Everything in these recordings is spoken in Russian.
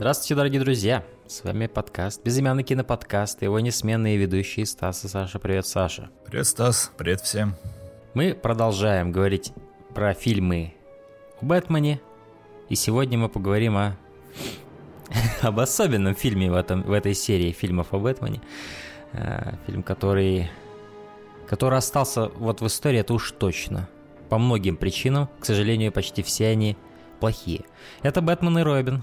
Здравствуйте, дорогие друзья! С вами подкаст, безымянный киноподкаст, и его несменные ведущие Стас и Саша. Привет, Саша. Привет, Стас. Привет всем. Мы продолжаем говорить про фильмы о Бэтмене, и сегодня мы поговорим об особенном фильме в этой серии фильмов о Бэтмене. Фильм, который остался вот в истории, это уж точно. По многим причинам, к сожалению, почти все они плохие. Это «Бэтмен и Робин».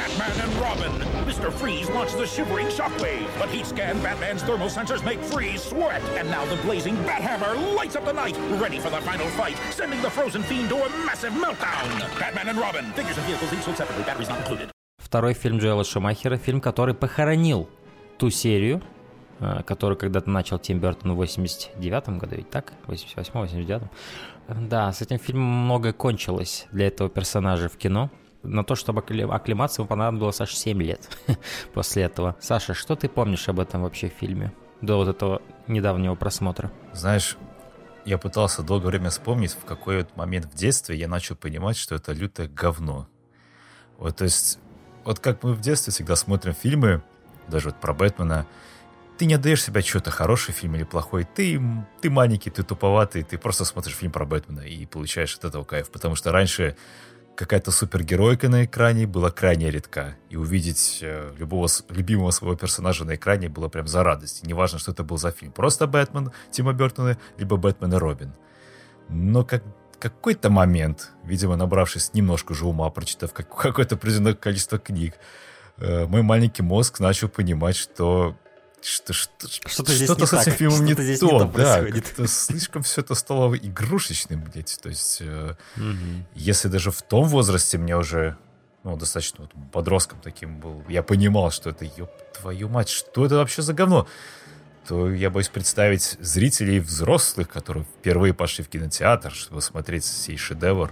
Mr. Freeze launches a shivering shockwave, but heat scan Batman's thermal sensors make Freeze sweat. And now the blazing Bathammer lights up the night, ready for the final fight, sending the frozen fiend to a massive meltdown. Batman and Robin. Figures and vehicles each sold separately, batteries not included. Второй фильм Джоэла Шумахера, фильм, который похоронил ту серию, которую когда-то начал Тим Бёртон в 89-м году, ведь так? 88-89-м. Да, с этим фильмом многое кончилось для этого персонажа в кино. На то, чтобы акклиматься, ему понадобилось аж 7 лет после этого. Саша, что ты помнишь об этом вообще фильме до вот этого недавнего просмотра? Знаешь, я пытался долгое время вспомнить, в какой вот момент в детстве я начал понимать, что это лютое говно. Вот, то есть, вот как мы в детстве всегда смотрим фильмы, даже вот про Бэтмена, ты не отдаешь себе отчета, хороший фильм или плохой. Ты маленький, ты туповатый, ты просто смотришь фильм про Бэтмена и получаешь от этого кайф. Потому что раньше какая-то супергеройка на экране была крайне редка. И увидеть любимого своего персонажа на экране было прям за радость. И неважно, что это был за фильм. Просто Бэтмен Тима Бёртона, либо Бэтмен и Робин. Но какой-то момент, видимо, набравшись немножко же ума, прочитав какое-то определенное количество книг, мой маленький мозг начал понимать, что что-то с этим фильмом не то, да, как-то слишком все это стало игрушечным, блядь, то есть если даже в том возрасте мне уже, достаточно подростком таким был, я понимал, что это, ёб твою мать, что это вообще за говно, то я боюсь представить зрителей взрослых, которые впервые пошли в кинотеатр, чтобы смотреть сей шедевр.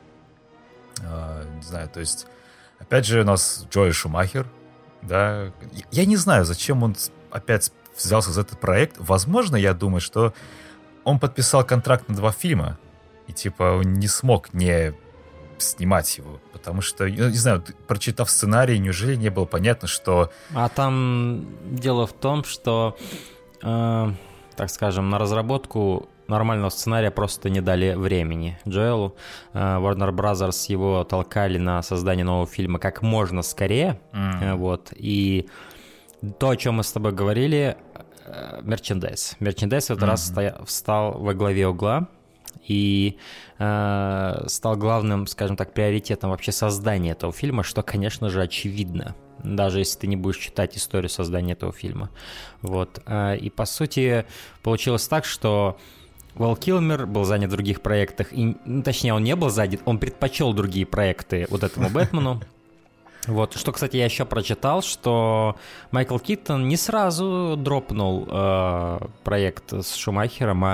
Не знаю, то есть, опять же, у нас Джоэл Шумахер, да, я не знаю, зачем он опять взялся за этот проект. Возможно, я думаю, что он подписал контракт на 2 фильма, и типа он не смог не снимать его, потому что, не знаю, прочитав сценарий, неужели не было понятно, что... А там дело в том, что, так скажем, на разработку нормального сценария просто не дали времени Джоэлу. Warner Brothers его толкали на создание нового фильма как можно скорее. Вот. И то, о чем мы с тобой говорили, мерчендайз. Мерчендайз в этот раз встал во главе угла и стал главным, скажем так, приоритетом вообще создания этого фильма, что, конечно же, очевидно, даже если ты не будешь читать историю создания этого фильма. Вот. И, по сути, получилось так, что Вал Килмер был занят в других проектах, точнее, он не был занят, он предпочел другие проекты вот этому Бэтмену. Вот, что, кстати, я еще прочитал, что Майкл Киттон не сразу дропнул проект с Шумахером,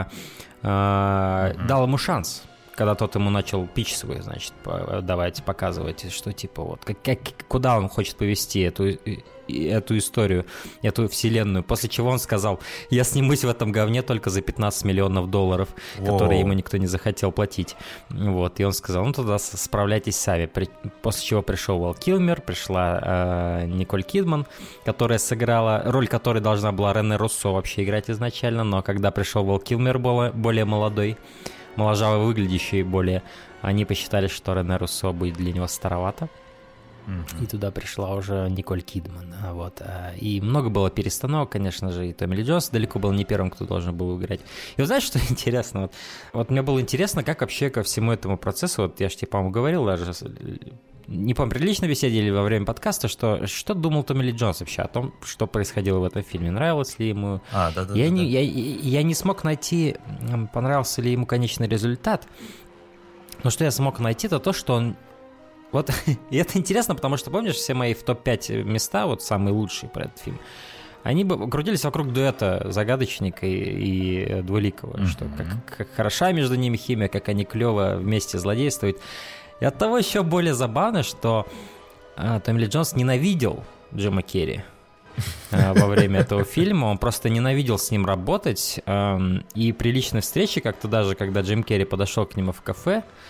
дал ему шанс, когда тот ему начал пич свой, значит, давайте показывать, что типа вот, куда он хочет повести эту историю, эту вселенную, после чего он сказал: я снимусь в этом говне только за $15 миллионов, которые ему никто не захотел платить. Вот, и он сказал: ну тогда справляйтесь сами. После чего пришел Вал Килмер, пришла Николь Кидман, которая сыграла, роль которой должна была Рене Руссо вообще играть изначально, но когда пришел Вал Килмер, более молодой, моложаво выглядящий более, они посчитали, что Рене Руссо будет для него старовато. И туда пришла уже Николь Кидман. Вот. И много было перестановок, конечно же, и Томми Ли Джонс далеко был не первым, кто должен был играть. И вот знаешь, что интересно? Вот мне было интересно, как вообще ко всему этому процессу, вот я же тебе, по-моему, говорил даже, не помню, при личной беседе или во время подкаста, что думал Томми Ли Джонс вообще о том, что происходило в этом фильме, нравилось ли ему. Я не смог найти, понравился ли ему конечный результат, но что я смог найти, это то, что он... Вот, и это интересно, потому что, помнишь, все мои в топ-5 места, вот самые лучшие про этот фильм, они бы крутились вокруг дуэта Загадочника и Двуликого, что как хороша между ними химия, как они клево вместе злодействуют. И оттого еще более забавно, что Томми Ли Джонс ненавидел Джима Керри во время этого фильма, он просто ненавидел с ним работать, и при личной встрече как-то даже, когда Джим Керри подошел к нему в кафе,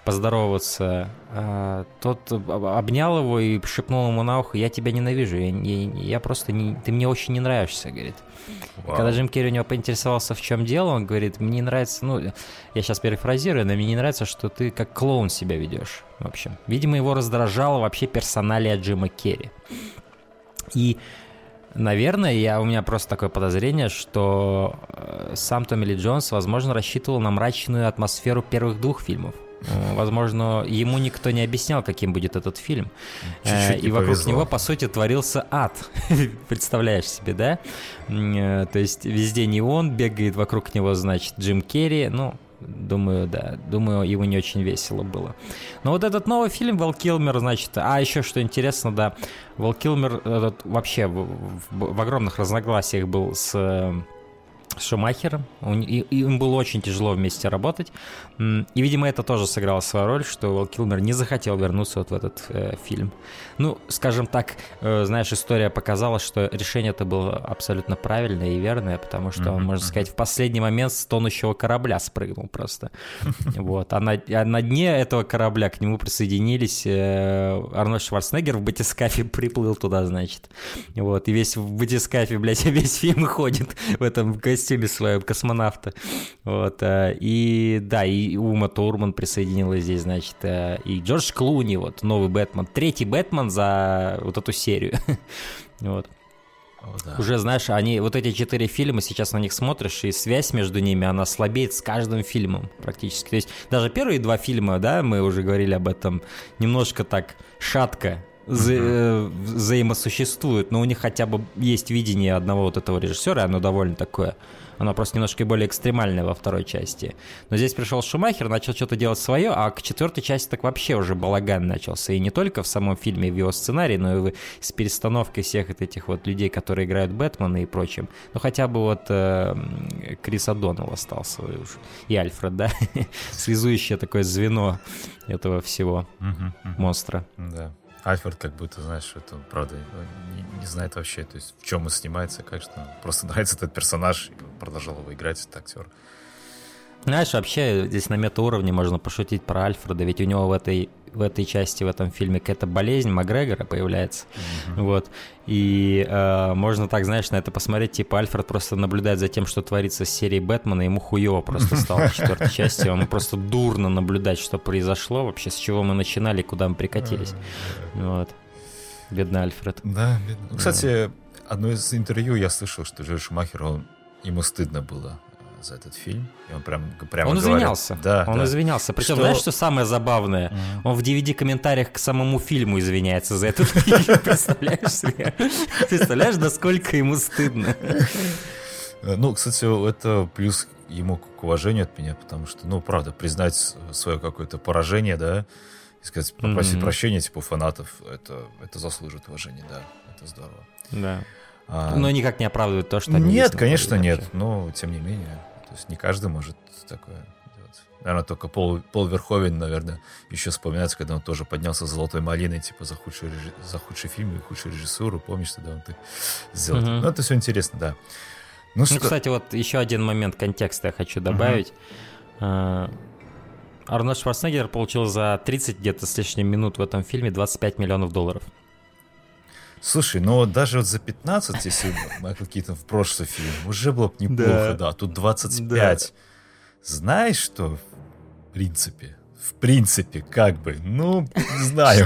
поздороваться, тот обнял его и шепнул ему на ухо: «Я тебя ненавижу, я просто ты мне очень не нравишься», говорит. Когда Джим Керри у него поинтересовался, в чем дело, он говорит: «Мне не нравится, я сейчас перефразирую, но мне не нравится, что ты как клоун себя ведешь». В общем, видимо, его раздражала вообще персоналия Джима Керри. И, наверное, у меня просто такое подозрение, что сам Томми Ли Джонс, возможно, рассчитывал на мрачную атмосферу первых 2 фильмов. Возможно, ему никто не объяснял, каким будет этот фильм. Чуть-чуть и вокруг него, по сути, творился ад. Представляешь себе, да? То есть везде не он, бегает вокруг него, значит, Джим Керри. Думаю, ему не очень весело было. Но вот этот новый фильм «Вал Килмер», значит... еще что интересно, да, Вал Килмер вообще в огромных разногласиях был с Шумахером. Им было очень тяжело вместе работать. И, видимо, это тоже сыграло свою роль, что Вал Килмер не захотел вернуться вот в этот фильм. Скажем так, знаешь, история показала, что решение это было абсолютно правильное и верное, потому что он, можно сказать, в последний момент с тонущего корабля спрыгнул просто. Вот. А на дне этого корабля к нему присоединились Арнольд Шварценеггер в батискафе приплыл туда, значит. Вот. И весь в батискафе, блядь, весь фильм ходит в этом костюме своем космонавта. Вот. И Ума Турман присоединилась здесь, значит, и Джордж Клуни, вот, новый Бэтмен, 3-й Бэтмен за вот эту серию. Вот. Да. Уже, знаешь, вот эти 4 фильма, сейчас на них смотришь, и связь между ними, она слабеет с каждым фильмом практически. То есть даже первые 2 фильма, да, мы уже говорили об этом, немножко так шатко взаимосуществуют, но у них хотя бы есть видение одного вот этого режиссера, оно довольно такое, оно просто немножко более экстремальное во второй части. Но здесь пришел Шумахер, начал что-то делать свое, а к 4-й части так вообще уже балаган начался. И не только в самом фильме, в его сценарии, но и с перестановкой всех этих вот людей, которые играют Бэтмена и прочим. Хотя бы вот Крис О'Доннелл остался и Альфред, да? Связующее такое звено этого всего монстра. Да. Альфред как будто, знаешь, это правда не знает вообще, то есть в чем он снимается, как что. Просто нравится этот персонаж, и продолжал его играть, этот актер. Знаешь, вообще здесь на метауровне можно пошутить про Альфреда, ведь у него в этой части, в этом фильме какая-то болезнь Макгрегора появляется, вот, и можно так, знаешь, на это посмотреть, типа Альфред просто наблюдает за тем, что творится с серией Бэтмена, ему хуёво просто стало в 4-й части, ему просто дурно наблюдать, что произошло вообще, с чего мы начинали, куда мы прикатились, вот, бедный Альфред. Да, бедный. Кстати, одно из интервью я слышал, что Джордж Шумахер, ему стыдно было за этот фильм. И он прямо он извинялся. Да, он извинялся. Причем, знаешь, что самое забавное? Он в DVD-комментариях к самому фильму извиняется за этот фильм. Представляешь себе? Представляешь, насколько ему стыдно? Кстати, это плюс ему к уважению от меня, потому что, правда, признать свое какое-то поражение, да, и сказать, попросить прощения, типа, фанатов, это заслужит уважения, да, это здорово. Да. Но никак не оправдывает то, что они... Нет, конечно, нет, но тем не менее. То есть не каждый может такое делать. Наверное, только Пол Верховен, наверное, еще вспоминается, когда он тоже поднялся с «Золотой малиной», типа, за худший фильм и худшую режиссуру. Помнишь, тогда он так сделал? Это все интересно, да. Кстати, вот еще один момент контекста я хочу добавить. Арнольд Шварценеггер получил за 30 где-то с лишним минут в этом фильме $25 миллионов. Слушай, даже вот за 15, если Майкл Китон в прошлый фильм, уже было бы неплохо, да. Тут 25. Да. Знаешь, что в принципе, как бы, не знаю.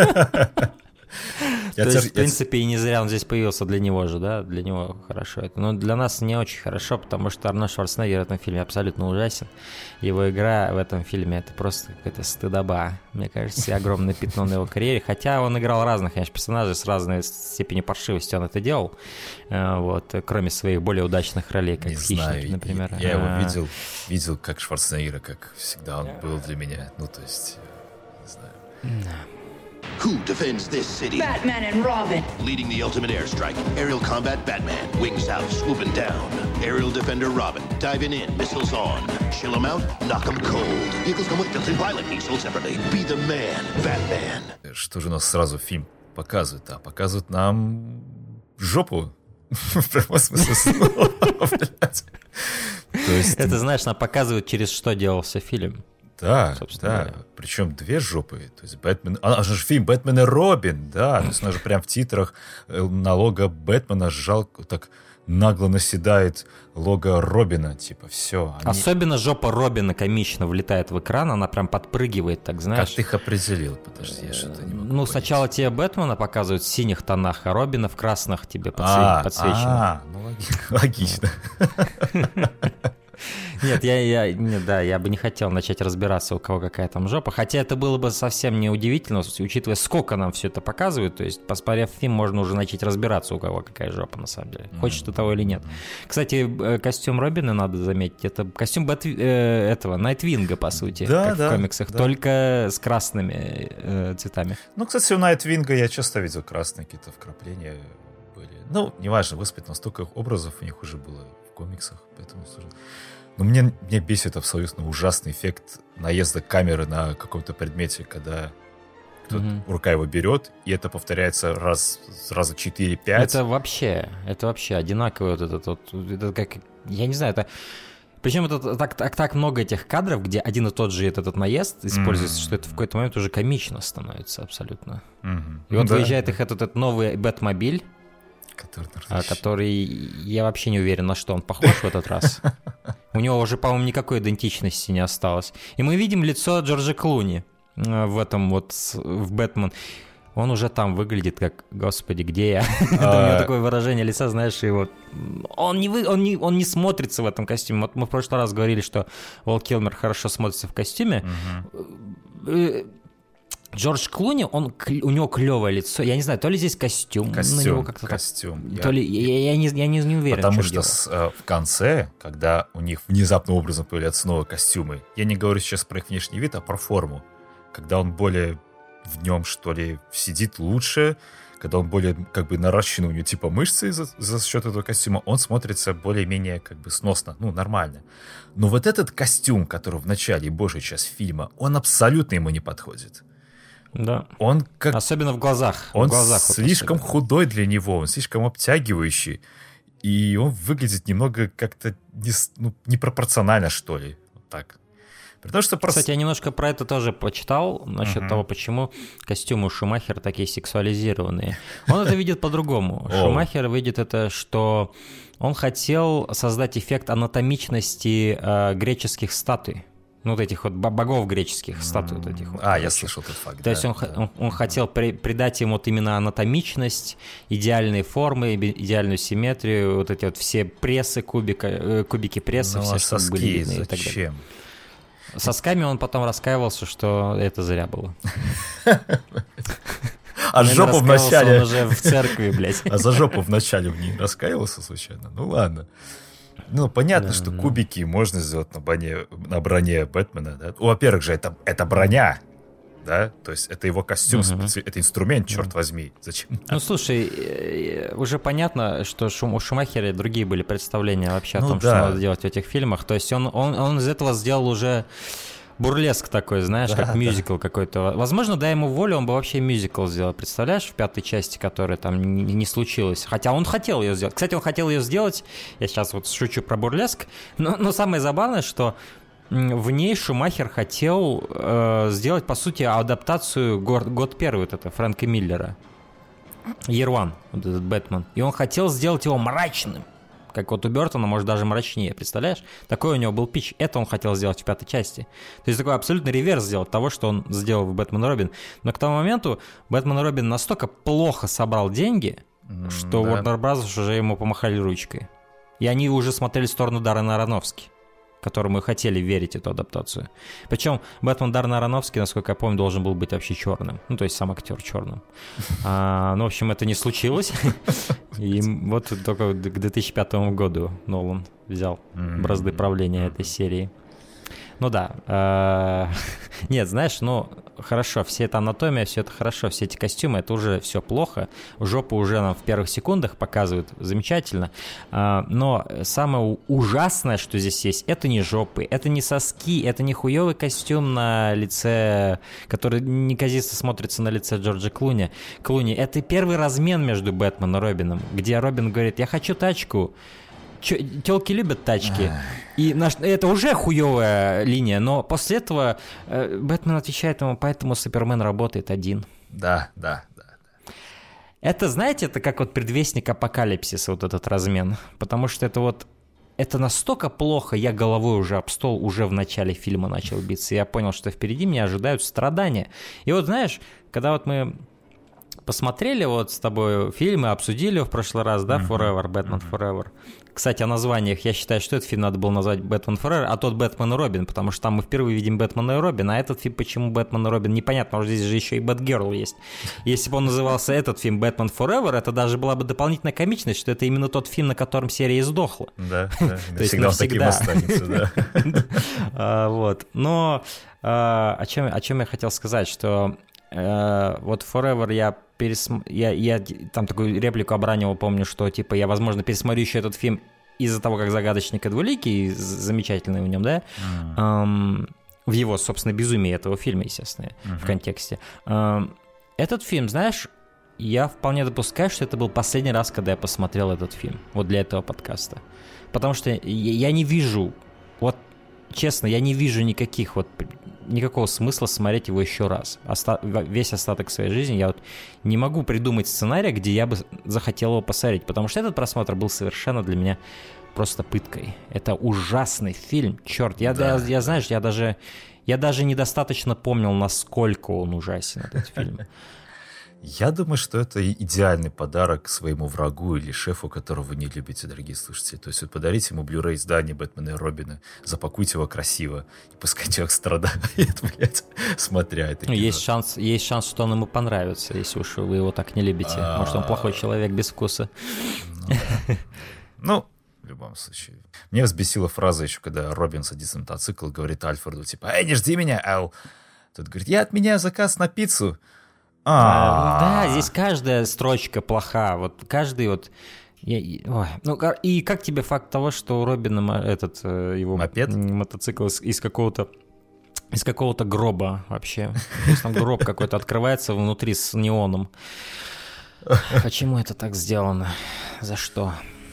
То есть, в принципе, и не зря он здесь появился для него же, да? Для него хорошо это. Но для нас не очень хорошо, потому что Арнольд Шварценеггер в этом фильме абсолютно ужасен. Его игра в этом фильме — это просто какая-то стыдоба. Мне кажется, и огромное пятно на его карьере. Хотя он играл разных, конечно, персонажей с разной степенью паршивости он это делал. Вот, кроме своих более удачных ролей, как в «Хищнике», например. Я его видел как Шварценеггера, как всегда он был для меня. То есть, не знаю. Who defends this city? Batman and Robin. Leading the ultimate airstrike. Aerial combat Batman. Wings out, swooping down. Aerial defender Robin. Diving in, missiles on. Chill him out, knock him cold. Vehicles come with built-in pilot. Each sold separately. Be the man, Batman. Что же у нас сразу фильм показывает? Показывают нам жопу. В прямом смысле слова. Это, знаешь, нам показывают, через что делался фильм. Да, собственно говоря. Причем 2 жопы. То есть Бэтмен... А же фильм «Бэтмен и Робин», да. То есть она же прям в титрах на лого Бэтмена жалко так нагло наседает лого Робина. Типа, все. Особенно жопа Робина комично влетает в экран, она прям подпрыгивает, так знаешь. Как ты их определил? Подожди, я что-то не могу понять. Сначала тебе Бэтмена показывают в синих тонах, а Робина в красных тебе подсвечено. Логично. Нет, я бы не хотел начать разбираться, у кого какая там жопа. Хотя это было бы совсем не удивительно, учитывая, сколько нам все это показывают. То есть, посмотрев фильм, можно уже начать разбираться, у кого какая жопа на самом деле. Хочешь ты того или нет. Кстати, костюм Робина, надо заметить, это костюм этого Найтвинга, по сути, как в комиксах, только с красными цветами. Кстати, у Найтвинга я часто видел красные какие-то вкрапления были. Неважно, господи, настолько образов у них уже было в комиксах, поэтому... Но меня бесит абсолютно ужасный эффект наезда камеры на каком-то предмете, когда рука его берет, и это повторяется раза 4-5. Это вообще одинаково. Это как, я не знаю, это... Причем это так много этих кадров, где один и тот же этот наезд используется, что это в какой-то момент уже комично становится абсолютно. И вот выезжает их этот новый Бэтмобиль, который я вообще не уверен, на что он похож в этот раз. У него уже, по-моему, никакой идентичности не осталось. И мы видим лицо Джорджа Клуни в этом в «Бэтмен». Он уже там выглядит как, господи, где я? У него такое выражение лица, знаешь, и вот... Он не смотрится в этом костюме. Вот мы в прошлый раз говорили, что Уолл Килмер хорошо смотрится в костюме. Джордж Клуни, у него клевое лицо. Я не знаю, то ли здесь костюм. Костюм. То ли, я не уверен. Потому что в конце, когда у них внезапным образом появляются новые костюмы, я не говорю сейчас про их внешний вид, а про форму. Когда он более в нем, что ли, сидит лучше, когда он более как бы наращен, у него типа мышцы за счет этого костюма, он смотрится более-менее как бы сносно, нормально. Но вот этот костюм, который в начале и большую часть фильма, он абсолютно ему не подходит. Да. Он как... Особенно в глазах. Он слишком худой для него, он слишком обтягивающий. И он выглядит немного как-то непропорционально, что ли. Вот так. Потому что Кстати, я немножко про это тоже почитал, насчет того, почему костюмы Шумахера такие сексуализированные. Он это видит по-другому. Шумахер видит это, что он хотел создать эффект анатомичности греческих статуй. Вот этих вот богов греческих, статуй вот этих вот. Я слышал этот факт. То есть он хотел придать им вот именно анатомичность, идеальные формы, идеальную симметрию, вот эти вот все прессы, кубики пресса, все, чтобы были видны и так далее. Сосками он потом раскаивался, что это зря было. А жопу вначале... Он уже в церкви, блядь. А за жопу вначале не раскаивался случайно? Ладно. Понятно, что кубики можно сделать на броне Бэтмена, да? Во-первых же, это броня, да? То есть это его костюм, это инструмент, черт возьми. Зачем? Слушай, уже понятно, что у Шумахера другие были представления вообще о том, что надо делать в этих фильмах. То есть он из этого сделал уже... бурлеск такой, знаешь, как мюзикл какой-то. Возможно, дай ему волю, он бы вообще мюзикл сделал. Представляешь, в 5-й части, которая там не случилась. Хотя он хотел ее сделать. Кстати, он хотел ее сделать, я сейчас вот шучу про бурлеск, но самое забавное, что в ней Шумахер хотел сделать, по сути, адаптацию год первый вот это Фрэнка Миллера. Year One, вот этот Бэтмен. И он хотел сделать его мрачным. Как вот у Бёртона, может, даже мрачнее, представляешь? Такой у него был питч. Это он хотел сделать в 5-й части. То есть такой абсолютно реверс сделать того, что он сделал в «Бэтмен и Робин». Но к тому моменту «Бэтмен и Робин» настолько плохо собрал деньги, что Warner Bros. Уже ему помахали ручкой. И они уже смотрели в сторону Даррена Аронофски, которому и хотели верить эту адаптацию. Причем Бэтмен Даррена Аронофски, насколько я помню, должен был быть вообще черным. То есть сам актер черным. В общем, это не случилось. И вот только к 2005 году Нолан взял бразды правления этой серии. Нет, знаешь, хорошо, вся эта анатомия, все это хорошо, все эти костюмы, это уже все плохо. Жопу уже нам в первых секундах показывают замечательно. Но самое ужасное, что здесь есть, это не жопы, это не соски, это не хуёвый костюм на лице, который неказисто смотрится на лице Джорджа Клуни. Это первый размен между Бэтменом и Робином, где Робин говорит: я хочу тачку. тёлки любят тачки. И это уже хуёвая линия, но после этого Бэтмен отвечает ему, поэтому Супермен работает один. Да. Это, знаете, это как вот предвестник апокалипсиса, вот этот размен. Потому что это настолько плохо, я головой уже об стол уже в начале фильма начал биться. И я понял, что впереди меня ожидают страдания. И вот знаешь, когда вот мы посмотрели вот с тобой фильмы, обсудили в прошлый раз, да, Forever, Batman Forever. Кстати, о названиях. Я считаю, что этот фильм надо было назвать Бэтмен Forever, а тот Бэтмен и Робин, потому что там мы впервые видим Бэтмена и Робина, а этот фильм почему Бэтмен и Робин, непонятно, потому что здесь же еще и Бэтгерл есть. Если бы он назывался этот фильм Бэтмен Forever, это даже была бы дополнительная комичность, что это именно тот фильм, на котором серия издохла. Да, навсегда таким останется, да. Вот. Но о чем я хотел сказать, что вот Forever я там такую реплику обранивал, помню, что типа я, возможно, пересмотрю еще этот фильм из-за того, как загадочник и двуликий, замечательный в нем, да, в его, собственно, безумии этого фильма, естественно, в контексте. Этот фильм, знаешь, я вполне допускаю, что это был последний раз, когда я посмотрел этот фильм, вот для этого подкаста. Потому что я не вижу, вот честно, я не вижу никакого смысла смотреть его еще раз. Весь остаток своей жизни я вот не могу придумать сценария, где я бы захотел его посмотреть, потому что этот просмотр был совершенно для меня просто пыткой. Это ужасный фильм, черт. Я даже недостаточно помнил, насколько он ужасен, этот фильм. Я думаю, что это идеальный подарок своему врагу или шефу, которого вы не любите, дорогие слушатели. То есть вот подарите ему Blu-ray издание Бэтмена и Робина, запакуйте его красиво, и пускай человек страдает, блядь, смотря это кино. Есть шанс, что он ему понравится, если уж вы его так не любите. Может, он плохой человек без вкуса. Ну, в любом случае. Меня взбесила фраза еще, когда Робин садится на мотоцикл и говорит Альфреду, типа, «Эй, не жди меня, Эл!» Тот говорит, «Я отменяю заказ на пиццу». Да, здесь каждая строчка плоха. Вот каждый вот... и как тебе факт того, что у Робина этот его мотоцикл из какого-то гроба вообще? То есть там гроб какой-то открывается внутри с неоном. Почему это так сделано? За что?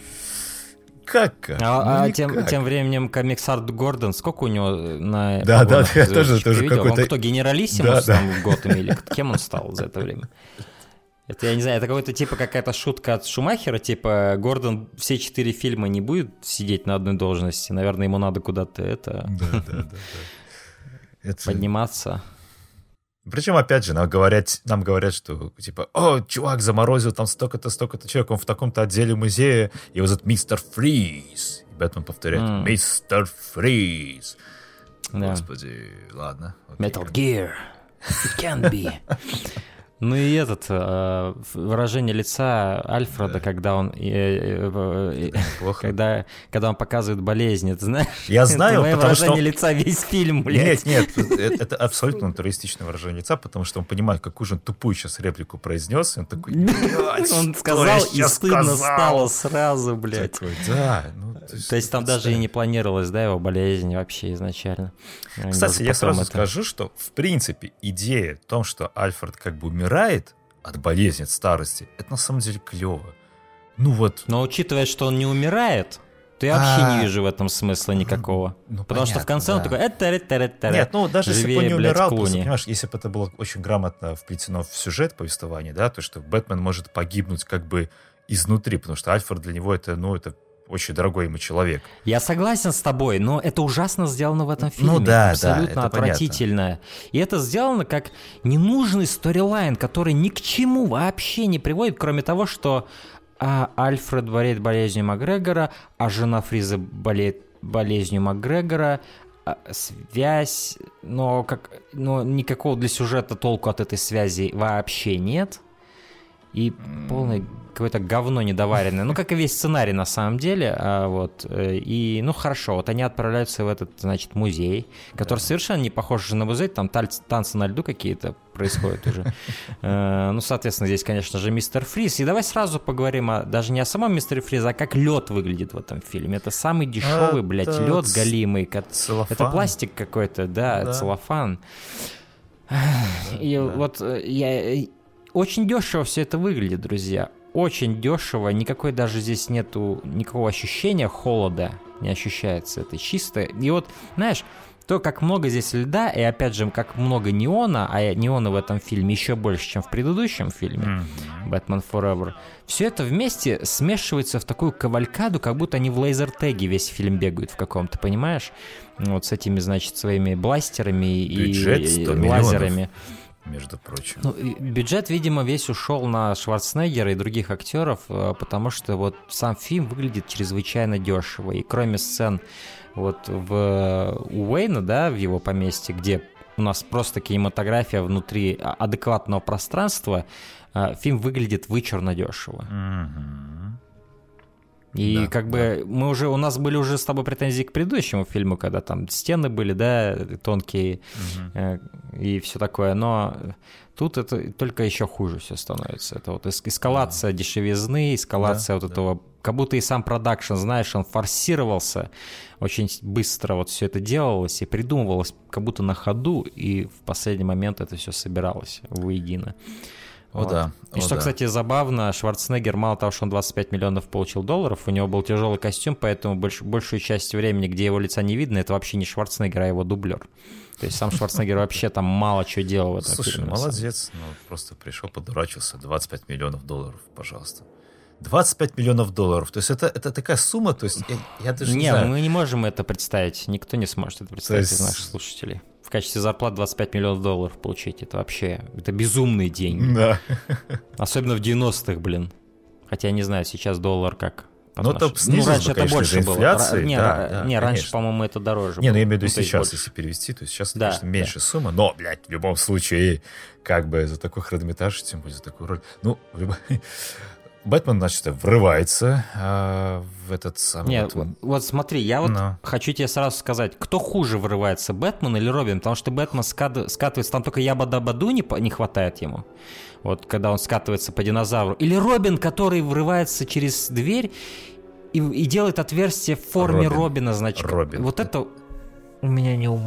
Тем временем комикс-арт Гордон, сколько у него на... Да, я тоже какой-то... Он кто, генералиссимус там в Готэме или кем он стал за это время? Это, я не знаю, это какой-то типа какая-то шутка от Шумахера, типа Гордон все 4 фильма не будет сидеть на одной должности, наверное, ему надо куда-то подниматься. Причем, опять же, нам говорят, что, типа, «О, чувак заморозил там столько-то человек, он в таком-то отделе музея, его зовут Мистер Фриз». И Бэтмен повторяет, «Мистер Фриз». Да. Господи, ладно. Metal Gear, it can be. Ну и этот выражение лица Альфреда, когда он когда он показывает болезни, ты знаешь? Я знаю, это потому что выражение лица весь фильм, блядь. Нет, это абсолютно натуралистичное выражение лица, потому что он понимает, какую же он тупую сейчас реплику произнес, и он такой, блядь, он сказал, и стыдно стало сразу, блядь. Такой, да. То есть там даже и не планировалось, да, его болезнь вообще изначально. Кстати, я сразу скажу, что в принципе идея в том, что Альфред как бы умирает от болезни, от старости, это на самом деле клево. Но учитывая, что он не умирает, то я вообще не вижу в этом смысла никакого. Потому что в конце он такой... Нет, даже если бы он не умирал, просто, понимаешь, если бы это было очень грамотно вплетено в сюжет повествования, да, то что Бэтмен может погибнуть как бы изнутри, потому что Альфред для него это очень дорогой ему человек. Я согласен с тобой, но это ужасно сделано в этом фильме. Абсолютно отвратительно. Понятно. И это сделано как ненужный сторилайн, который ни к чему вообще не приводит, кроме того, что Альфред болеет болезнью Макгрегора, а жена Фриза болеет болезнью Макгрегора. Связь, но никакого для сюжета толку от этой связи вообще нет. И полное какое-то говно недоваренное. Как и весь сценарий на самом деле. Хорошо, вот они отправляются в этот, значит, музей, который совершенно не похож на музей, там танцы на льду какие-то происходят уже. Соответственно, здесь, конечно же, мистер Фриз. И давай сразу поговорим даже не о самом мистере Фризе, а как лед выглядит в этом фильме. Это самый дешевый, блядь, лед галимый. Это пластик какой-то, да, целлофан. И вот я... Очень дешево все это выглядит, друзья. очень дешево, никакой даже здесь нету никакого ощущения холода, не ощущается, это чисто. И вот, знаешь, то, как много здесь льда, и опять же, как много неона, а неона в этом фильме еще больше, чем в предыдущем фильме «Batman Forever», все это вместе смешивается в такую кавалькаду, как будто они в лазертеге весь фильм бегают в каком-то, понимаешь? Вот с этими, значит, своими бластерами и лазерами. Между прочим. Ну, бюджет, видимо, весь ушел на Шварценеггера и других актеров, потому что вот сам фильм выглядит чрезвычайно дешево. И кроме сцен вот у Уэйна, да, в его поместье, где у нас просто кинематография внутри адекватного пространства, фильм выглядит вычурно дешево. И да, как бы у нас были уже с тобой претензии к предыдущему фильму, когда там стены были, да, тонкие и все такое, но тут это только еще хуже все становится. Это вот эскалация дешевизны, эскалация этого, как будто и сам продакшн, знаешь, он форсировался, очень быстро вот все это делалось и придумывалось как будто на ходу, и в последний момент это все собиралось воедино. Вот. И что, кстати, забавно, Шварценеггер, мало того, что он 25 миллионов получил долларов, у него был тяжелый костюм, поэтому большую часть времени, где его лица не видно, это вообще не Шварценеггер, а его дублер. То есть сам Шварценеггер вообще там мало чего делал в этом фильме. Слушай, молодец, просто пришел, подурачился, 25 миллионов долларов, пожалуйста. 25 миллионов долларов, то есть это такая сумма, то есть я даже не знаю. Мы не можем это представить, никто не сможет это представить из наших слушателей. В качестве зарплаты 25 миллионов долларов получить, это вообще, это безумные деньги. Да. Особенно в 90-х, блин. Хотя я не знаю, сейчас доллар как. Раньше это больше было. Не, раньше, по-моему, это дороже. Не, ну я имею в виду сейчас, если перевести, то сейчас, конечно, меньше сумма, но, блядь, в любом случае, как бы за такой хронометраж, тем более за такую роль. Ну, Бэтмен, значит, врывается в этот самый... Нет, вот смотри, я хочу тебе сразу сказать, кто хуже врывается, Бэтмен или Робин? Потому что Бэтмен скатывается, там только Ябба-Dabба-Ду не хватает ему, вот когда он скатывается по динозавру. Или Робин, который врывается через дверь и делает отверстие в форме Робина, значит. Робин. Вот это у меня не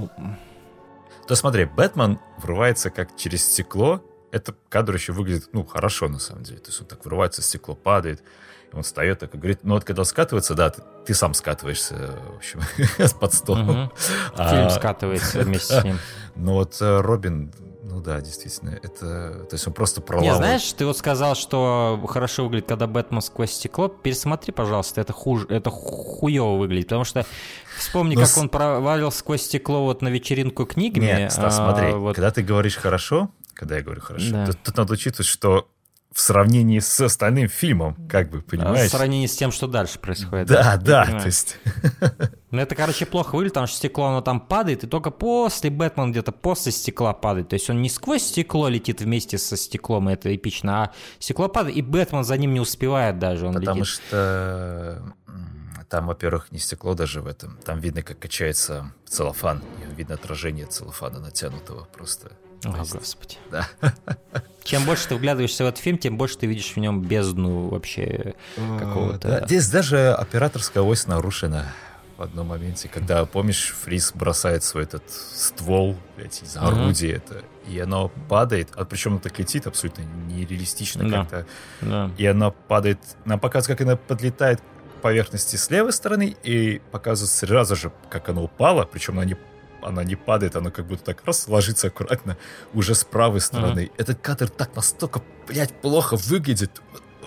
То смотри, Бэтмен врывается как через стекло. Это кадр еще выглядит, хорошо, на самом деле. То есть он так врывается, стекло падает, и он встает так и говорит, вот когда скатывается, да, ты сам скатываешься, в общем, под стол. Фильм скатывается вместе с ним. Но вот Робин, действительно, это... То есть он просто проламывает. Знаешь, ты вот сказал, что хорошо выглядит, когда Бэтмен сквозь стекло. Пересмотри, пожалуйста, это хуёво выглядит, потому что вспомни, как он провалился сквозь стекло вот на вечеринку книгами. Нет, Стас, смотри, когда ты говоришь «хорошо», когда я говорю «хорошо», тут надо учитывать, что в сравнении с остальным фильмом, как бы, понимаешь? В сравнении с тем, что дальше происходит. Да, то есть... Ну, это, плохо выглядит, потому что стекло, оно там падает, и только после Бэтмена где-то после стекла падает. То есть он не сквозь стекло летит вместе со стеклом, это эпично, а стекло падает, и Бэтмен за ним не успевает даже, он Потому летит. что там, во-первых, не стекло даже в этом, там видно, как качается целлофан, видно отражение целлофана натянутого просто... О, Господи. Да. Чем больше ты вглядываешься в этот фильм, тем больше ты видишь в нем бездну вообще какого-то... Да. Здесь даже операторская ось нарушена в одном моменте, когда, помнишь, Фриз бросает свой этот ствол, орудие это, и оно падает, причем оно так летит абсолютно нереалистично как-то, и оно падает, нам показывают, как оно подлетает к поверхности с левой стороны, и показывают сразу же, как оно упало, причем она не падает, она как будто так раз ложится аккуратно уже с правой стороны. Этот кадр так настолько, плохо выглядит.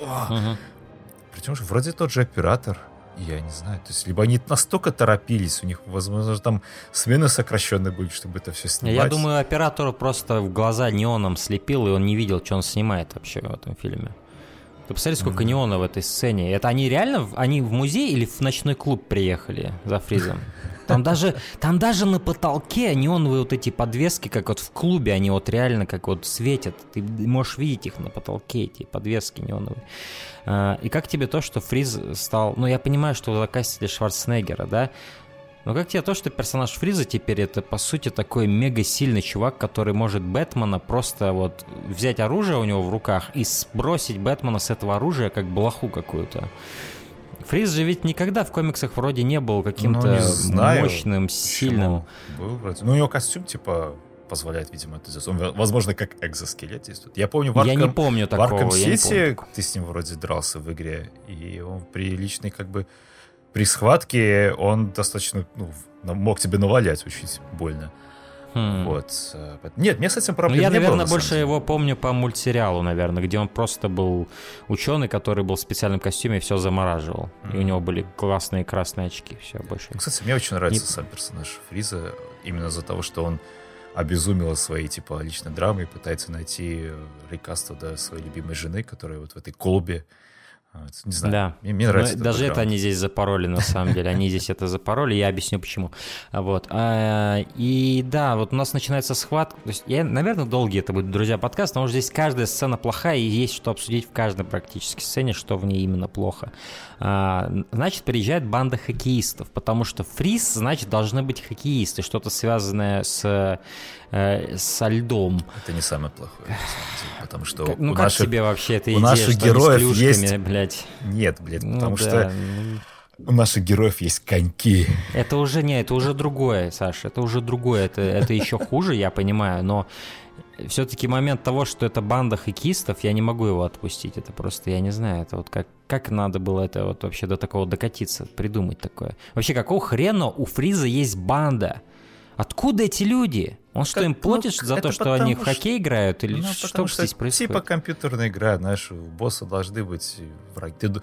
Причем же вроде тот же оператор, я не знаю, то есть либо они настолько торопились, у них, возможно, там смены сокращенные были, чтобы это все снимать. Я думаю, оператору просто в глаза неоном слепил, и он не видел, что он снимает вообще в этом фильме. Ты посмотри, сколько неона в этой сцене. Это они реально, они в музей или в ночной клуб приехали за Фризом? Там даже на потолке неоновые вот эти подвески, как вот в клубе, они вот реально как вот светят. Ты можешь видеть их на потолке, эти подвески неоновые. И как тебе то, что Фриз стал... я понимаю, что вы закастили Шварценеггера, да? Но как тебе то, что персонаж Фриза теперь это, по сути, такой мега сильный чувак, который может Бэтмена просто вот взять оружие у него в руках и сбросить Бэтмена с этого оружия как блоху какую-то. Фриз же ведь никогда в комиксах вроде не был каким-то мощным, сильным. Был вроде. У него костюм, позволяет, видимо, это сделать. Он, возможно, как экзоскелет действует. Я помню, Я не помню такого. в Arkham City ты с ним вроде дрался в игре, и он при личной, как бы, при схватке он достаточно, мог тебе навалять очень больно. Вот. Нет, мне с этим проблем не было. Я, наверное, больше его помню по мультсериалу, наверное, где он просто был ученый, который был в специальном костюме и все замораживал. И у него были классные красные очки. Все, больше. Кстати, мне очень нравится сам персонаж Фриза, именно из-за того, что он обезумел своей, типа, личной драмой и пытается найти лекарство для своей любимой жены, которая вот в этой колбе. Не знаю, да. мне нравится. Даже это они здесь запороли, на самом деле. Они здесь это запороли, я объясню, почему. Вот. И да, вот у нас начинается схватка. То есть, наверное, долгий это будет, друзья, подкаст, потому что здесь каждая сцена плохая, и есть что обсудить в каждой практически сцене, что в ней именно плохо. Значит, приезжает банда хоккеистов, потому что Фриз, значит, должны быть хоккеисты, что-то связанное со льдом. Это не самое плохое, на самом деле, потому что как тебе вообще эта идея, у наших героев есть... блядь? Нет, блядь, потому что у наших героев есть коньки. Это уже другое, Саша, это уже другое, это еще хуже, я понимаю, но все-таки момент того, что это банда хоккеистов, я не могу его отпустить, это просто, я не знаю, это вот как надо было это вот вообще до такого докатиться, придумать такое. Вообще, какого хрена у Фриза есть банда? Откуда эти люди? Он что, им платит за то, что они в хоккей играют? Или что здесь происходит? Типа компьютерная игра, знаешь, у босса должны быть враги.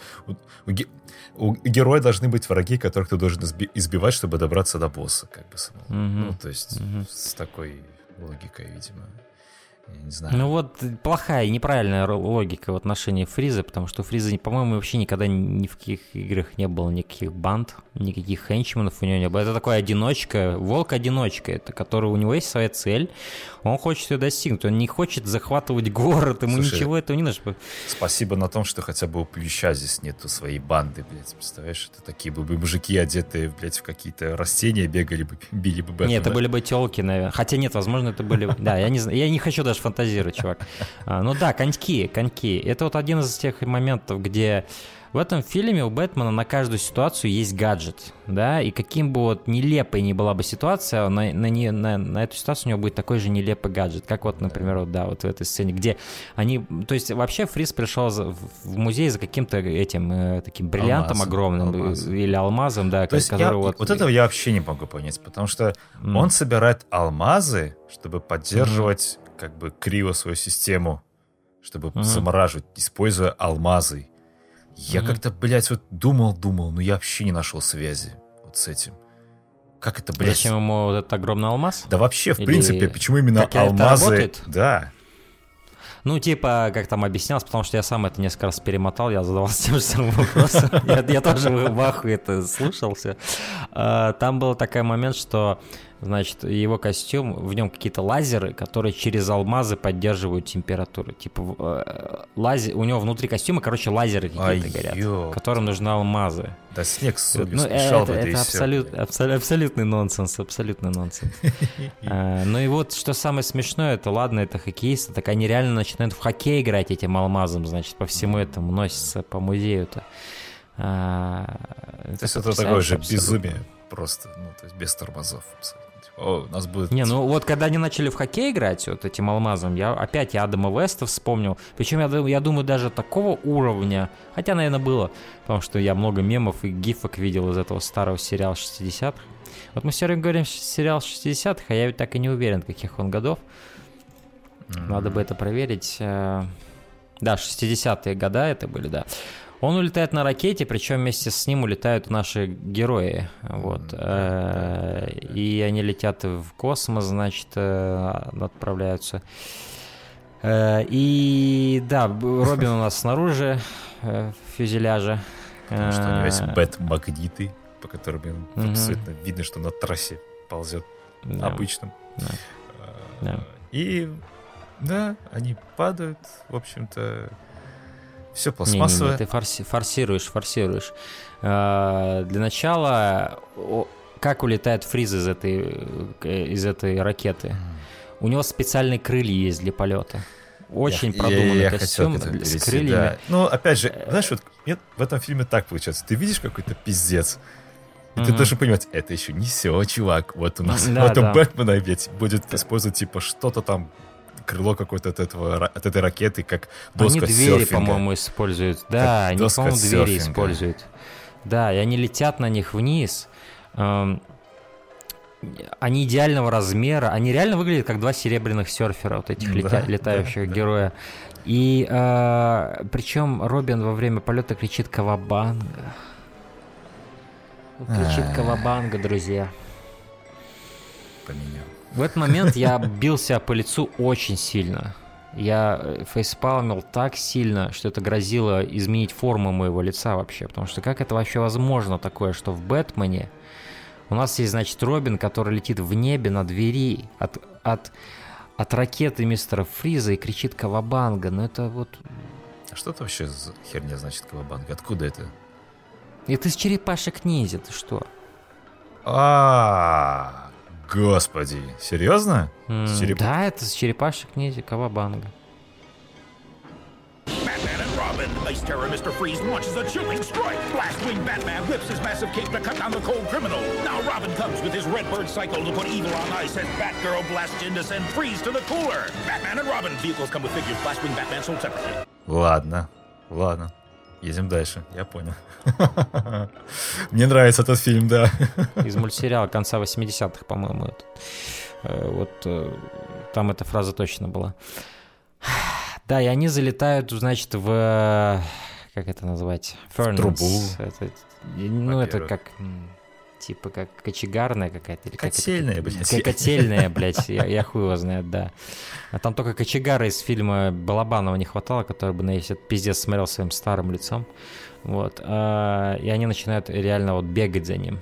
У героя должны быть враги, которых ты должен избивать, чтобы добраться до босса, как бы самого. Ну, то есть, с такой логикой, видимо. Я не знаю. Ну вот плохая и неправильная логика в отношении Фриза, потому что у Фриза, по-моему, вообще никогда ни в каких играх не было никаких банд, никаких хенчменов у него не было. Это такой одиночка, волк-одиночка, это который у него есть своя цель, он хочет ее достигнуть, он не хочет захватывать город, ему ничего этого не нужно. Спасибо на том, что хотя бы у Плюща здесь нету своей банды, блядь, представляешь, это такие бы мужики, одетые, блядь, в какие-то растения бегали бы, били бы Бэтмена. Нет, это были бы телки, наверное, хотя нет, возможно, это были... Да, я не знаю, я не хочу даже фантазировать, чувак. Ну да, коньки. Это вот один из тех моментов, где в этом фильме у Бэтмена на каждую ситуацию есть гаджет, да, и каким бы вот нелепой ни была бы ситуация, на эту ситуацию у него будет такой же нелепый гаджет, как вот, например, вот, да, вот в этой сцене, где они, то есть вообще Фриз пришел в музей за каким-то этим таким бриллиантом огромным или алмазом, да, то есть вот этого я вообще не могу понять, потому что он собирает алмазы, чтобы поддерживать как бы криво свою систему, чтобы замораживать, используя алмазы. Я как-то, блядь, вот думал, но я вообще не нашел связи вот с этим. Как это, блядь? Зачем ему вот этот огромный алмаз? Да вообще, в принципе, почему именно алмазы? Да. Ну, типа, как там объяснялось, потому что я сам это несколько раз перемотал, я задавался тем же самым вопросом. Я тоже в ахуе это слушался. Там был такой момент, что, значит, его костюм, в нем какие-то лазеры, которые через алмазы поддерживают температуру. Типа, у него внутри костюма, короче, лазеры какие-то горят, которым нужны алмазы. Да снег с солью смешал бы, это абсолютный нонсенс, абсолютный нонсенс. Ну и вот, что самое смешное, это ладно, это хоккеисты, так они реально начинают в хоккей играть этим алмазом, значит, по всему этому носятся по музею-то. То есть это такое же безумие просто, ну, то есть без тормозов абсолютно. О, у нас будет... Не, ну вот когда они начали в хоккей играть вот этим алмазом, я Адама Веста вспомнил. Причем я думаю, даже такого уровня, хотя, наверное, было, потому что я много мемов и гифок видел из этого старого сериала 60-х. Вот мы все время говорим сериал 60-х, а я ведь так и не уверен, каких он годов. Надо бы это проверить. Да, 60-е года это были, да. Он улетает на ракете, причем вместе с ним улетают наши герои. Вот. И они летят в космос, значит, отправляются. И да, Робин у нас снаружи фюзеляжа. Потому что у него есть бэт-магниты, по которым абсолютно видно, что на трассе ползет обычным. И да, они падают, в общем-то. Все пластмассовое. Не, ты форсируешь. Для начала, как улетает Фриз из этой ракеты? У него специальные крылья есть для полета. Очень продуманный костюм с крыльями. Да. Ну, опять же, знаешь, вот в этом фильме так получается. Ты видишь какой-то пиздец, И ты должен понимать, это еще не все, чувак. Вот у нас в Да, этом да. Бэтмена ведь будет использовать типа что-то там, крыло какое-то от этой ракеты, как доска Они двери, серфинга. по-моему, используют. Да, Как они, доска по-моему, двери серфинга. используют. Да, и они летят на них вниз. Они идеального размера. Они реально выглядят как два серебряных серфера, вот этих Да, летающих да. героя. И причем Робин во время полета кричит «Кавабанга». Он кричит «Кавабанга», друзья. Поменял. В этот момент я бил себя по лицу очень сильно. Я фейспалмил так сильно, что это грозило изменить форму моего лица вообще. Потому что как это вообще возможно такое, что в «Бэтмене» у нас есть, значит, Робин, который летит в небе на двери от ракеты мистера Фриза и кричит «Кавабанга». Ну это вот... А что это вообще за херня значит Кавабанга? Откуда это? Это из «Черепашек ниндзя», ты что? Господи, серьезно? С череп- Да, это с «Черепашек ниндзя», «Кавабанга». Batman and Robin. Ice Terror Mr. Freeze launches a chilling strike. Blast-wing Batman whips his massive cape to cut down the cold criminal. Now Robin comes with his Redbird cycle to put evil on ice as Batgirl blasts in to send Freeze to the cooler. Batman and Robin. Vehicles come with figures. Blast-wing Batman sold separately. Ладно. Едем дальше, я понял. Мне нравится этот фильм, да. Из мультсериала конца 80-х, по-моему. Там эта фраза точно была. Да, и они залетают, значит, в... Как это назвать? Furnace. Трубу. Это Во-первых. как... Типа как кочегарная какая-то. Или как Котельная, это? блядь. Котельная, блядь. Я хуй его знает, да. А там только кочегара из фильма Балабанова не хватало, который бы на весь этот пиздец смотрел своим старым лицом. Вот. И они начинают реально вот бегать за ним,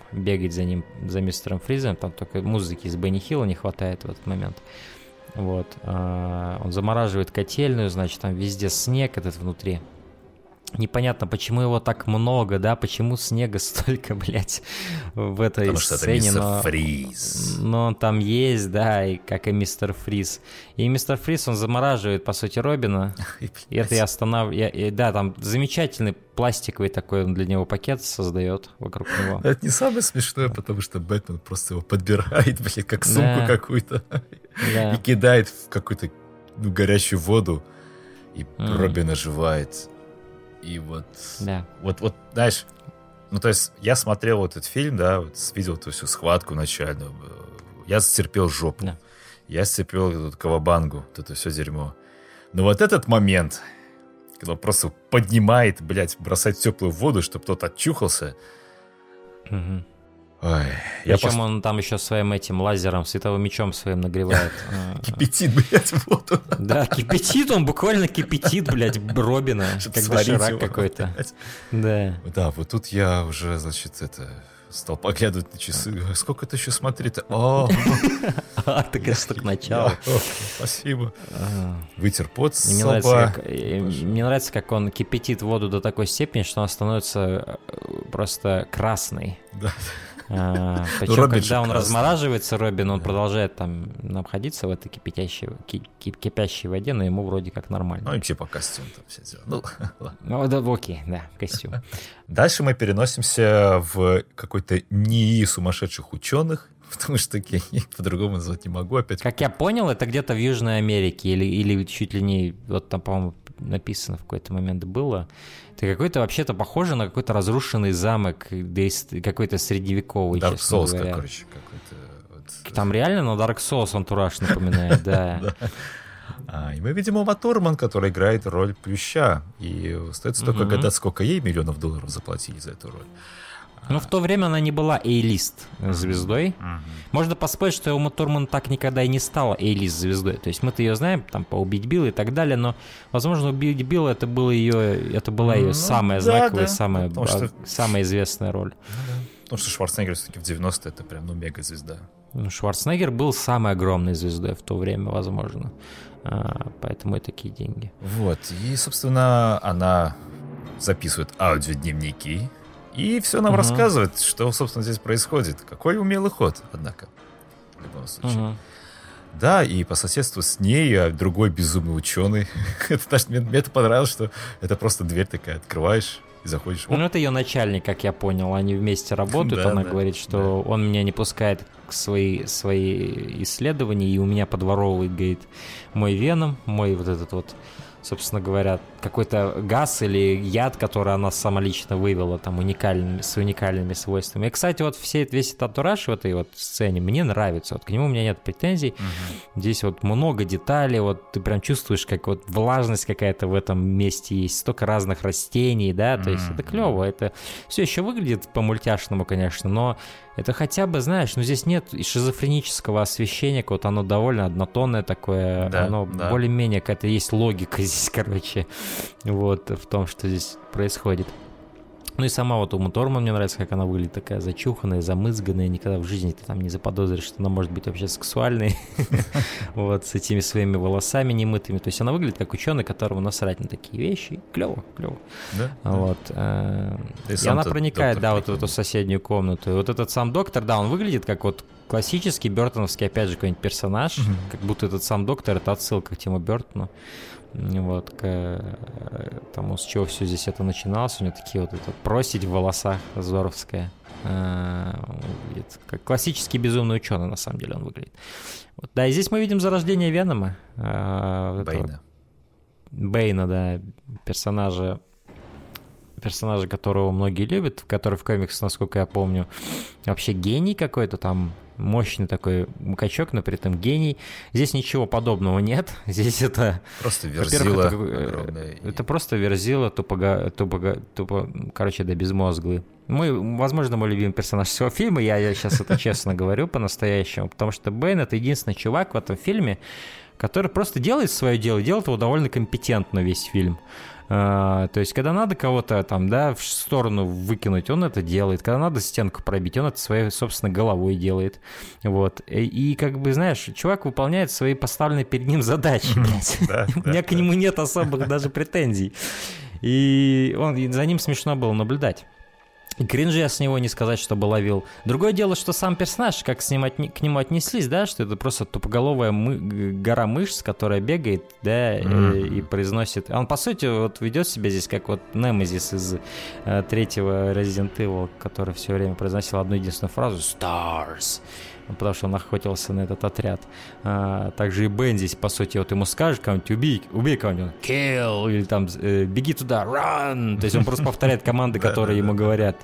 за мистером Фризом. Там только музыки из Бенни Хилла не хватает в этот момент. Вот. Он замораживает котельную, значит, там везде снег этот внутри. Непонятно, почему его так много, да, почему снега столько, блядь, в этой Потому что это сцене. мистер Фриз. Но он там есть, да, и как и мистер Фриз. И мистер Фриз, он замораживает, по сути, Робина. И это и останавливает. Да, там замечательный пластиковый такой он для него пакет создает вокруг него. Это не самое смешное, потому что Бэтмен просто его подбирает, блядь, как сумку Да. какую-то. Да. И кидает в какую-то горячую воду. И Робин оживает. И вот, Да. вот, знаешь, ну, то есть я смотрел вот этот фильм, да, вот видел эту всю схватку начальную. Я стерпел жопу. Да. Я стерпел эту кавабангу, вот это все дерьмо. Но вот этот момент, когда он просто поднимает, блядь, бросает в теплую воду, чтобы тот отчухался. Мгм. Ой, Причем он там еще своим этим лазером, световым мечом своим нагревает. кипятит, блядь, воду. Да, кипятит, он буквально кипятит, блядь, Робина, Чтоб как сварить доширак его, какой-то. блядь. Да. Да, вот тут я уже, значит, стал поглядывать на часы. Сколько это еще смотреть? О, Ты, конечно, к началу. спасибо. Вытер пот с Мне лба. мне нравится, как он кипятит воду до такой степени, что она становится просто красной. Да. Причем, Робин же когда он красный. размораживается, Робин, он продолжает там находиться в этой кипящей воде, но ему вроде как нормально. Ну и типа костюм там все дела. Ну, ладно. Ну, да, окей, да, костюм. Дальше мы переносимся в какой-то НИИ сумасшедших ученых, потому что такие по-другому назвать не могу опять. Как я понял, это где-то в Южной Америке или чуть ли не, вот там, по-моему, написано в какой-то момент было. Это какой-то вообще-то похоже на какой-то разрушенный замок, какой-то средневековый, Dark честно Souls, говоря. короче, какой-то. Вот. Там реально на Dark Souls антураж напоминает, да. И мы видим Ума Турман, которая играет роль Плюща. И остается только гадать, сколько ей миллионов долларов заплатили за эту роль. Ну, в то время она не была A-лист звездой. Можно поспорить, что Ума Турман так никогда и не стала A-лист звездой. То есть мы-то ее знаем, там, по «Убить Билла» и так далее, но, возможно, «Убить Билла» это была ее самая знаковая, да, самая известная роль. Потому что Шварценеггер все-таки в 90-е это прям, мега-звезда. Ну, Шварценеггер был самой огромной звездой в то время, возможно. Поэтому и такие деньги. Вот, и, собственно, она записывает аудиодневники, и все нам рассказывает, что, собственно, здесь происходит. Какой умелый ход, однако, в любом случае. Да, и по соседству с ней другой безумный ученый. Мне это понравилось, что это просто дверь такая, открываешь, и заходишь... Ну, это ее начальник, как я понял, они вместе работают, Да, она да, говорит, что он меня не пускает к свои исследования, и у меня подворовывает, говорит, мой веном, мой вот этот вот, собственно говоря, какой-то газ или яд, который она самолично вывела, там, с уникальными свойствами. И, кстати, вот весь этот антураж в этой вот сцене мне нравится, вот к нему у меня нет претензий. Здесь вот много деталей, вот ты прям чувствуешь, как вот влажность какая-то в этом месте есть, столько разных растений, да, то есть это клево, это все еще выглядит по-мультяшному, конечно, но это хотя бы, знаешь, ну здесь нет шизофренического освещения, вот оно довольно однотонное такое, Да, оно да. более-менее какая-то есть логика здесь, короче, вот в том, что здесь происходит. Ну и сама вот Ума Турман мне нравится, как она выглядит, такая зачуханная, замызганная, никогда в жизни ты там не заподозришь, что она может быть вообще сексуальной, вот, с этими своими волосами немытыми, то есть она выглядит как ученый, которому насрать на такие вещи, клево, вот, и она проникает, да, вот в эту соседнюю комнату, и вот этот сам доктор, да, он выглядит как вот классический бёртоновский, опять же, какой-нибудь персонаж, как будто этот сам доктор — это отсылка к Тиму Бёртону, вот, к тому, с чего все здесь это начиналось. У него такие вот это просить в волосах здоровская. Как классический безумный ученый, на самом деле, он выглядит. Вот, да, и здесь мы видим зарождение Венома. Бэйна, да, персонажа, которого многие любят, который в комиксах, насколько я помню, вообще гений какой-то там, мощный такой качок, но при этом гений. Здесь ничего подобного нет. Здесь это... Просто верзила. Это просто верзила, короче, да, безмозглый. Возможно, мой любимый персонаж всего фильма, я сейчас это честно говорю по-настоящему, потому что Бэйн — это единственный чувак в этом фильме, который просто делает свое дело, делает его довольно компетентно весь фильм. То есть, когда надо кого-то там, да, в сторону выкинуть, он это делает. Когда надо стенку пробить, он это своей, собственно, головой делает. Вот. И как бы, знаешь, чувак выполняет свои поставленные перед ним задачи, блядь. У меня к нему нет особых даже претензий. И за ним смешно было наблюдать. И кринжи я с него не сказать, чтобы ловил. Другое дело, что сам персонаж, как к нему отнеслись, да, что это просто тупоголовая гора мышц, которая бегает, да, и произносит... Он, по сути, вот ведет себя здесь как вот Немезис из третьего Resident Evil, который все время произносил одну единственную фразу «Stars», потому что он охотился на этот отряд. Также и Бен здесь, по сути, вот ему скажет кого-нибудь убей кого-нибудь, kill, или там беги туда, run, то есть он просто повторяет команды, которые ему говорят.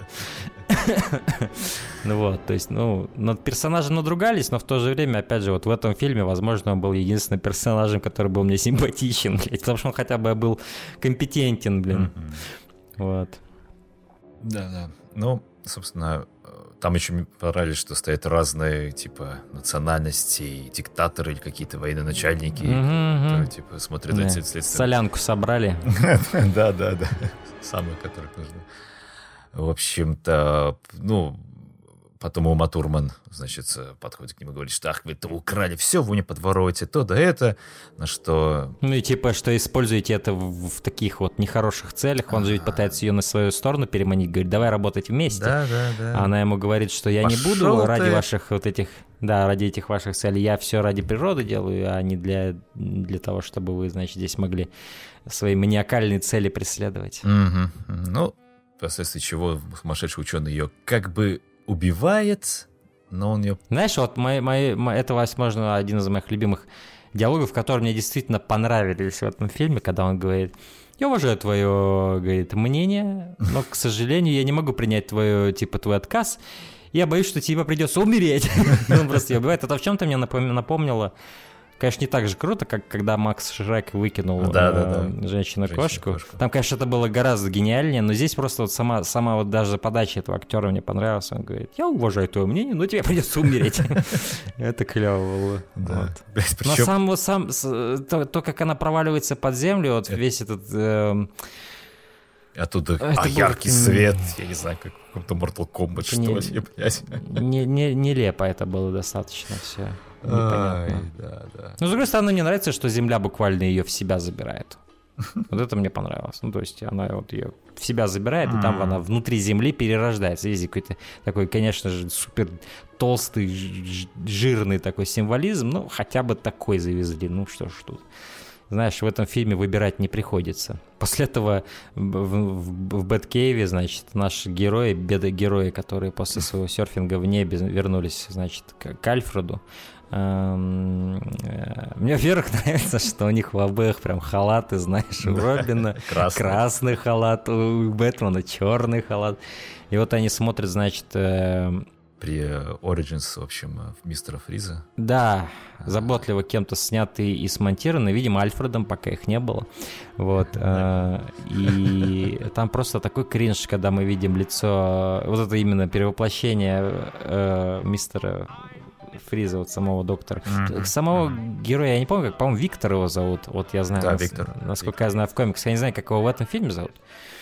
Ну вот, то есть, над персонажем надругались, но в то же время, опять же, вот в этом фильме, возможно, он был единственным персонажем, который был мне симпатичен, блядь, потому что он хотя бы был компетентен, блин. Вот. Да. Ну, собственно, там еще мне понравилось, что стоят разные, типа, национальности, диктаторы или какие-то военачальники, которые, типа, смотрят на следствие. Солянку собрали. Да. Самые, которых нужно. В общем-то, потом Ума Турман, значит, подходит к нему и говорит, что ах, вы это украли все, вы не подворовываете то да это, на что... Ну и типа, что используете это в таких вот нехороших целях, он же ведь пытается ее на свою сторону переманить, говорит, давай работать вместе. Да. А она ему говорит, что я не буду ради ваших вот этих, да, ради этих ваших целей, я все ради природы делаю, а не для того, чтобы вы, значит, здесь могли свои маниакальные цели преследовать. Ну, вследствие чего сумасшедший ученый ее как бы убивает, но он ее... Знаешь, вот это, возможно, один из моих любимых диалогов, которые мне действительно понравились в этом фильме, когда он говорит, я уважаю твое, говорит, мнение, но, к сожалению, я не могу принять твой отказ, я боюсь, что тебе придется умереть. Он просто ее убивает. Это в чем-то мне напомнило. Конечно, не так же круто, как когда Макс Шрек выкинул женщину-кошку. Там, конечно, это было гораздо гениальнее, но здесь просто вот сама вот даже подача этого актера мне понравилась. Он говорит, я уважаю твое мнение, но тебе придется умереть. Это клево было. Но то, как она проваливается под землю, вот весь этот... Оттуда яркий свет, я не знаю, как в каком-то Mortal Kombat, что ли, блядь. Нелепо это было достаточно все. Непонятно. Да. Но, с другой стороны, мне нравится, что Земля буквально ее в себя забирает. Вот это мне понравилось. То есть она вот ее в себя забирает, и там она внутри Земли перерождается. Есть какой-то такой, конечно же, супер толстый, жирный такой символизм. Ну, хотя бы такой завезли. Ну, что ж тут знаешь, в этом фильме выбирать не приходится. После этого в Бэткейве, значит, наши герои, беда-герои, которые после своего серфинга в небе вернулись, значит, к Альфреду. Мне, во-первых, нравится, что у них в обоих прям халаты, знаешь, у Робина красный халат, у Бэтмена черный халат. И вот они смотрят, значит... При Origins, в общем, в Мистера Фриза. Да, заботливо кем-то снятый и смонтированный, видимо, Альфредом, пока их не было. Вот. И там просто такой кринж, когда мы видим лицо, вот это именно перевоплощение мистера Фриза, вот самого доктора. Самого героя, я не помню, как, по-моему, Виктор его зовут. Вот я знаю, да, Виктор. Насколько я знаю в комиксах. Я не знаю, как его в этом фильме зовут.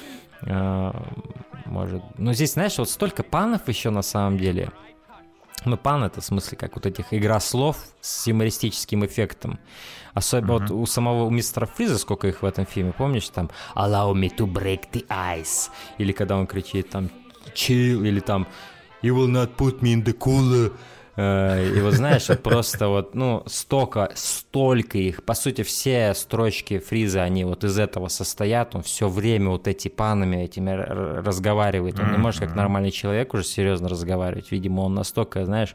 Может. Но здесь, знаешь, вот столько панов еще на самом деле. Ну, пан — это в смысле, как вот этих игра слов с юмористическим эффектом. Особенно вот у самого мистера Фриза, сколько их в этом фильме, помнишь, там «Allow me to break the ice», или когда он кричит там «Chill», или там «You will not put me in the cooler». И вот знаешь, вот просто вот, ну, столько их, по сути, все строчки Фриза, они вот из этого состоят, он все время вот эти панами этими разговаривает, он не может как нормальный человек уже серьезно разговаривать, видимо, он настолько, знаешь,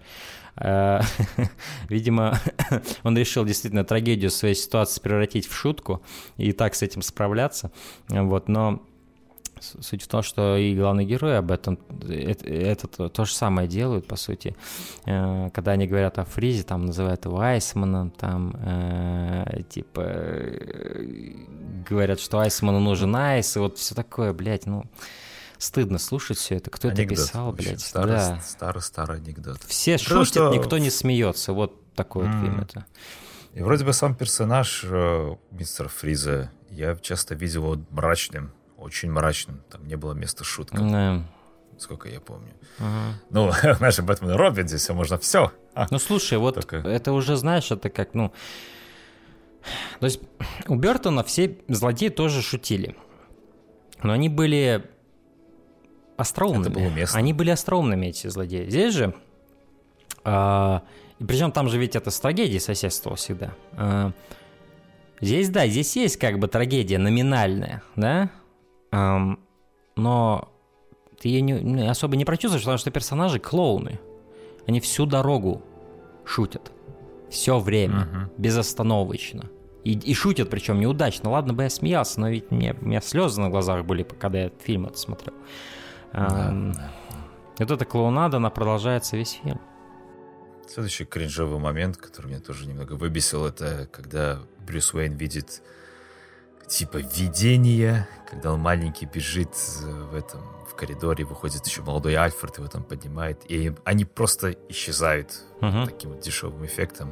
видимо, он решил действительно трагедию своей ситуации превратить в шутку и так с этим справляться, вот, но... Суть в том, что и главный герой об этом это то же самое делают, по сути. Когда они говорят о Фризе, там называют его Айсманом, там типа говорят, что Айсману нужен айс, и вот все такое, блядь, ну... Стыдно слушать все это. Кто анекдот, это писал, блядь? Старый анекдот. Все шутят, что... никто не смеется. Вот такой вот фильм это. И вроде бы сам персонаж мистера Фриза я часто видел его мрачным. Очень мрачным. Там не было места шуткам. Сколько я помню. Ну, знаешь, Бэтмен и Робин, здесь можно все. Ну, слушай, вот только... это уже, знаешь, это как, ну... То есть у Бёртона все злодеи тоже шутили. Но они были остроумными. Это было уместно. Они были остроумными, эти злодеи. Здесь же... И причем там же ведь это с трагедией соседствовало всегда. Здесь, да, здесь есть как бы трагедия номинальная, да? Но ты ее особо не прочувствуешь, потому что персонажи клоуны. Они всю дорогу шутят. Все время, безостановочно. И шутят, причем неудачно. Ладно бы я смеялся, но ведь у меня слезы на глазах были, когда я этот фильм это смотрел. Вот эта клоунада, она продолжается весь фильм. Следующий кринжовый момент, который меня тоже немного выбесил, это когда Брюс Уэйн видит типа видение, когда он маленький бежит в коридоре, выходит еще молодой Альфред, его там поднимает, и они просто исчезают таким вот дешевым эффектом.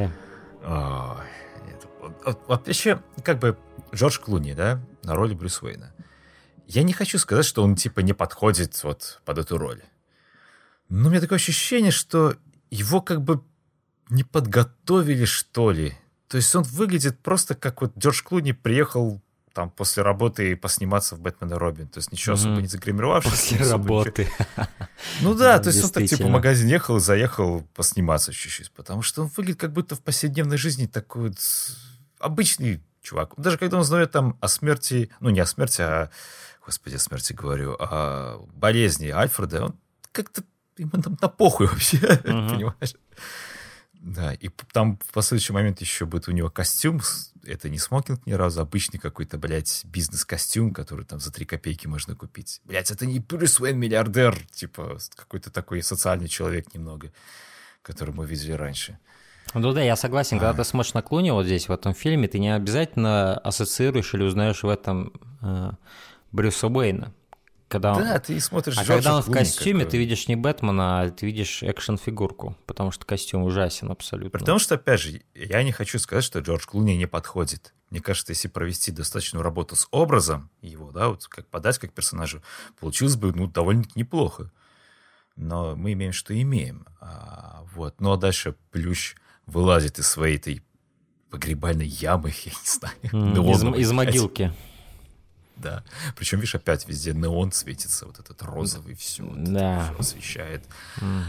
Вообще, как бы Джордж Клуни, да, на роли Брюса Уэйна. Я не хочу сказать, что он типа не подходит вот под эту роль. Но у меня такое ощущение, что его как бы не подготовили, что ли. То есть он выглядит просто как вот Джордж Клуни приехал там после работы посниматься в «Бэтмен и Робин». То есть ничего особо не загримировавшись. После работы. Ну да, то есть он так типа в магазин ехал и заехал посниматься чуть-чуть. Потому что он выглядит как будто в повседневной жизни такой вот обычный чувак. Даже когда он знает там о смерти, ну не о смерти, а, господи, о смерти говорю, о болезни Альфреда, он как-то ему на похуй вообще, понимаешь? Да, и там в последующий момент еще будет у него костюм, это не смокинг ни разу, обычный какой-то, блядь, бизнес-костюм, который там за 3 копейки можно купить. Блядь, это не Брюс Уэйн миллиардер, типа какой-то такой социальный человек немного, который мы видели раньше. Ну да, я согласен, когда ты смотришь на Клуни вот здесь, в этом фильме, ты не обязательно ассоциируешь или узнаешь в этом Брюса Уэйна. Когда он... Да, ты смотришь Джорджа когда он в костюме, ты видишь не Бэтмена, а ты видишь экшн-фигурку, потому что костюм ужасен абсолютно. Потому что, опять же, я не хочу сказать, что Джордж Клуни не подходит. Мне кажется, если провести достаточную работу с образом его, да, вот как подать как персонажу, получилось бы, ну, довольно-таки неплохо. Но мы имеем, что имеем. Вот. Ну, а дальше Плющ вылазит из своей этой погребальной ямы, я не знаю. Из могилки. Да. Причем, видишь, опять везде неон светится, вот этот розовый, все, да. Все освещает.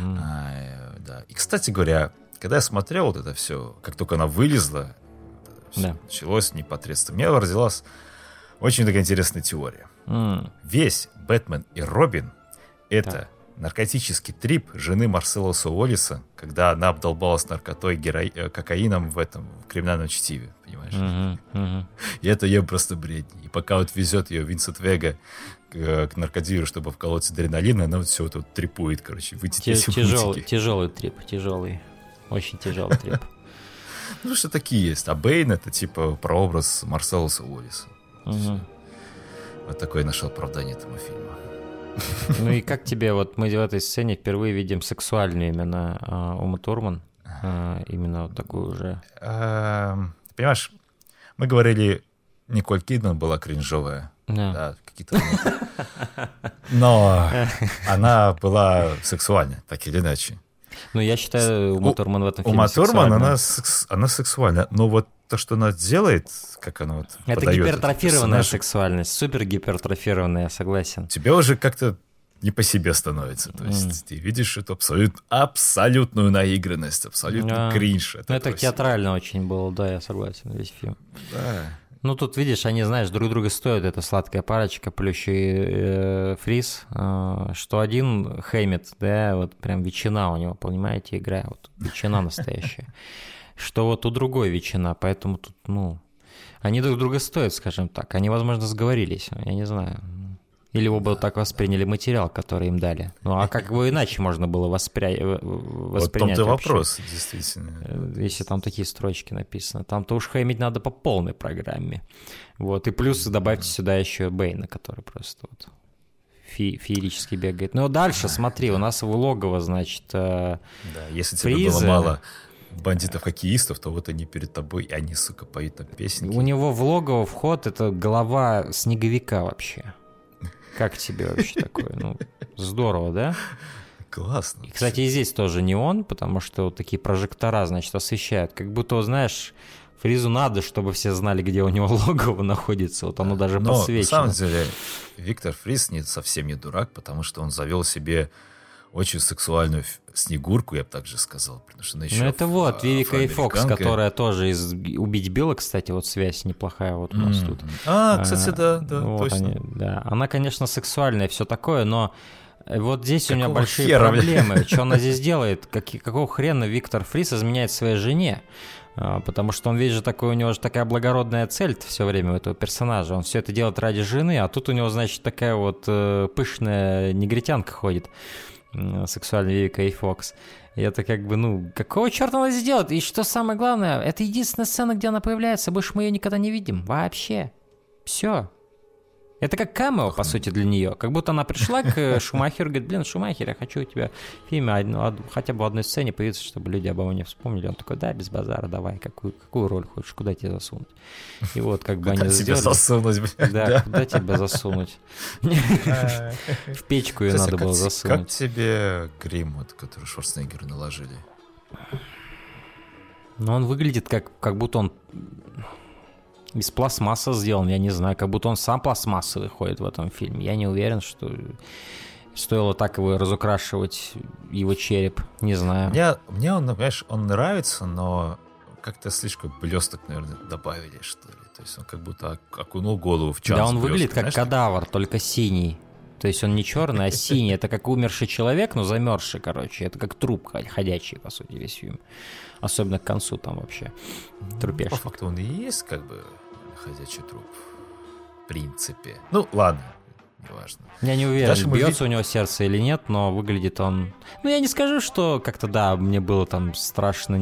Да. И, кстати говоря, когда я смотрел вот это все, как только она вылезла, Да. Началось непосредственно. У меня родилась очень такая интересная теория. Весь Бэтмен и Робин — это наркотический трип жены Марселоса Уоллиса, когда она обдолбалась наркотой, кокаином в криминальном чтиве, понимаешь? И это ее просто бредни. И пока вот везет ее Винсент Вега к наркодилеру, чтобы вколоть адреналин, она вот все это вот трипует, короче, выйти эти мультики. Тяжелый трип, очень тяжелый трип. Ну, что такие есть. А Бэйн — это типа прообраз Марселоса Уоллиса. Вот такое нашел оправдание этому фильму. Ну и как тебе, вот мы в этой сцене впервые видим сексуальную именно Уму Турман, именно вот такую уже. Понимаешь, мы говорили, Николь Кидман была кринжовая. Да, какие-то... Но она была сексуальная, так или иначе. Ну, я считаю, Ума Турман в этом фильме Ума Турман, сексуальная. она сексуальная, но вот то, что она делает, как она вот это подает гипертрофированная сексуальность, супер гипертрофированная, я согласен. Тебе уже как-то не по себе становится. То есть ты видишь эту абсолютную наигранность, абсолютный кринж. Ну, это театрально очень было, да, я согласен, весь фильм. Да. Ну, тут, видишь, они, знаешь, друг друга стоят, эта сладкая парочка, Плющ и Фриз, что один Хэммит, да, вот прям ветчина у него, понимаете, игра, вот ветчина настоящая, что вот у другой ветчина, поэтому тут, ну, они друг друга стоят, скажем так, они, возможно, сговорились, я не знаю. Или оба так восприняли материал, который им дали. Ну, а как бы иначе можно было воспринять? Вот в том-то вопрос, действительно. Если там такие строчки написаны. Там-то уж хэмить надо по полной программе. Вот. И плюс добавьте сюда еще Бэйна, который просто вот феерически бегает. Ну, дальше, смотри, у нас его логово, значит, да, если тебе было мало бандитов-хоккеистов, то вот они перед тобой, и они, сука, поют там песни. У него в логово вход — это голова снеговика вообще. Как тебе вообще такое? Ну, здорово, да? Классно. И, кстати, и здесь тоже не он, потому что вот такие прожектора, значит, освещают. Как будто, знаешь, Фризу надо, чтобы все знали, где у него логово находится. Вот оно даже подсвечено. На самом деле, Виктор Фриз совсем не дурак, потому что он завел себе очень сексуальную Снегурку, я бы так же сказал. Потому что она еще это вот Вивика и Фокс, которая тоже из «Убить Билла», кстати, вот связь неплохая вот у нас тут. Кстати, да, вот точно. Да. Она, конечно, сексуальная, все такое, но вот здесь у меня большие проблемы. Что она здесь делает? Какого хрена Виктор Фриз изменяет своей жене? Потому что он весь же такой, у него же такая благородная цель все время у этого персонажа. Он все это делает ради жены, а тут у него, значит, такая вот пышная негритянка ходит. Сексуальный Вивика и Фокс. И это как бы, ну, какого черта она здесь делает? И что самое главное, это единственная сцена, где она появляется, больше мы ее никогда не видим. Вообще. Все. Это как камео, по сути, для нее. Как будто она пришла к Шумахеру и говорит: блин, Шумахер, я хочу у тебя в фильме хотя бы в одной сцене появиться, чтобы люди обо мне вспомнили. Он такой: да, без базара, давай, какую роль хочешь, куда тебя засунуть? И вот как бы они сделали. Куда тебя засунуть, блядь? Да, куда тебя засунуть? В печку ее надо было засунуть. Как тебе грим, который Шварценеггеру наложили? Ну, он выглядит как будто он из пластмассы сделан, я не знаю, как будто он сам пластмассовый ходит в этом фильме. Я не уверен, что стоило так его разукрашивать, его череп, не знаю. Мне он, понимаешь, он нравится, но как-то слишком блесток, наверное, добавили, что ли. То есть он как будто окунул голову в чан. Да, он выглядит как кадавр, только синий. То есть он не черный, а синий. Это как умерший человек, но замерзший, короче. Это как труп ходячий, по сути, весь фильм. Особенно к концу там вообще трупешный. По факту он и есть как бы ходячий труп. В принципе. Ну, ладно. Неважно. Я не уверен, бьется у него сердце или нет, но выглядит он... Ну, я не скажу, что как-то, да, мне было там страшно,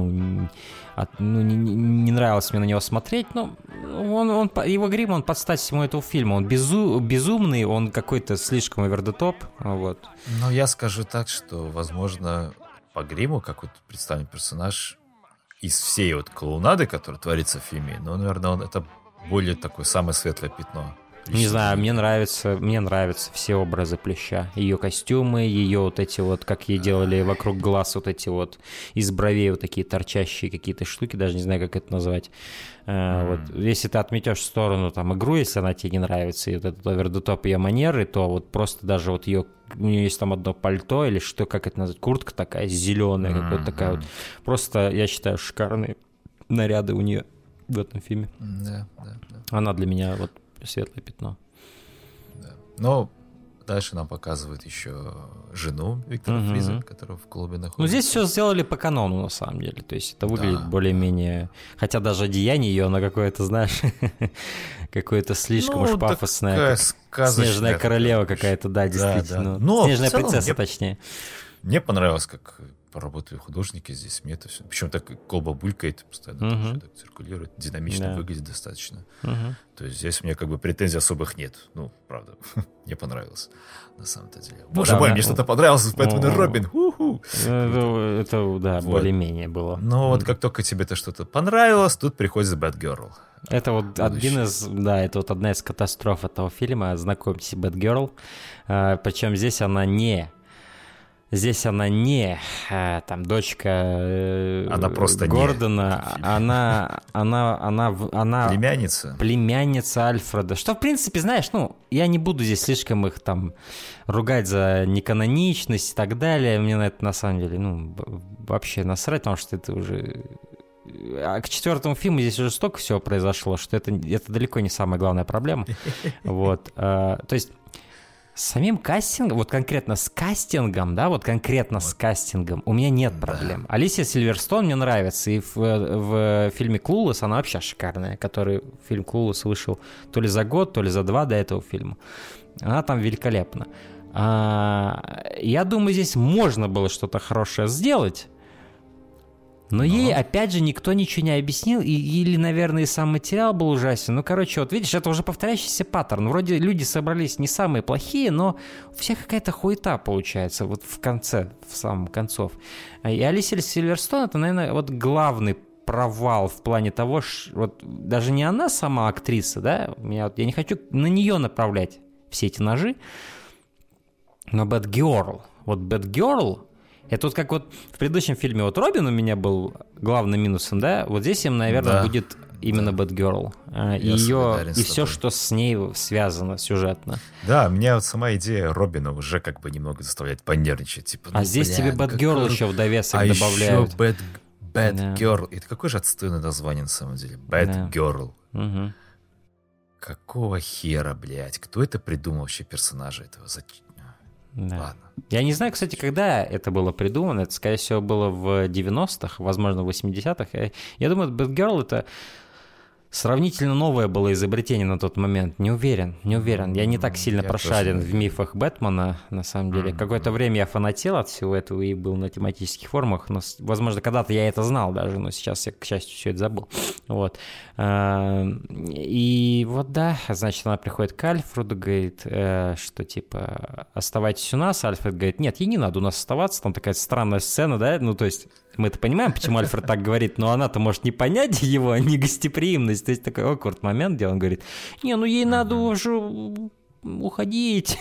не нравилось мне на него смотреть, но его грим, он под стать всему этого фильма. Он безумный, он какой-то слишком овердетоп, вот. Ну, я скажу так, что, возможно, по гриму, как вот представлен персонаж, из всей вот клоунады, которая творится в фильме, ну, наверное, это более такое самое светлое пятно. Не знаю, мне нравятся все образы Плюща. Ее костюмы, ее вот эти вот, как ей делали вокруг глаз, вот эти вот из бровей вот такие торчащие какие-то штуки, даже не знаю, как это назвать. Вот, если ты отметешь в сторону там игру, если она тебе не нравится, и вот этот овердотоп ее манеры, то вот просто даже вот у нее есть там одно пальто или что, как это назвать, куртка такая зеленая, какая-то такая вот. Просто, я считаю, шикарные наряды у нее. в этом фильме. Да. Она для меня вот светлое пятно. Да. Но дальше нам показывают еще жену Виктора Фриза, которая в клубе находится. Ну, здесь все сделали по канону, на самом деле. То есть это выглядит более-менее... Хотя даже одеяние ее, оно какое-то, знаешь, какое-то слишком уж пафосное. Снежная королева какая-то, да, действительно. Да. Снежная принцесса, точнее. Мне понравилось, как поработали художники здесь. Мне это все... Причем так колба булькает, постоянно так циркулирует. Динамично выглядит достаточно. То есть здесь у меня как бы претензий особых нет. Ну, правда. Мне понравилось. На самом-то деле. Боже мой, мне что-то понравилось. Бэтмен и Робин. Это, да, более-менее было. Но вот как только тебе-то что-то понравилось, тут приходит Бэтгерл. Это вот одна из катастроф этого фильма. Знакомьтесь, Бэтгерл. Причем здесь она не там дочка она просто Гордона, она племянница Альфреда. Что, в принципе, знаешь, ну, я не буду здесь слишком их там ругать за неканоничность и так далее. Мне на это, на самом деле, ну, вообще насрать, потому что это уже... А к 4-му фильму здесь уже столько всего произошло, что это далеко не самая главная проблема. Вот. То есть с самим кастингом, вот конкретно с кастингом, да, с кастингом у меня нет проблем. Алисия Сильверстоун мне нравится, и в фильме «Клулес» она вообще шикарная, который фильм «Клулес» вышел то ли за год, то ли за 2 до этого фильма. Она там великолепна. Я думаю, здесь можно было что-то хорошее сделать, но ей, опять же, никто ничего не объяснил, или, наверное, и сам материал был ужасен. Ну, короче, вот видишь, это уже повторяющийся паттерн. Вроде люди собрались не самые плохие, но у всех какая-то хуета получается вот в самом концов. И Алисия Сильверстоун — это, наверное, вот главный провал в плане того, что вот даже не она сама актриса, да, я не хочу на нее направлять все эти ножи, но Бэтгерл. Вот Бэтгерл... Это вот как вот в предыдущем фильме вот Робин у меня был главным минусом, да? Вот здесь им, наверное, будет именно Бэтгерл. Ее и все, что с ней связано сюжетно. Да, меня вот сама идея Робина уже как бы немного заставляет понервничать. Типа, здесь тебе Бэтгерл еще в довесок добавляют. А еще Бэтгерл. Это какое же отстойное название на самом деле? Бэтгерл. Какого хера, блядь? Кто это придумал вообще персонажа этого? Да. Ладно. Я не знаю, кстати, когда это было придумано. Это, скорее всего, было в 90-х, возможно, в 80-х. Я думаю, Бэтгерл — это сравнительно новое было изобретение на тот момент. Не уверен. Я не так сильно прошарен в мифах Бэтмена, на самом деле. Какое-то время я фанател от всего этого и был на тематических форумах. Но, возможно, когда-то я это знал даже, но сейчас я, к счастью, все это забыл. Вот. И вот да, значит, она приходит к Альфреду, говорит, что типа оставайтесь у нас. Альфред говорит, нет, ей не надо у нас оставаться. Там такая странная сцена, да, ну то есть мы-то понимаем, почему Альфред так говорит, но она-то может не понять его негостеприимность. То есть такой awkward момент, где он говорит, не, ну ей надо уже уходить.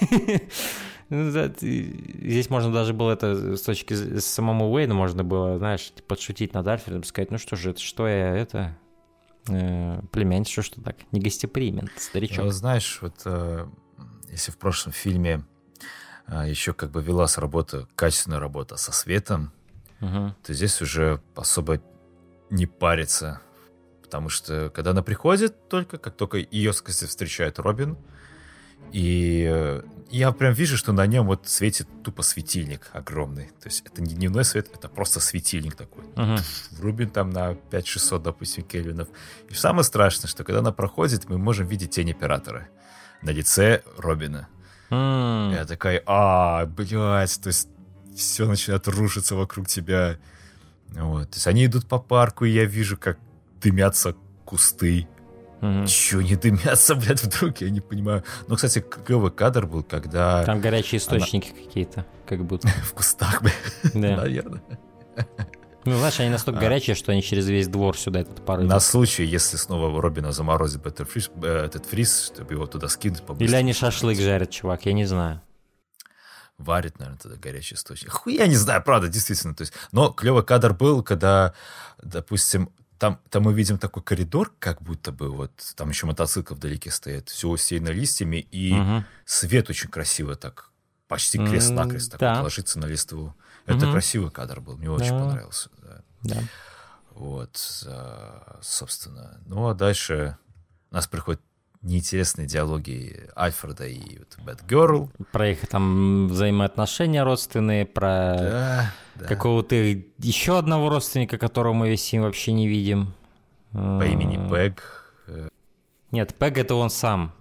Здесь можно даже было это с точки самому Уэйну можно было, знаешь, подшутить над Альфредом, сказать, ну что же, что я это... племянница, что так негостеприимен, старичок. Ну, знаешь, вот если в прошлом фильме еще как бы велась качественная работа со светом, то здесь уже особо не парится, потому что когда она приходит как только ее, кстати, встречает Робин, и я прям вижу, что на нем вот светит тупо светильник огромный. То есть это не дневной свет, это просто светильник такой. Врубен там на 5600, допустим, кельвинов. И самое страшное, что когда она проходит, мы можем видеть тень оператора на лице Робина. Я такая, блядь, то есть все начинает рушиться вокруг тебя. Вот. То есть они идут по парку, и я вижу, как дымятся кусты. Чё не дымятся, блядь, вдруг? Я не понимаю. Ну, кстати, клевый кадр был, когда... Там горячие источники какие-то, как будто. В кустах, блядь, наверное. Ну, знаешь, они настолько горячие, что они через весь двор сюда этот пар идут. На случай, если снова Робина заморозит этот фриз, чтобы его туда скинуть побыстрее. Или они шашлык жарят, чувак, я не знаю. Варит, наверное, тогда горячий источник. Я не знаю, правда, действительно. То есть, но клевый кадр был, когда, допустим, там мы видим такой коридор, как будто бы вот там еще мотоцикл вдалеке стоит, все усеяно листьями, и свет очень красиво так, почти крест-накрест так ложится на листву. Это красивый кадр был, мне очень понравился. Да. Вот, собственно. Ну, а дальше у нас приходят неинтересные диалоги Альфреда и вот Бэтгерл. Про их там взаимоотношения родственные, про какого-то еще одного родственника, которого мы весь фильм вообще не видим. По имени Пэг. Нет, Пэг это он сам.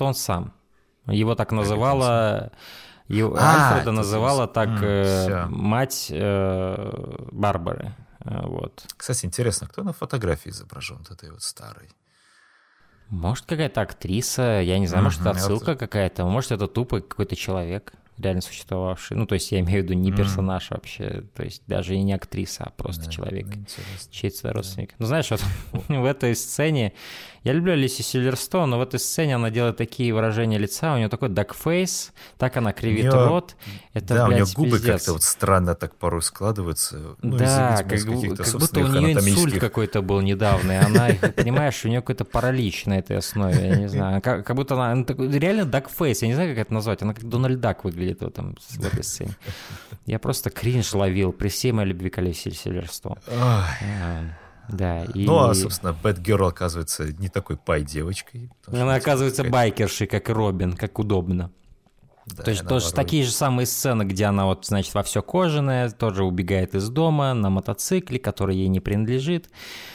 Его так называла... Альфреда называла так мать Барбары. Вот. Кстати, интересно, кто на фотографии изображен вот этой вот старой? Может, какая-то актриса, я не знаю, может, это отсылка какая-то, может, это тупо какой-то человек, реально существовавший. Ну, то есть я имею в виду не персонаж вообще, то есть даже и не актриса, а просто человек, чей-то родственник. Ну, знаешь, вот в этой сцене, я люблю Алисию Сильверстоун, но в этой сцене она делает такие выражения лица, у нее такой дакфейс, так она кривит рот. Это, да, блядь, у нее губы пиздец. Как-то вот странно так порой складываются. Ну, да, как будто у нее инсульт какой-то был недавно, и она, понимаешь, у нее какой-то паралич на этой основе, я не знаю. Как будто она реально дакфейс, я не знаю, как это назвать, она как Дональд Дак выглядит в этой сцене. Я просто кринж ловил при всей моей любви к Алисии Сильверстоун. Да, и... Ну, а, собственно, Бэтгерл оказывается не такой пай-девочкой. Она оказывается байкершей, как и Робин, как удобно. Да, то есть тоже такие же самые сцены, где она вот, значит, во все кожаное, тоже убегает из дома на мотоцикле, который ей не принадлежит.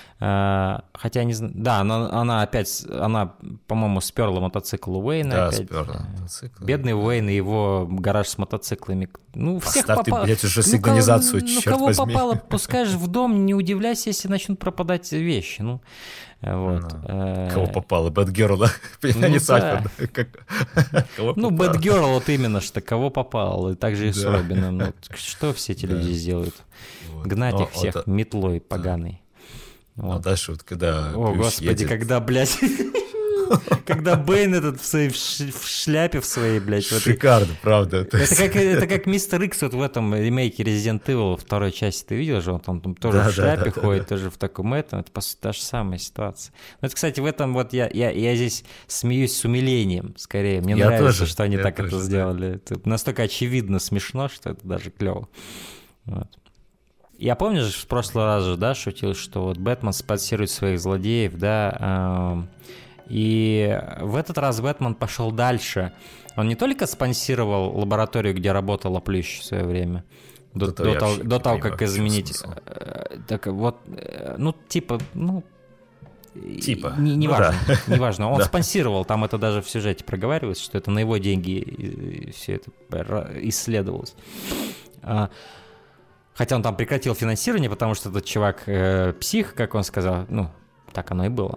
Хотя не знаю, да, она опять, по-моему, сперла мотоцикл у Уэйна. Да, опять. сперла мотоцикл. Бедный Уэйн и его гараж с мотоциклами. Ну, всех поставь ты, блядь, уже сигнализацию, черт кого возьми. попало, пускаешь в дом, не удивляйся, если начнут пропадать вещи. Ну, вот. Кого попало? Бэтгерл, да? Племянница Альфреда. Ну, Бэтгерл, вот именно что, кого попало. И так же и с Робином. Ну, что все эти люди сделают? Гнать их всех метлой поганой. Вот. А дальше вот когда О, господи, едет... когда, блядь, когда Бэйн этот в шляпе в своей, блядь. Шикарно, правда. Это как Мистер Икс вот в этом ремейке Resident Evil второй части. Ты видел же, он там тоже в шляпе ходит, тоже в таком этом. Это, по сути, та же самая ситуация. Но это, кстати, в этом вот я здесь смеюсь с умилением, скорее. Мне нравится, что они так это сделали. Это настолько очевидно смешно, что это даже клево. Вот. Я помню же, в прошлый раз же, да, шутил, что вот Бэтмен спонсирует своих злодеев, да, и в этот раз Бэтмен пошел дальше. Он не только спонсировал лабораторию, где работала Плющ в свое время, до того, как изменить... Так вот, ну, типа, неважно, неважно. Он спонсировал, там это даже в сюжете проговаривается, что это на его деньги все это исследовалось. Хотя он там прекратил финансирование, потому что этот чувак псих, как он сказал, ну, так оно и было,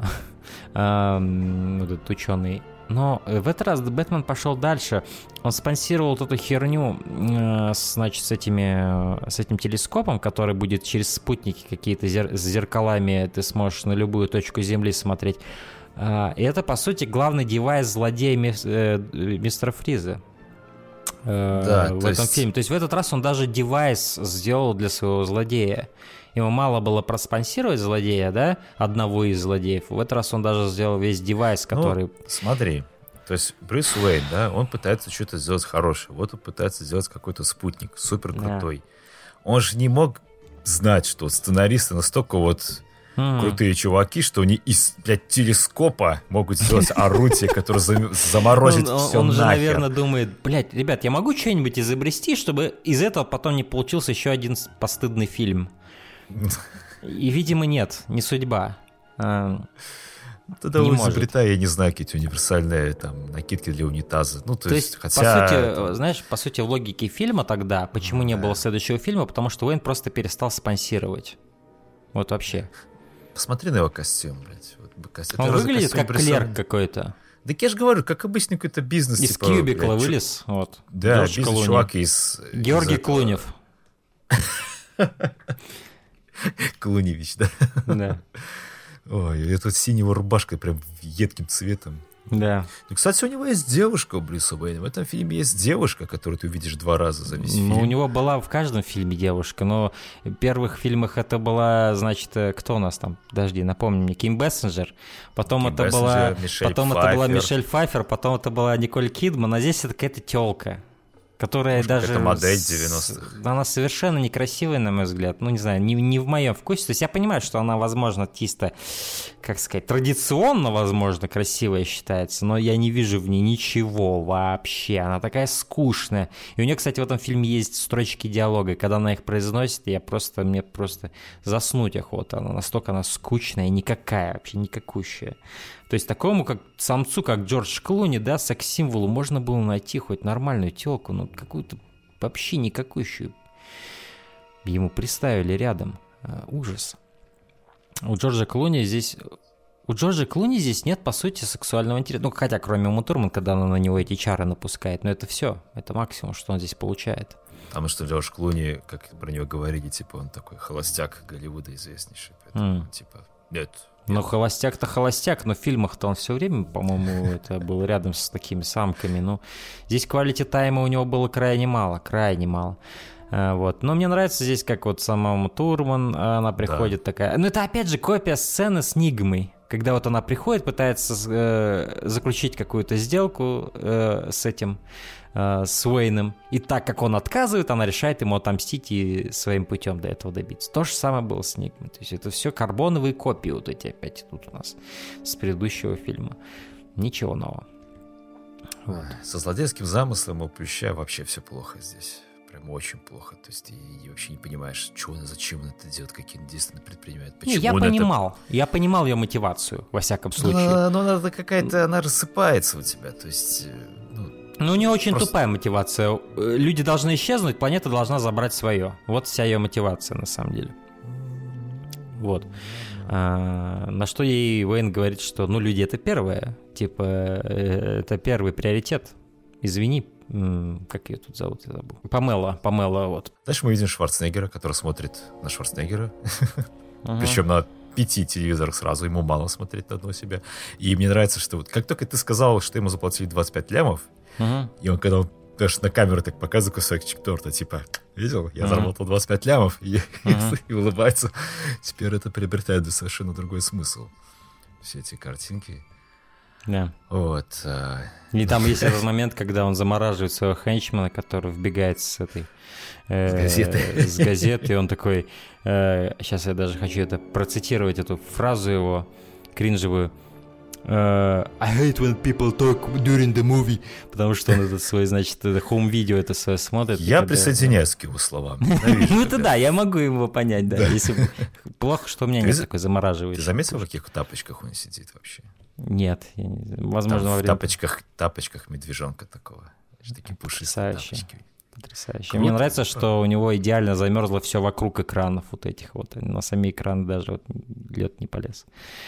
этот ученый. Но в этот раз Бэтмен пошел дальше. Он спонсировал вот эту херню, значит, с этим телескопом, который будет через спутники какие-то с зеркалами, ты сможешь на любую точку Земли смотреть. И это, по сути, главный девайс злодея мистера Фриза. В этом фильме. То есть в этот раз он даже девайс сделал для своего злодея. Ему мало было проспонсировать злодея, да, одного из злодеев. В этот раз он даже сделал весь девайс, который... Ну, смотри, то есть Брюс Уэйн, да, он пытается что-то сделать хорошее. Вот он пытается сделать какой-то спутник супер крутой. Да. Он же не мог знать, что сценаристы настолько вот... крутые чуваки, что они из, блядь, телескопа могут сделать орудие, которое заморозит все нахер. Он же, наверное, думает, блядь, ребят, я могу что-нибудь изобрести, чтобы из этого потом не получился еще один постыдный фильм. И, видимо, нет, не судьба. Тогда изобретай, я не знаю, какие-то универсальные там накидки для унитаза. Ну, то есть, хотя... по сути, знаешь, по сути, в логике фильма тогда, почему не было следующего фильма, потому что Уэйн просто перестал спонсировать. Вот вообще. Посмотри на его костюм, блядь. Он выглядит как клерк какой-то. Да я же говорю, как обычный какой-то бизнес. Из кьюбикла вылез. Вот. Да, бизнес-чувак из... Георгий Клунев. Клуневич, да? Да. Ой, это синего рубашка прям едким цветом. Да. Ну, кстати, у него есть девушка у Брюса Уэйна. В этом фильме есть девушка, которую ты увидишь 2 раза за весь фильм. Ну, у него была в каждом фильме девушка, но в первых фильмах это была, значит, кто у нас там? Подожди, напомни мне, Ким Бессинджер. Потом это была Мишель Пфайффер, потом это была Николь Кидман, а здесь это какая-то тёлка. которая даже... Это модель 90-х. Она совершенно некрасивая, на мой взгляд. Ну, не знаю, не в моем вкусе. То есть я понимаю, что она, возможно, чисто, как сказать, традиционно, возможно, красивая считается, но я не вижу в ней ничего вообще. Она такая скучная. И у нее, кстати, в этом фильме есть строчки диалога. И когда она их произносит, мне просто заснуть охота. Она скучная и никакая, вообще никакущая. То есть такому, как самцу, как Джордж Клуни, да, секс-символу, можно было найти хоть нормальную тёлку, но какую-то вообще никакущую ему приставили рядом. Ужас. У Джорджа Клуни здесь нет, по сути, сексуального интереса. Ну, хотя, кроме Умы Турман, когда она на него эти чары напускает. Но это все. Это максимум, что он здесь получает. Потому что Джордж Клуни, как про него говорили, типа, он такой холостяк Голливуда известнейший. Поэтому, типа, нет. Ну, холостяк-то холостяк, но в фильмах-то он все время, по-моему, это был рядом с такими самками. Ну, здесь quality тайма у него было крайне мало. Вот. Но мне нравится здесь, как вот сама Ума Турман, она приходит такая... Ну, это опять же копия сцены с Нигмой. Когда вот она приходит, пытается заключить какую-то сделку с этим, с Уэйном. И так как он отказывает, она решает ему отомстить и своим путем до этого добиться. То же самое было с Нигмой. То есть это все карбоновые копии вот эти опять тут у нас с предыдущего фильма. Ничего нового. Вот. Со злодейским замыслом у Плюща вообще все плохо здесь. Прям очень плохо. То есть ты вообще не понимаешь, зачем он это делает, какие действия он предпринимает. Почему я понимал ее мотивацию, во всяком случае. Но она какая-то, она рассыпается у тебя. То есть... Ну, у нее очень тупая мотивация. Люди должны исчезнуть, планета должна забрать свое. Вот вся ее мотивация, на самом деле. Вот. На что ей Уэйн говорит, что, люди — это первое. Типа, это первый приоритет. Извини, как ее тут зовут, я забыл. Памела, вот. Дальше мы видим Шварценеггера, который смотрит на Шварценеггера. Причем на 5 телевизорах сразу, ему мало смотреть на одного себя. И мне нравится, что вот как только ты сказал, что ему заплатили 25 лямов, и он, когда он даже на камеру так показывает кусочек торта, типа, видел, я заработал 25 лямов, и улыбается. Теперь это приобретает совершенно другой смысл. Все эти картинки. Да. Вот. И там есть этот момент, когда он замораживает своего хенчмана, который вбегает с этой... с газеты, и он такой... сейчас я даже хочу процитировать эту фразу его кринжевую. I hate when people talk during the movie. Потому что он этот свой, значит, хоум-видео это свое смотрит. Я присоединяюсь к его словам. Ну это да, я могу его понять, да. Если плохо, что у меня нет такой замораживающей. Ты заметил, в каких тапочках он сидит вообще? Нет, возможно, во время... В тапочках медвежонка такого. Такие пушистые тапочки. Потрясающе. Мне нравится, что у него идеально замерзло все вокруг экранов вот этих вот. На сами экраны даже вот лед не полез.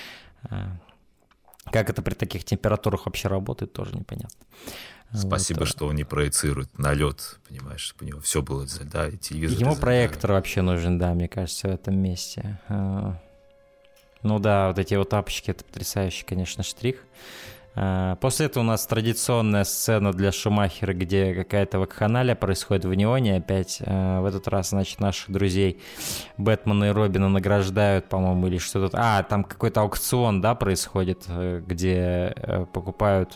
Как это при таких температурах вообще работает, тоже непонятно. Спасибо, что он не проецирует на лед, понимаешь, чтобы у него все было, да, и телевизор. Ему проектор вообще нужен, да, мне кажется, в этом месте. Ну да, вот эти вот тапочки, это потрясающий, конечно, штрих. После этого у нас традиционная сцена для Шумахера, где какая-то вакханалия происходит в неоне. Опять в этот раз, значит, наших друзей Бэтмена и Робина награждают, по-моему, или что-то. Там какой-то аукцион, да, происходит, где покупают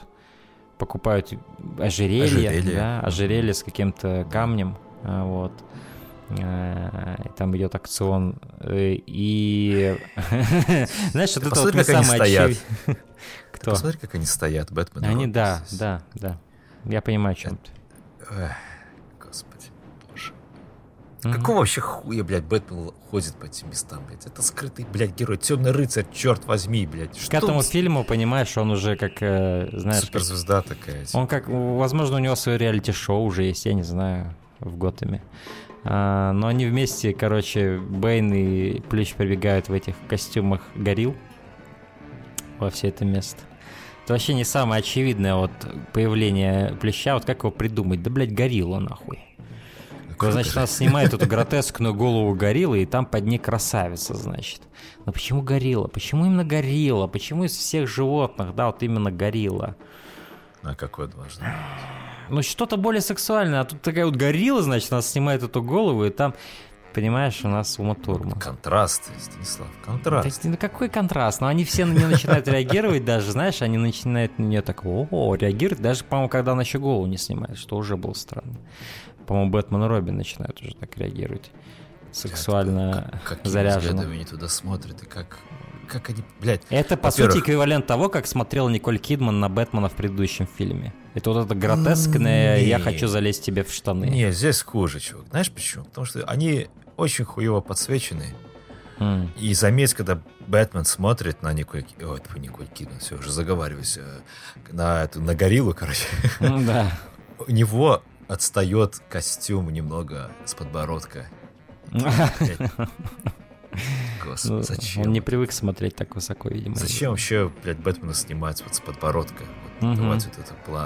ожерелье с каким-то камнем, вот. Там идет аукцион. И знаешь, вот это вот не самое очевидное. Кто? Посмотри, как они стоят, Бэтмен. Они, да. Я понимаю, о чем ты. Господи, боже. Какого вообще хуя, блядь, Бэтмен ходит по этим местам, блядь? Это скрытый, блядь, герой, темный рыцарь, черт возьми, блядь. К этому фильму, понимаешь, он уже как, знаешь... Суперзвезда такая. Он как, возможно, у него свое реалити-шоу уже есть, я не знаю, в Готэме. Но они вместе, короче, Бэйн и Плющ прибегают в этих костюмах горилл во все это место. Это вообще не самое очевидное вот появление Плюща. Вот как его придумать? Да, блядь, горилла нахуй. Значит, нас снимает эту гротескную голову гориллы, и там под ней красавица, значит. Но почему горилла? Почему именно горилла? Почему из всех животных, да, вот именно горилла? А какое должно быть? Ну, что-то более сексуальное. А тут такая вот горилла, значит, нас снимает эту голову, и там... понимаешь, у нас Ума Турман. Контраст, Станислав, контраст. Так, ну какой контраст? Но они все на нее начинают реагировать даже, знаешь, они начинают на нее так, реагировать, даже, по-моему, когда она еще голову не снимает, что уже было странно. По-моему, Бэтмен и Робин начинают уже так реагировать. Сексуально заряженно. Какими взглядами они туда смотрят, и как они, блядь... Это, по сути, эквивалент того, как смотрел Николь Кидман на Бэтмена в предыдущем фильме. Это вот это гротескное «я хочу залезть тебе в штаны». Не, здесь хуже, чувак. Знаешь почему? Потому что они очень хуево подсвечены. И заметь, когда Бэтмен смотрит на Николь Кидман, все, уже заговариваюсь, на гориллу, короче. Да. У него отстает костюм немного с подбородка. Господи, зачем? Он не привык смотреть так высоко, видимо. Зачем вообще, блядь, Бэтмена снимать вот с подбородка? Вот давать вот этот план.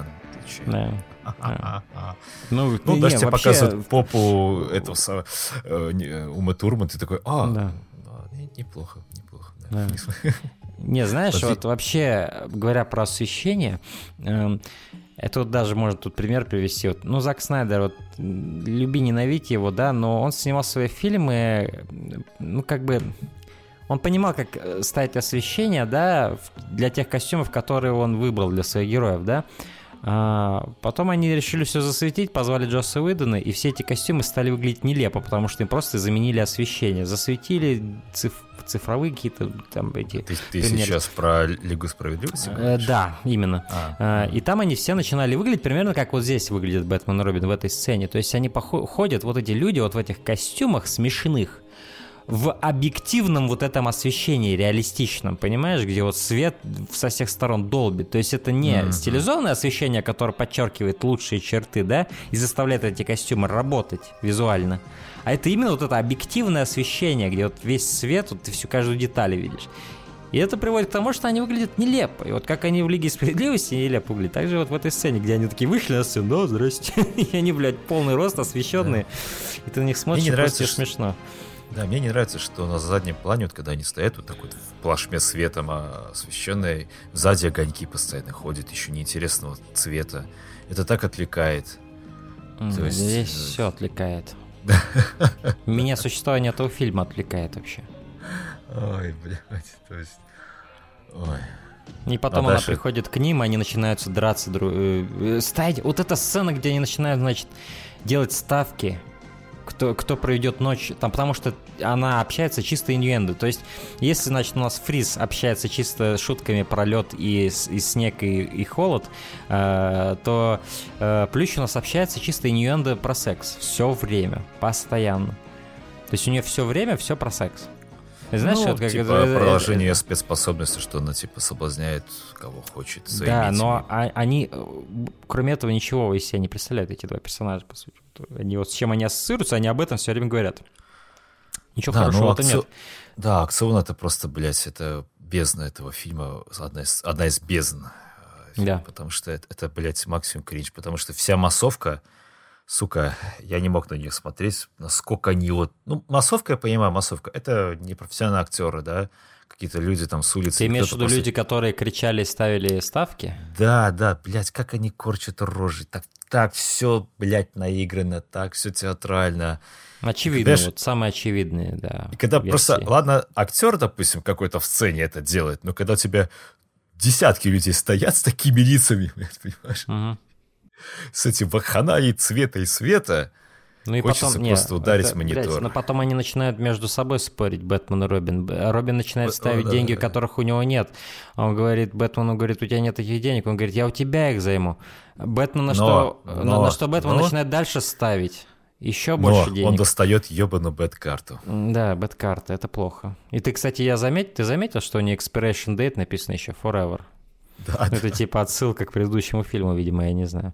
Да. Ну, даже тебе показывают попу этого Умы Турман, ты такой, неплохо. Не, знаешь, вот вообще, говоря про освещение, это вот даже можно тут пример привести. Вот, ну, Зак Снайдер, вот, люби, ненавидь его, да, но он снимал свои фильмы, ну, как бы, он понимал, как ставить освещение, да, для тех костюмов, которые он выбрал для своих героев, да. Потом они решили все засветить, позвали Джосса Уидона, и все эти костюмы стали выглядеть нелепо, потому что им просто заменили освещение. Засветили цифровые какие-то там эти... Ты сейчас про Лигу Справедливости говоришь? Да, именно. И там они все начинали выглядеть примерно как вот здесь выглядит Бэтмен и Робин в этой сцене. То есть они ходят, вот эти люди, вот в этих костюмах смешных, в объективном вот этом освещении реалистичном, понимаешь, где вот свет со всех сторон долбит. То есть это не стилизованное освещение, которое подчеркивает лучшие черты, да, и заставляет эти костюмы работать визуально. А это именно вот это объективное освещение, где вот весь свет, вот ты всю каждую деталь видишь. И это приводит к тому, что они выглядят нелепо. И вот как они в Лиге Справедливости нелепо выглядят, так же вот в этой сцене, где они такие вышли на сцену, да, здрасте, и они, блядь, полный рост, освещенные, и ты на них смотришь, и просто смешно. Да, мне не нравится, что на заднем плане, вот когда они стоят вот так вот в плашме светом освещенной, сзади огоньки постоянно ходят, еще неинтересного цвета. Это так отвлекает. Здесь все отвлекает. Меня существование этого фильма отвлекает вообще. Ой, блядь, то есть... Ой... И потом она приходит к ним, они начинаются драться. Ставить... Вот эта сцена, где они начинают, значит, делать ставки, кто проведет ночь, там, потому что она общается чисто иньюэндо. То есть, если, значит, у нас Фриз общается чисто шутками про лед и снег и холод, то Плющ у нас общается чисто иньюэндо про секс. Все время, постоянно. То есть у нее все время все про секс. Знаешь, ну, вот как типа продолжение спецспособности, что она типа соблазняет кого хочет. Да, но они, кроме этого, ничего из себя не представляют, эти два персонажа, по сути. Они вот с чем они ассоциируются, они об этом все время говорят. Ничего хорошего в этом нет. Да, акцион — это просто, блядь, это бездна этого фильма, одна из бездн. Да. Потому что это, блядь, максимум кринж, потому что вся массовка, сука, я не мог на нее смотреть, насколько они вот... Ну, массовка, я понимаю, массовка, это не профессиональные актеры, да, какие-то люди там с улицы. Ты имеешь в виду люди, которые кричали и ставили ставки? Да, блядь, как они корчат рожи, так все, блядь, наиграно, так все театрально. Очевидно, когда, вот самые очевидные, да. И когда версии. Просто, ладно, актер, допустим, какой-то в сцене это делает, но когда у тебя десятки людей стоят с такими лицами, блядь, понимаешь? Угу. С этим вакханалией цвета и света, ну и хочется потом, просто ударить монитор. Блядь, но потом они начинают между собой спорить, Бэтмен и Робин. Робин начинает ставить деньги, которых у него нет. Он говорит, Бэтмену говорит, у тебя нет таких денег. Он говорит, я у тебя их займу. Бэтмен на что Бэтмен начинает дальше ставить. Еще больше денег. Он достает ебаную бэт-карту. Да, бэт-карта, это плохо. И ты, кстати, ты заметил, что у нее expiration date написано еще forever? Да, это типа отсылка к предыдущему фильму, видимо, я не знаю.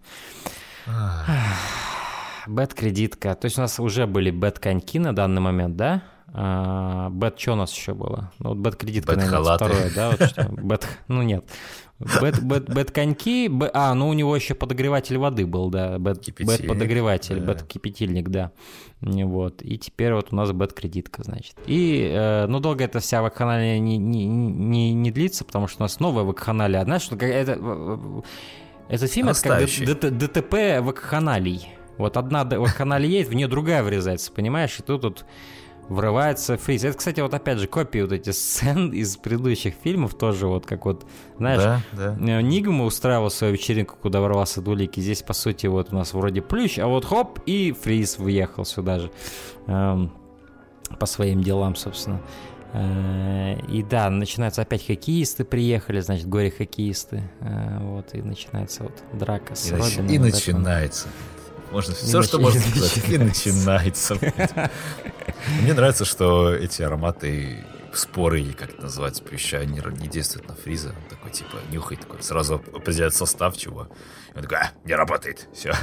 Бэт-кредитка. То есть у нас уже были бэт-коньки на данный момент, да? Бэт, что у нас еще было? Ну, вот бэт-кредитка, наверное, второе, да? Вот что? Ну, нет. Бэт-коньки, ну, у него еще подогреватель воды был, да? Бэт-подогреватель, да. Бэт-кипятильник, да. Вот. И теперь вот у нас бэт-кредитка, значит. И, ну, долго эта вся вакханалия не длится, потому что у нас новая вакханалия. Знаешь, что этот фильм — это как ДТП вакханалий. Вот одна канале едет, в нее другая врезается, понимаешь? И тут врывается Фриз. Это, кстати, вот опять же копии вот эти сцен из предыдущих фильмов тоже вот как вот, знаешь, Нигма устраивал свою вечеринку, куда ворвался Двуликий. Здесь, по сути, вот у нас вроде Плющ, а вот хоп, и Фриз въехал сюда же по своим делам, собственно. И да, начинаются опять хоккеисты приехали, значит, горе-хоккеисты. Вот, и начинается вот драка с Робином. И начинается. Можно все, что можно сказать, и начинается. Мне нравится, что эти ароматы, споры, или как это называется, Плюща, не действуют на Фриза. Он такой, типа, нюхает, такой, сразу определяет состав чего. И он такой, не работает, все.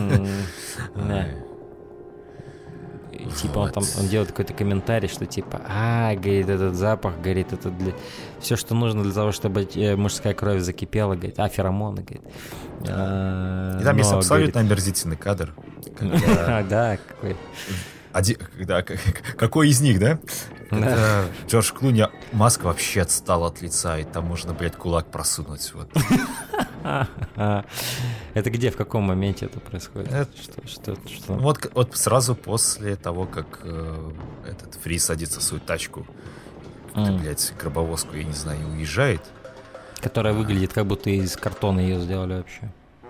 И, типа он делает какой-то комментарий, что типа, говорит, этот запах, говорит, это все, что нужно для того, чтобы мужская кровь закипела, говорит, феромоны, говорит. И там есть абсолютно омерзительный кадр. Да, какой. Какой из них, да? Когда Джордж Клуни, маска вообще отстала от лица, и там можно, блядь, кулак просунуть. Вот. Это где, в каком моменте это происходит? Что? Вот сразу после того, как этот Фриз садится в свою тачку, блядь, гробовозку, я не знаю, и уезжает. Которая выглядит, как будто из картона ее сделали вообще.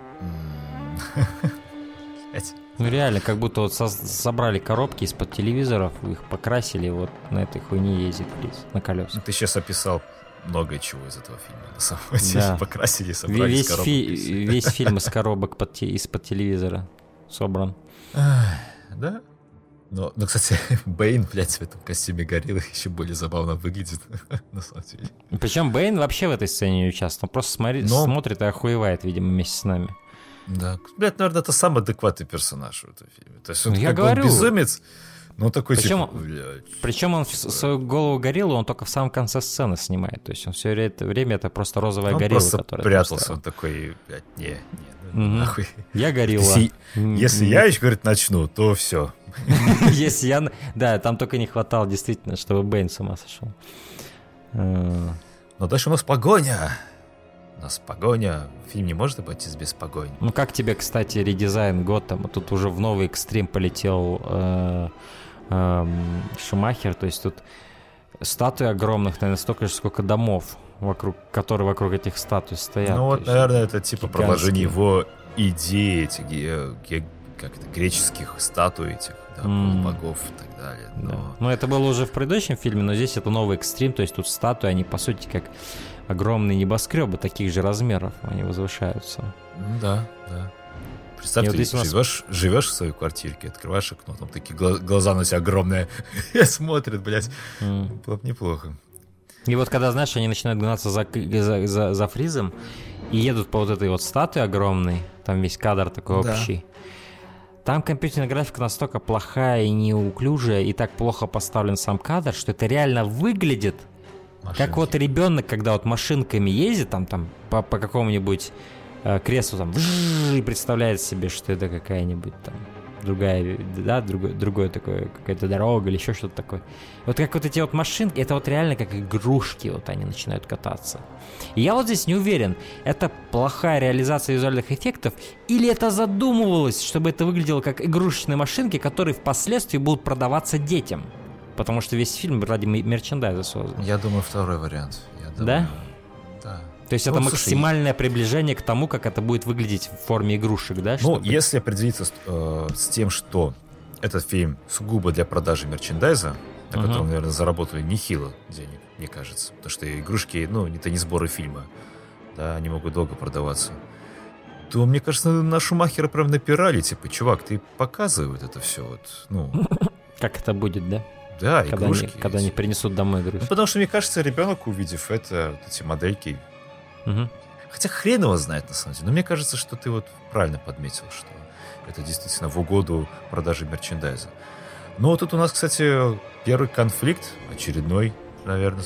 Ну реально, как будто вот собрали коробки из-под телевизоров, их покрасили, вот на этой хуйне ездит Фриз на колесах. Ты сейчас описал много чего из этого фильма. На самом деле, покрасили, собрали из коробок. Весь фильм из коробок из-под телевизора собран. Да? Но, кстати, Бэйн, блядь, в этом костюме гориллы еще более забавно выглядит, на самом деле. Причем Бэйн вообще в этой сцене не участвует, он просто смотрит и охуевает, видимо, вместе с нами. Да, блядь, наверное, это самый адекватный персонаж в этом фильме. То есть он я как говорю, бы безумец, но такой причем он свою голову гориллу он только в самом конце сцены снимает. То есть он все время это просто розовая горилла, просто которая прятался, он такой, блядь, нахуй. Я горилла. Если я еще, говорит, начну, то все. Если я... Да, там только не хватало действительно, чтобы Бэйн с ума сошел. Но дальше у нас погоня. У нас погоня. Фильм не может обойтись без погони. Ну как тебе, кстати, редизайн Готэма? Тут уже в новый экстрим полетел Шумахер. То есть тут статуи огромных, наверное, столько же, сколько домов, которые вокруг этих статуй стоят. Ну вот, наверное, это типа продолжение его идеи, этих греческих статуй, этих богов и так далее. Ну это было уже в предыдущем фильме, но здесь это новый экстрим. То есть тут статуи, они по сути как огромные небоскребы таких же размеров, они возвышаются. Да. Представь, ты живешь в своей квартирке, открываешь окно, там такие глаза на тебя огромные смотрят, блядь. Было бы неплохо. И вот когда, знаешь, они начинают гнаться за Фризом и едут по вот этой вот статуе огромной, там весь кадр такой общий. Там компьютерная графика настолько плохая и неуклюжая, и так плохо поставлен сам кадр, что это реально выглядит как вот ребенок, когда вот машинками ездит там по какому-нибудь креслу там и представляет себе, что это какая-нибудь там другое такое, какая-то дорога или еще что-то такое. Вот как вот эти вот машинки, это вот реально как игрушки, вот они начинают кататься. И я вот здесь не уверен, это плохая реализация визуальных эффектов или это задумывалось, чтобы это выглядело как игрушечные машинки, которые впоследствии будут продаваться детям. Потому что весь фильм ради мерчендайза создан. Я думаю, второй вариант. Да? Да. То есть это максимальное приближение к тому, как это будет выглядеть в форме игрушек, да? Если определиться с тем, что этот фильм сугубо для продажи мерчендайза, на котором, наверное, заработали нехило денег, мне кажется. Потому что игрушки, это не сборы фильма. Да, они могут долго продаваться. То, мне кажется, на Шумахера прям напирали. Типа, чувак, ты показывай вот это все. Как это будет, да? Да, игрушки. Когда они принесут домой игрушки. Потому что, мне кажется, ребенок, увидев эти модельки... Хотя хрен его знает, на самом деле. Но мне кажется, что ты вот правильно подметил, что это действительно в угоду продажи мерчендайза. Но тут у нас, кстати, первый конфликт, очередной, наверное.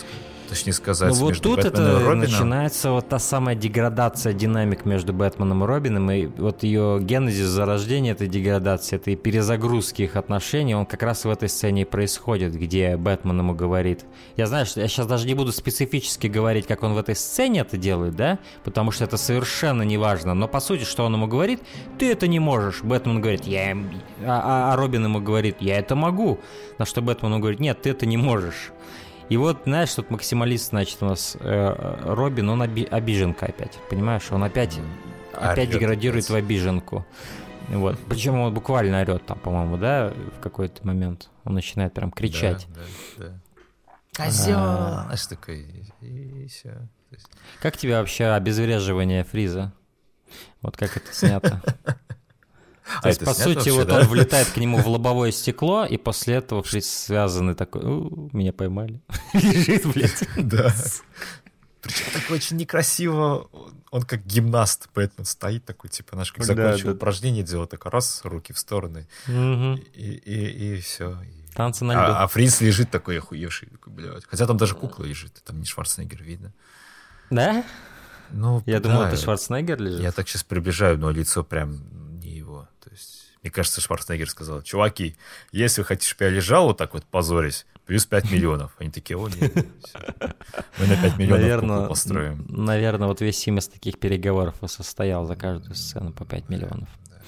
точнее сказать, вот между тут Бэтменом и это Робином. начинается вот та самая деградация динамик между Бэтменом и Робином, и вот ее генезис, зарождение этой деградации, этой перезагрузки их отношений, он как раз в этой сцене и происходит, где Бэтмен ему говорит. Я сейчас даже не буду специфически говорить, как он в этой сцене это делает, да, потому что это совершенно не важно, но по сути, что он ему говорит, ты это не можешь. Бэтмен говорит, а Робин ему говорит, я это могу. На что Бэтмен ему говорит, нет, ты это не можешь. И вот, знаешь, тут максималист, значит, у нас Робин, он обиженка опять, понимаешь? Он опять деградирует в обиженку. Вот. Причем он буквально орет там, по-моему, да, в какой-то момент. Он начинает прям кричать. Да. Козёл! Знаешь, такой, и все. Как тебе вообще обезвреживание Фриза? Вот как это снято? То есть, по сути, вот он влетает к нему в лобовое стекло, и после этого Фриз связанный такой, меня поймали. Лежит, блядь. Да. Причем так очень некрасиво. Он как гимнаст, Бэтмен стоит такой, типа, наш как закончил упражнение, делает так раз, руки в стороны, и все. Танцы на льду. А Фриз лежит такой охуевший, такой, блядь. Хотя там даже кукла лежит, там не Шварценеггер видно. Да? Ну, я думал, это Шварценеггер лежит. Я так сейчас приближаю, но лицо прям не его. То есть, мне кажется, Шварценеггер сказал, чуваки, если вы хотите, чтобы я лежал вот так вот, позорясь, плюс 5 миллионов. Они такие, нет, мы на 5 миллионов куклу построим. Наверное, вот весь Симмонс таких переговоров и состоял за каждую сцену по 5 миллионов.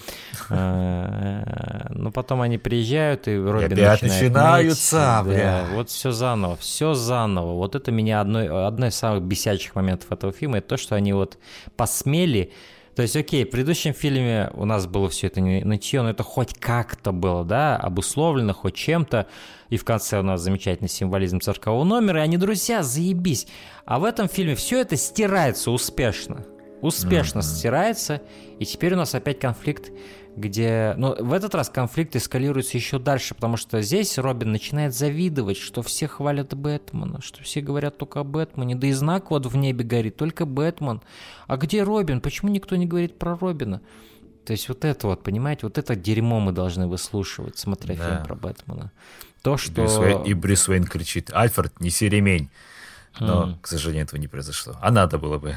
Но потом они приезжают, и Робин начинаются, бля. Вот все заново. Вот это меня одно из самых бесячих моментов этого фильма, это то, что они вот посмели. То есть, окей, в предыдущем фильме у нас было все это нытье, но это хоть как-то было, да, обусловлено хоть чем-то, и в конце у нас замечательный символизм циркового номера, и они друзья, заебись. А в этом фильме все это стирается успешно. Стирается, и теперь у нас опять конфликт, где... Ну, в этот раз конфликт эскалируется еще дальше, потому что здесь Робин начинает завидовать, что все хвалят Бэтмена, что все говорят только о Бэтмене, да и знак вот в небе горит, только Бэтмен. А где Робин? Почему никто не говорит про Робина? То есть вот это вот, понимаете, вот это дерьмо мы должны выслушивать, смотря фильм про Бэтмена. То, что... И Брюс Уэйн кричит, Альфред, неси ремень. Но, к сожалению, этого не произошло. А надо было бы.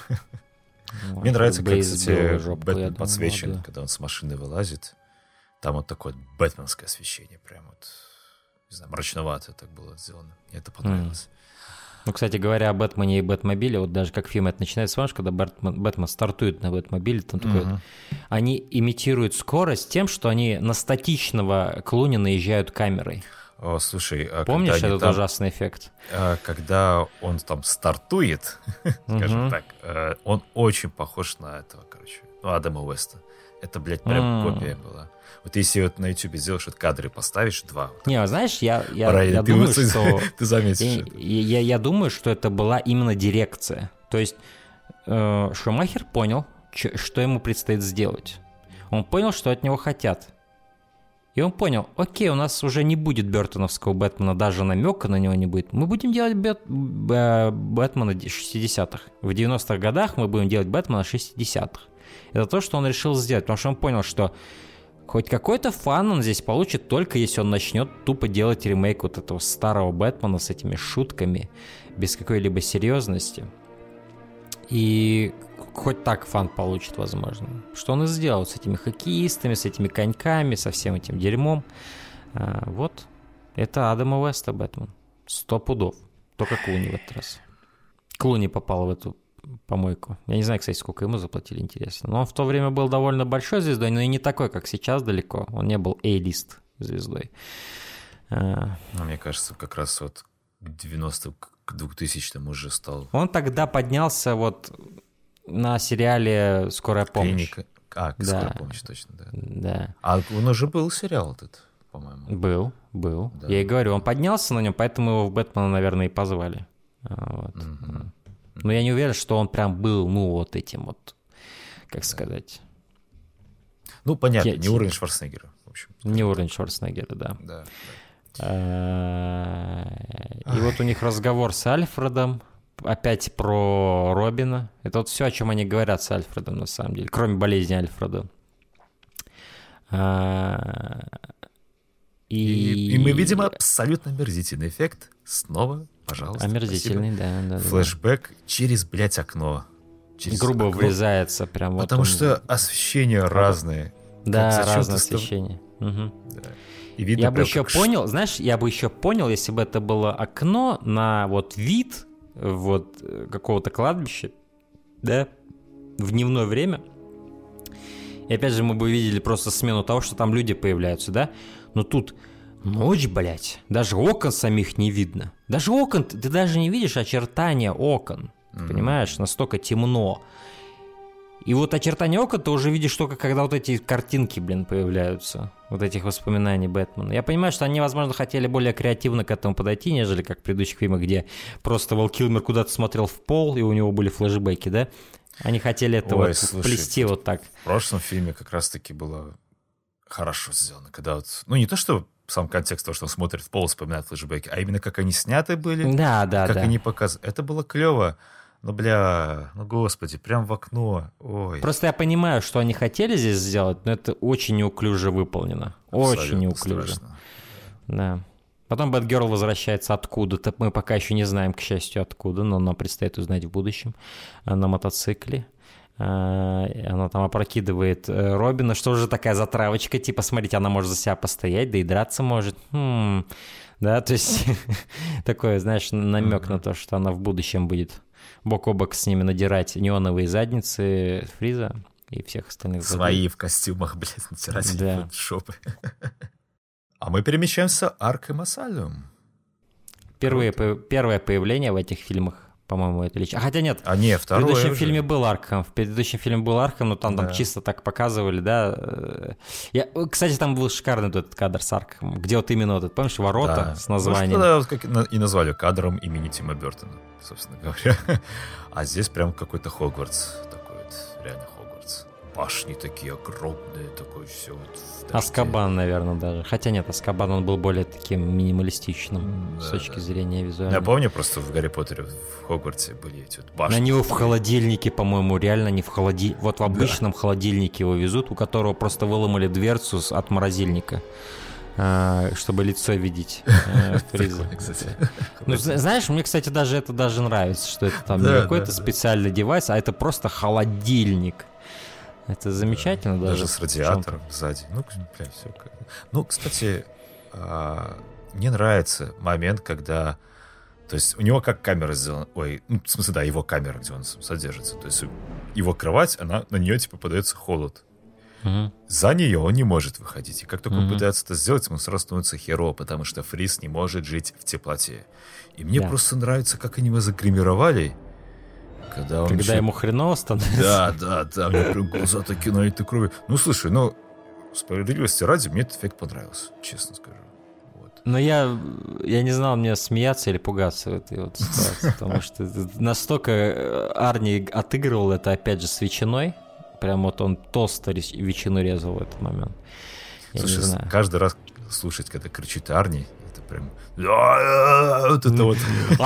Мне нравится, как, кстати, Бэтмен подсвечен, когда он с машины вылазит. Там вот такое бэтменское освещение, прям вот, не знаю, мрачновато так было сделано. Мне это понравилось. Ну, кстати говоря, о Бэтмене и Бэтмобиле, вот даже как фильм это начинается, смотришь, когда Бэтмен стартует на Бэтмобиле, там такой вот, они имитируют скорость тем, что они на статичного Клуни наезжают камерой. О, слушай, помнишь этот ужасный эффект? Когда он там стартует, скажем так, он очень похож на этого, короче, Адама Уэста. Это, блядь, прям копия была. Вот если вот на YouTube сделаешь вот кадры, поставишь 2. Вот не, знаешь, я думаю, что... Ты заметишь. Я думаю, что это была именно дирекция. То есть Шумахер понял, что ему предстоит сделать. Он понял, что от него хотят. И он понял, окей, у нас уже не будет бёртоновского Бэтмена, даже намека на него не будет. Мы будем делать Бэтмена 60-х. В 90-х годах мы будем делать Бэтмена 60-х. Это то, что он решил сделать, потому что он понял, что хоть какой-то фан он здесь получит, только если он начнет тупо делать ремейк вот этого старого Бэтмена с этими шутками, без какой-либо серьезности. И хоть так фан получит, возможно. Что он и сделал с этими хоккеистами, с этими коньками, со всем этим дерьмом. Вот. Это Адама Уэста Бэтмен. 100 пудов. Только Клуни в этот раз. Клуни попал в эту помойку. Я не знаю, кстати, сколько ему заплатили, интересно. Но он в то время был довольно большой звездой, но и не такой, как сейчас далеко. Он не был A-лист звездой. Мне кажется, как раз вот к 90-м, к 2000-м уже стал... Он тогда поднялся вот на сериале «Скорая помощь». Клиника. «Скорая помощь», точно, да. Да. А он уже был сериал этот, по-моему. Был. Да. Я и говорю, он поднялся на нем, поэтому его в Бэтмена, наверное, и позвали. Вот. Но я не уверен, что он прям был, ну, вот этим вот, как сказать... Ну, понятно, не уровень Шварценеггера, в общем. Не уровень Шварценеггера, да. Да. И вот у них разговор с Альфредом, опять про Робина. Это вот все, о чем они говорят с Альфредом, на самом деле, кроме болезни Альфреда. И мы видим абсолютно омерзительный эффект снова Пожалуйста. Омерзительный, да. Флэшбэк через, блядь, окно. Грубо врезается прям вот. Потому что освещение разное. Да, разное освещение. Да. И видно, я бы еще понял, если бы это было окно на вот вид вот какого-то кладбища, да, в дневное время. И опять же мы бы видели просто смену того, что там люди появляются, да. Но тут ночь, блядь, даже окон самих не видно. Даже окон, ты даже не видишь очертания окон, понимаешь, настолько темно. И вот очертания окон ты уже видишь только, когда вот эти картинки, появляются, вот этих воспоминаний Бэтмена. Я понимаю, что они, возможно, хотели более креативно к этому подойти, нежели как в предыдущих фильмах, где просто Вал Килмер куда-то смотрел в пол, и у него были флешбеки, да? Они хотели это вплести вот так. В прошлом фильме как раз-таки было хорошо сделано, когда вот, не то, что сам контекст того, что он смотрит в пол, вспоминает флешбеки, а именно как они сняты были, как они показывают. Это было клево. Господи, прям в окно. Ой. Просто я понимаю, что они хотели здесь сделать, но это очень неуклюже выполнено. Абсолютно очень неуклюже. Страшно. Да. Потом Бэтгерл возвращается откуда-то. Мы пока еще не знаем, к счастью, откуда, но нам предстоит узнать в будущем. На мотоцикле. Она там опрокидывает Робина, что уже такая затравочка, типа, смотрите, она может за себя постоять, да и драться может. Да, то есть такой, знаешь, намек на то, что она в будущем будет бок о бок с ними надирать неоновые задницы Фриза и всех остальных. Свои в костюмах, блядь, натирать шопы. А мы перемещаемся Аркхэм Асайлум. Первое появление в этих фильмах, по-моему, это лично. Хотя нет, второе. В предыдущем фильме был Аркхэм, но там чисто так показывали, да. Кстати, там был шикарный этот кадр с Аркхэмом, где вот именно вот, помнишь, ворота с названием. Может, как и назвали кадром имени Тима Бёртона, собственно говоря. А здесь прям какой-то Хогвартс, такой вот, реально Хогвартс. Башни такие огромные, такое все вот. Азкабан, наверное, даже. Хотя нет, Азкабан, он был более таким минималистичным с точки зрения визуальной. Я помню, просто в Гарри Поттере в Хогвартсе были эти вот башни. На него в холодильнике, по-моему, реально не в холодильнике. Вот в обычном холодильнике его везут, у которого просто выломали дверцу от морозильника, чтобы лицо видеть Фриза. Знаешь, мне, кстати, это даже нравится, что это там не какой-то специальный девайс, а это просто холодильник. Это замечательно даже. Даже с радиатором сзади. все. Кстати, мне нравится момент, когда... То есть у него как камера сделана... в смысле, да, его камера, где он содержится. То есть его кровать, на нее типа подается холод. За нее он не может выходить. И как только он пытается это сделать, ему сразу становится херово, потому что Фриз не может жить в теплоте. И мне просто нравится, как они его загримировали. Когда ему хреново становится. Да, у него прям глаза такие налиты кровью. Слушай, справедливости ради, мне этот эффект понравился, честно скажу. Вот. Но я не знал, мне смеяться или пугаться в этой вот ситуации, потому что настолько Арни отыгрывал это, опять же, с ветчиной. Прям вот он толсто ветчину резал в этот момент. Слушай, каждый раз слушать, когда кричит Арни, это прям... Вот это вот.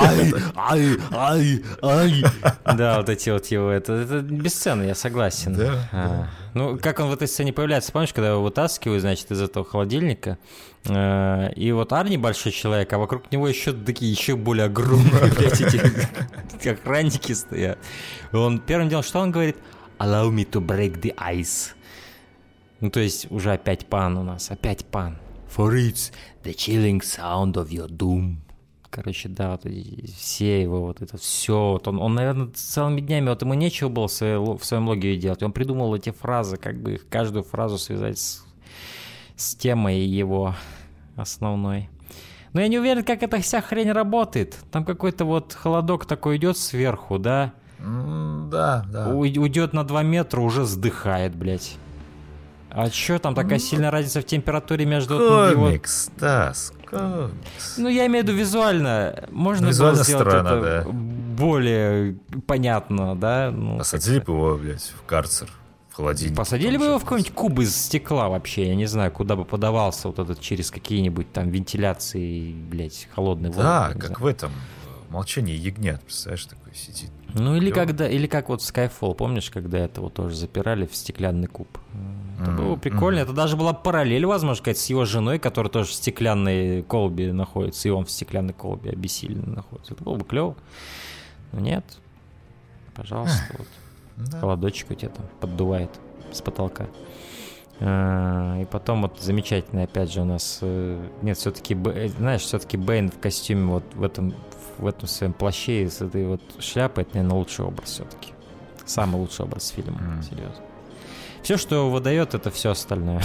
Ай. Да, вот эти вот его. Это бесценно, я согласен. Да. Как он в этой сцене появляется? Помнишь, когда его вытаскивают, значит, из этого холодильника? И вот Арни большой человек, а вокруг него еще такие еще более огромные, блядь, эти охранники стоят. Он первым делом, что он говорит? Allow me to break the ice. То есть уже опять пан у нас, опять пан. For it's the chilling sound of your doom. Короче, да, вот все его вот это все. Вот он, наверное, целыми днями, вот ему нечего было в своем логе делать. Он придумал эти фразы, как бы их каждую фразу связать с темой его основной. Но я не уверен, как эта вся хрень работает. Там какой-то вот холодок такой идет сверху, да? Да. Уйдет на 2 метра, уже сдыхает, блядь. А чё там такая сильная разница в температуре между... Комикс, Стас, комикс. Я имею в виду визуально. Можно было сделать это более понятно, да? Посадили бы его, блядь, в карцер, в холодильник. Посадили бы его в какой-нибудь куб из стекла вообще, я не знаю, куда бы подавался вот этот через какие-нибудь там вентиляции, блядь, холодный воздух. Да, как в этом «Молчание ягнят», представляешь, такой сидит. Или как вот в Skyfall, помнишь, когда это вот тоже запирали в стеклянный куб? Это было прикольно. Это даже была параллель, возможно, сказать, с его женой, которая тоже в стеклянной колбе находится, и он в стеклянной колбе обессиленно находится. Это было бы клево. Но нет. Пожалуйста, вот. Да. Холодочек у тебя там поддувает с потолка. И потом вот замечательно, опять же, у нас... Нет, все-таки, знаешь, все-таки Бэйн в костюме вот в этом своем плаще с этой вот шляпой, это, наверное, лучший образ все-таки. Самый лучший образ фильма, серьезно. Все, что его выдает, это все остальное.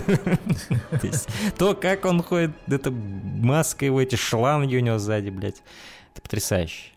То, как он ходит, это маска его, эти шланги у него сзади, блядь. Это потрясающе.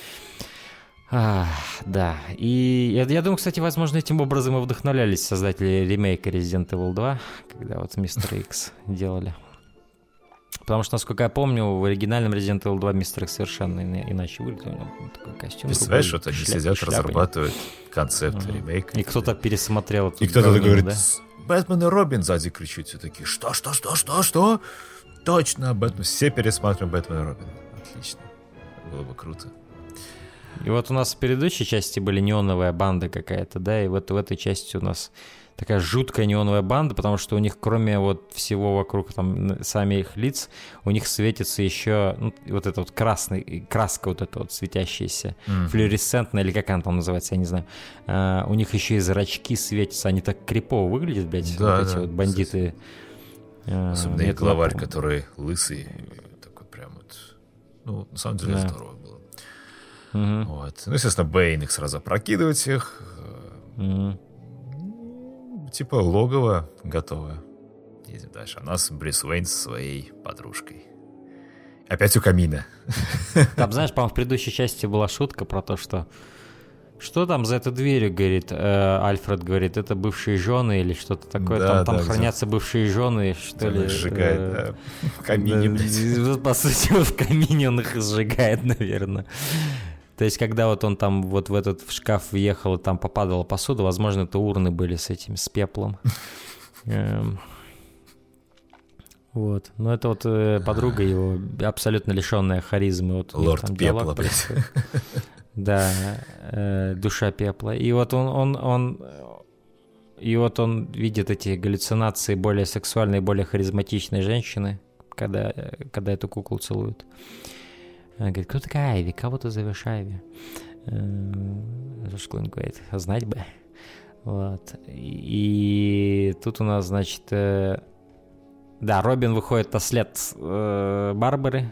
Да, и я думаю, кстати, возможно, этим образом и вдохновлялись создатели ремейка Resident Evil 2, когда вот Мистер Икс делали. Потому что, насколько я помню, в оригинальном Resident Evil 2 Мистер Икс совершенно иначе выглядел. У него такой костюм. Представляешь, вот они сидят, разрабатывают концепт ремейка. И кто-то пересмотрел. И кто-то говорит, Бэтмен и Робин сзади кричит все такие, что? Точно, Бэтмен. Все пересматриваем Бэтмен и Робин. Отлично. Было бы круто. И вот у нас в предыдущей части были неоновая банда какая-то, да, и вот в этой части у нас такая жуткая неоновая банда, потому что у них, кроме вот всего вокруг там сами их лиц, у них светится еще вот эта вот краска вот эта вот светящаяся, флуоресцентная, или как она там называется, я не знаю. У них еще и зрачки светятся, они так крипово выглядят, блядь, да, вот эти вот бандиты. Особенно их главарь, который лысый, такой прям вот, на самом деле здорово было. Вот. Ну, естественно, Бэйн их сразу опрокидывает всех. Типа логово готово. Едем дальше. А у нас Брюс Уэйн со своей подружкой. Опять у камина. Там, знаешь, по-моему, в предыдущей части была шутка про то, что там за этой дверью, говорит, Альфред говорит, это бывшие жены или что-то такое. Да, там хранятся бывшие жены, что ли. Их сжигает, в камине. По сути, в камине он их сжигает, наверное. То есть, когда вот он там вот в шкаф въехал, и там попадала посуда, возможно, это урны были с пеплом. Вот. Но это вот подруга его, абсолютно лишенная харизмы. Лорд Пепла, блядь. Да, душа пепла. И вот он видит эти галлюцинации более сексуальной, более харизматичной женщины, когда эту куклу целуют. Она говорит, кто такая Айви? Кого ты зовешь Айви? Шклин говорит, знать бы. Вот. И тут у нас, значит, Робин выходит на след Барбары.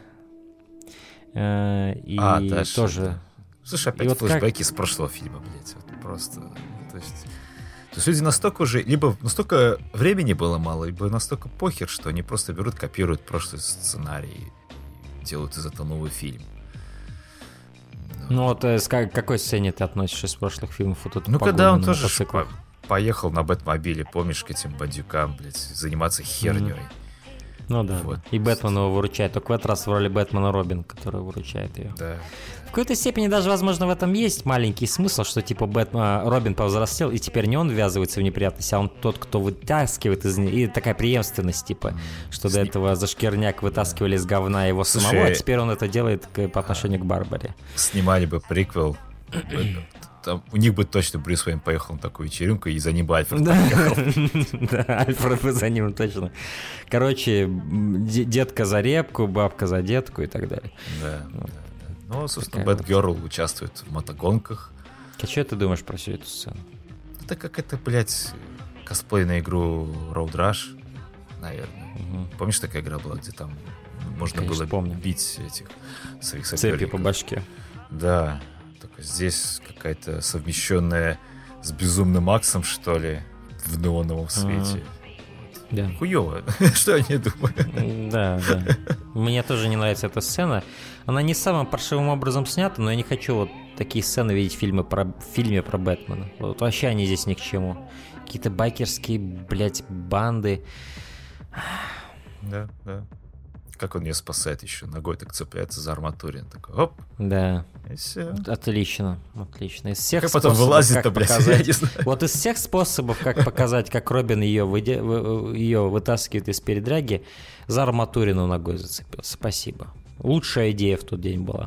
И тоже... Да. Слушай, опять вот флешбеки с прошлого фильма, блядь. Вот просто... То есть люди настолько уже... Либо настолько времени было мало, либо настолько похер, что они просто берут, копируют прошлый сценарий, делают из этого новый фильм. Ну вот к какой сцене ты относишься из прошлых фильмов? Вот когда он тоже поехал на Бэтмобиле, помнишь, к этим бандюкам, блядь, заниматься херней. Ну да, вот. И Бэтмен его выручает. Только в этот раз в роли Бэтмена Робин, который выручает ее. Да. В какой-то степени даже, возможно, в этом есть маленький смысл, что типа Робин повзрослел, и теперь не он ввязывается в неприятности, а он тот, кто вытаскивает из них. И такая преемственность, типа, что до этого за шкирняк вытаскивали из говна его самого, а теперь он это делает по отношению к Барбаре. Снимали бы приквел. Там, у них бы точно Брюс Уэйн поехал на такую вечеринку, и за ним бы Альфред поехал. Да, Альфред бы за ним точно. Короче, детка за репку, бабка за детку и так далее. Да. Ну, собственно, Бэтгерл участвует в мотогонках. А что ты думаешь про всю эту сцену? Это как это, блядь, косплей на игру Road Rush, наверное. Помнишь, такая игра была, где там можно было бить этих своих соперников? Цепи по башке. Да. Здесь какая-то совмещенная с Безумным Максом, что ли, в неоновом свете. Да. Хуёво. Что они думают? Да. Мне тоже не нравится эта сцена. Она не самым паршивым образом снята, но я не хочу вот такие сцены видеть в фильме про Бэтмена. Вот вообще они здесь ни к чему. Какие-то байкерские, блядь, банды. Да. Как он ее спасает еще? Ногой так цепляется за арматурин. Такой, оп. Да. И все. Отлично. Из всех как потом вылазит-то, блядь, я не знаю. Вот из всех способов, как показать, как Робин ее вытаскивает из передряги, за арматурину ногой зацепился. Спасибо. Лучшая идея в тот день была.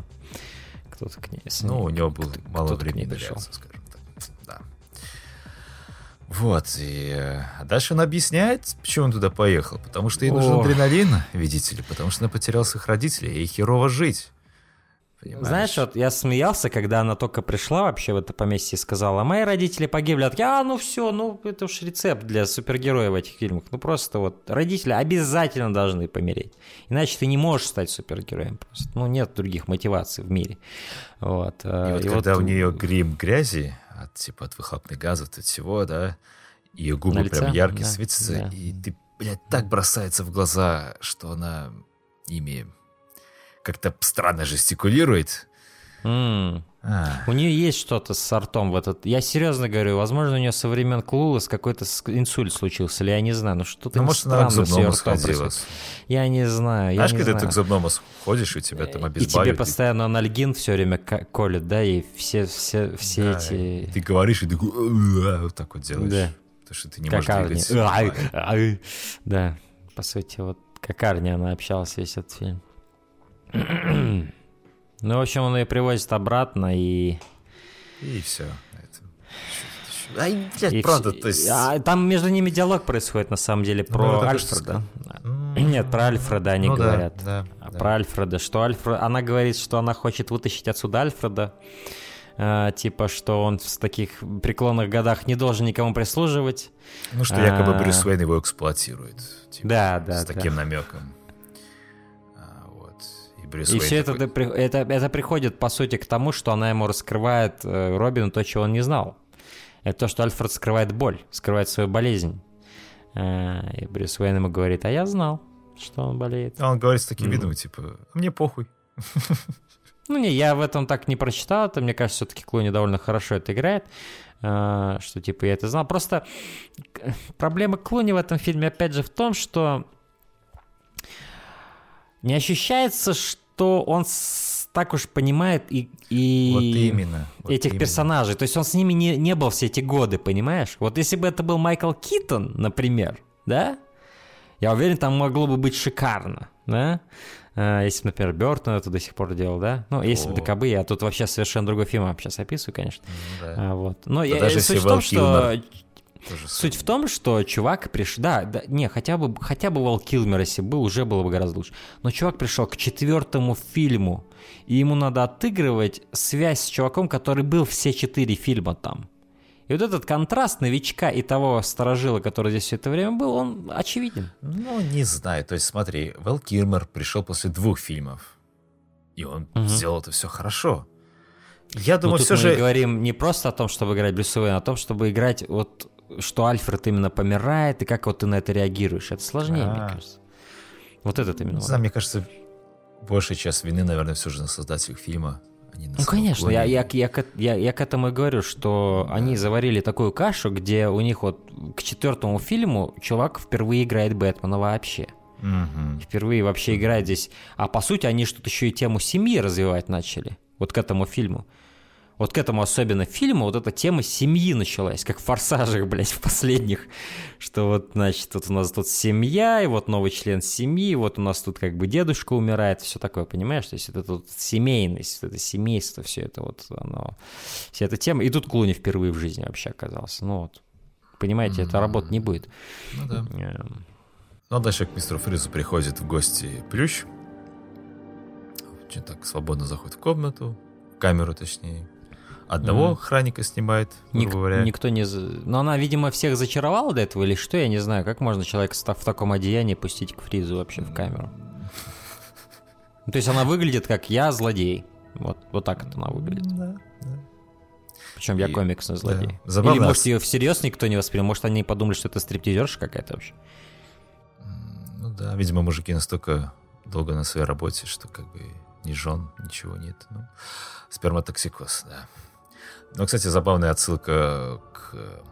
Кто-то к ней... у него было мало времени доверяться, скажем так. Да. Вот, и дальше он объясняет, почему он туда поехал. Потому что ей нужен адреналин, видите ли, потому что она потеряла своих родителей, ей херово жить. Понимаешь? Знаешь, вот я смеялся, когда она только пришла вообще в это поместье и сказала: мои родители погибли. Ну все, это уж рецепт для супергероя в этих фильмах. Просто вот родители обязательно должны помереть. Иначе ты не можешь стать супергероем просто. Нет других мотиваций в мире. Вот. И когда у нее грим грязи, от выхлопных газов, от всего, да, ее губы прям ярко светятся, и ты, блядь, так бросается в глаза, что она ими как-то странно жестикулирует. У нее есть что-то с ртом в этот... Я серьезно говорю, возможно, у нее со времен Клулес какой-то инсульт случился, или я не знаю, что-то может, она к зубному сходила. Я не знаю. Знаешь, когда ты к зубному ходишь, у тебя там обезболивает. И тебе постоянно анальгин все время колет, да, и все эти... И ты говоришь, и ты вот так вот делаешь. Да. Потому что ты не можешь двигаться. Да, по сути, вот как Арни она общалась весь этот фильм. В общем, он ее привозит обратно и все. Правда, то есть... Там между ними диалог происходит, на самом деле, про Альфреда. Нет, про Альфреда они говорят. Про Альфреда, что она говорит, что она хочет вытащить отсюда Альфреда, что он в таких преклонных годах не должен никому прислуживать. Что якобы Брюс Уэйн его эксплуатирует. Да. С таким намеком. И все это приходит, по сути, к тому, что она ему раскрывает Робину то, чего он не знал. Это то, что Альфред скрывает боль, скрывает свою болезнь. И Брюс Уэйн ему говорит: а я знал, что он болеет. А он говорит с таким видом, мне похуй. Я в этом так не прочитал. Это, мне кажется, все-таки Клуни довольно хорошо это играет. Что, я это знал. Просто проблема Клуни в этом фильме, опять же, в том, что не ощущается, что он так уж понимает и этих персонажей. То есть он с ними не был все эти годы, понимаешь? Вот если бы это был Майкл Китон, например, да? Я уверен, там могло бы быть шикарно, да? Если бы, например, Бёртон это до сих пор делал, да? Если бы ДКБ, я тут вообще совершенно другой фильм сейчас описываю, конечно. Но суть в том, что... Суть в том, что чувак пришел... хотя бы Вал Килмер, если был, уже было бы гораздо лучше. Но чувак пришел к 4-му фильму, и ему надо отыгрывать связь с чуваком, который был все 4 фильма там. И вот этот контраст новичка и того старожила, который здесь все это время был, он очевиден. Не знаю. То есть смотри, Вал Килмер пришел после 2 фильмов, и он сделал это все хорошо. Я думаю, все же... Мы говорим не просто о том, чтобы играть Брюса Уэйна, а о том, чтобы играть что Альфред именно помирает, и как ты на это реагируешь. Это сложнее, мне кажется. Вот этот именно. Не знаю, мне кажется, большая часть вины, наверное, все же на создателях фильма. Конечно, я к этому и говорю, что они заварили такую кашу, где у них к 4-му фильму чувак впервые играет Бэтмена вообще. Впервые вообще играет здесь. А по сути, они что-то еще и тему семьи развивать начали. К этому фильму. К этому особенно фильму эта тема семьи началась, как в «Форсажах», блядь, в последних, что значит, у нас тут семья, и новый член семьи, у нас тут как бы дедушка умирает, все такое, понимаешь? То есть это тут семейность, это семейство, все это вся эта тема. И тут Клуни впервые в жизни вообще оказался. Понимаете, это работать не будет. А дальше к мистеру Фризу приходит в гости Плющ. Очень так свободно заходит в комнату, в камеру точнее. Одного охранника снимает, грубо говоря. Никто не... Но она, видимо, всех зачаровала до этого или что, я не знаю. Как можно человека в таком одеянии пустить к Фризу вообще в камеру? То есть она выглядит как «я злодей». Вот так это она выглядит. Причем я комиксный злодей. Или, может, ее всерьез никто не воспринял? Может, они подумали, что это стриптизерша какая-то вообще? Видимо, мужики настолько долго на своей работе, что как бы ни жен, ничего нет. Сперматоксикоз, да. Кстати, забавная отсылка к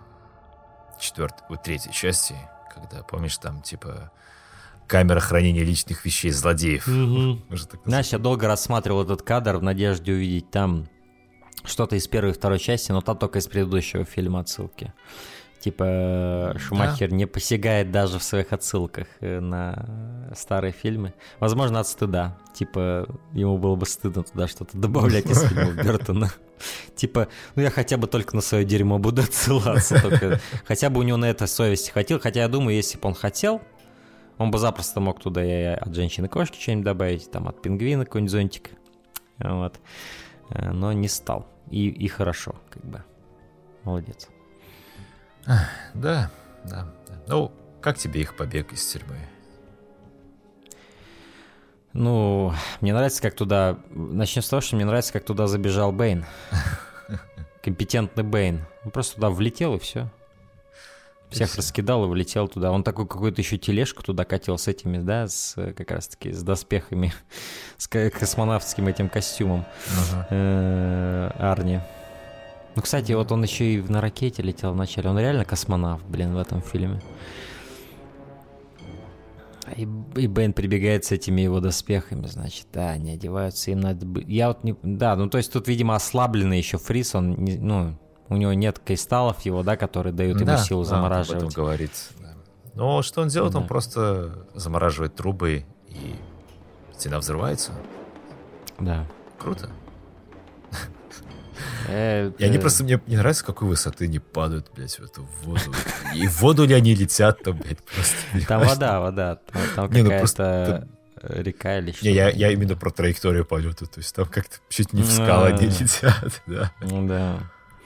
3-й части, когда, помнишь, там, камера хранения личных вещей злодеев. Знаешь, я долго рассматривал этот кадр в надежде увидеть там что-то из 1-й и 2-й части, но там только из предыдущего фильма отсылки. Типа Шумахер не посягает даже в своих отсылках на старые фильмы. Возможно, от стыда. Типа ему было бы стыдно туда что-то добавлять из фильмов Бёртона. Типа, ну я хотя бы только на свое дерьмо буду отсылаться. Только... Хотя бы у него на это совести хватило. Хотя я думаю, если бы он хотел, он бы запросто мог туда и от женщины-кошки что-нибудь добавить, там от пингвина какой-нибудь зонтик. Вот. Но не стал. И хорошо, как бы. Молодец. Да. Ну, как тебе их побег из тюрьмы? Ну, мне нравится, как туда... Начнем с того, что мне нравится, как туда забежал Бэйн. Компетентный Бэйн. Он просто туда влетел, и все. Всех раскидал и влетел туда. Он такой какую-то еще тележку туда катил с этими, да, как раз-таки с доспехами, с космонавтским этим костюмом Арни. Ну, кстати, вот он еще и на ракете летел вначале. Он реально космонавт, блин, в этом фильме. И Бэйн прибегает с этими его доспехами, значит, да, они одеваются, им надо быть... Я вот не... Да, ну, то есть тут, видимо, ослабленный еще Фриз, он, не... ну, у него нет кристаллов его, да, которые дают ему силу замораживать. Да, об этом говорит. Да. Но что он делает? Да. Он просто замораживает трубы, и стена взрывается. Да. Круто. И они просто, мне не нравится, с какой высоты они падают, блядь, в эту воду. И в воду ли они летят-то, блядь, просто. Там вода. Там какая-то река или что-то. Не, я именно про траекторию полета, то есть там как-то чуть не в скалы они летят, да. Да.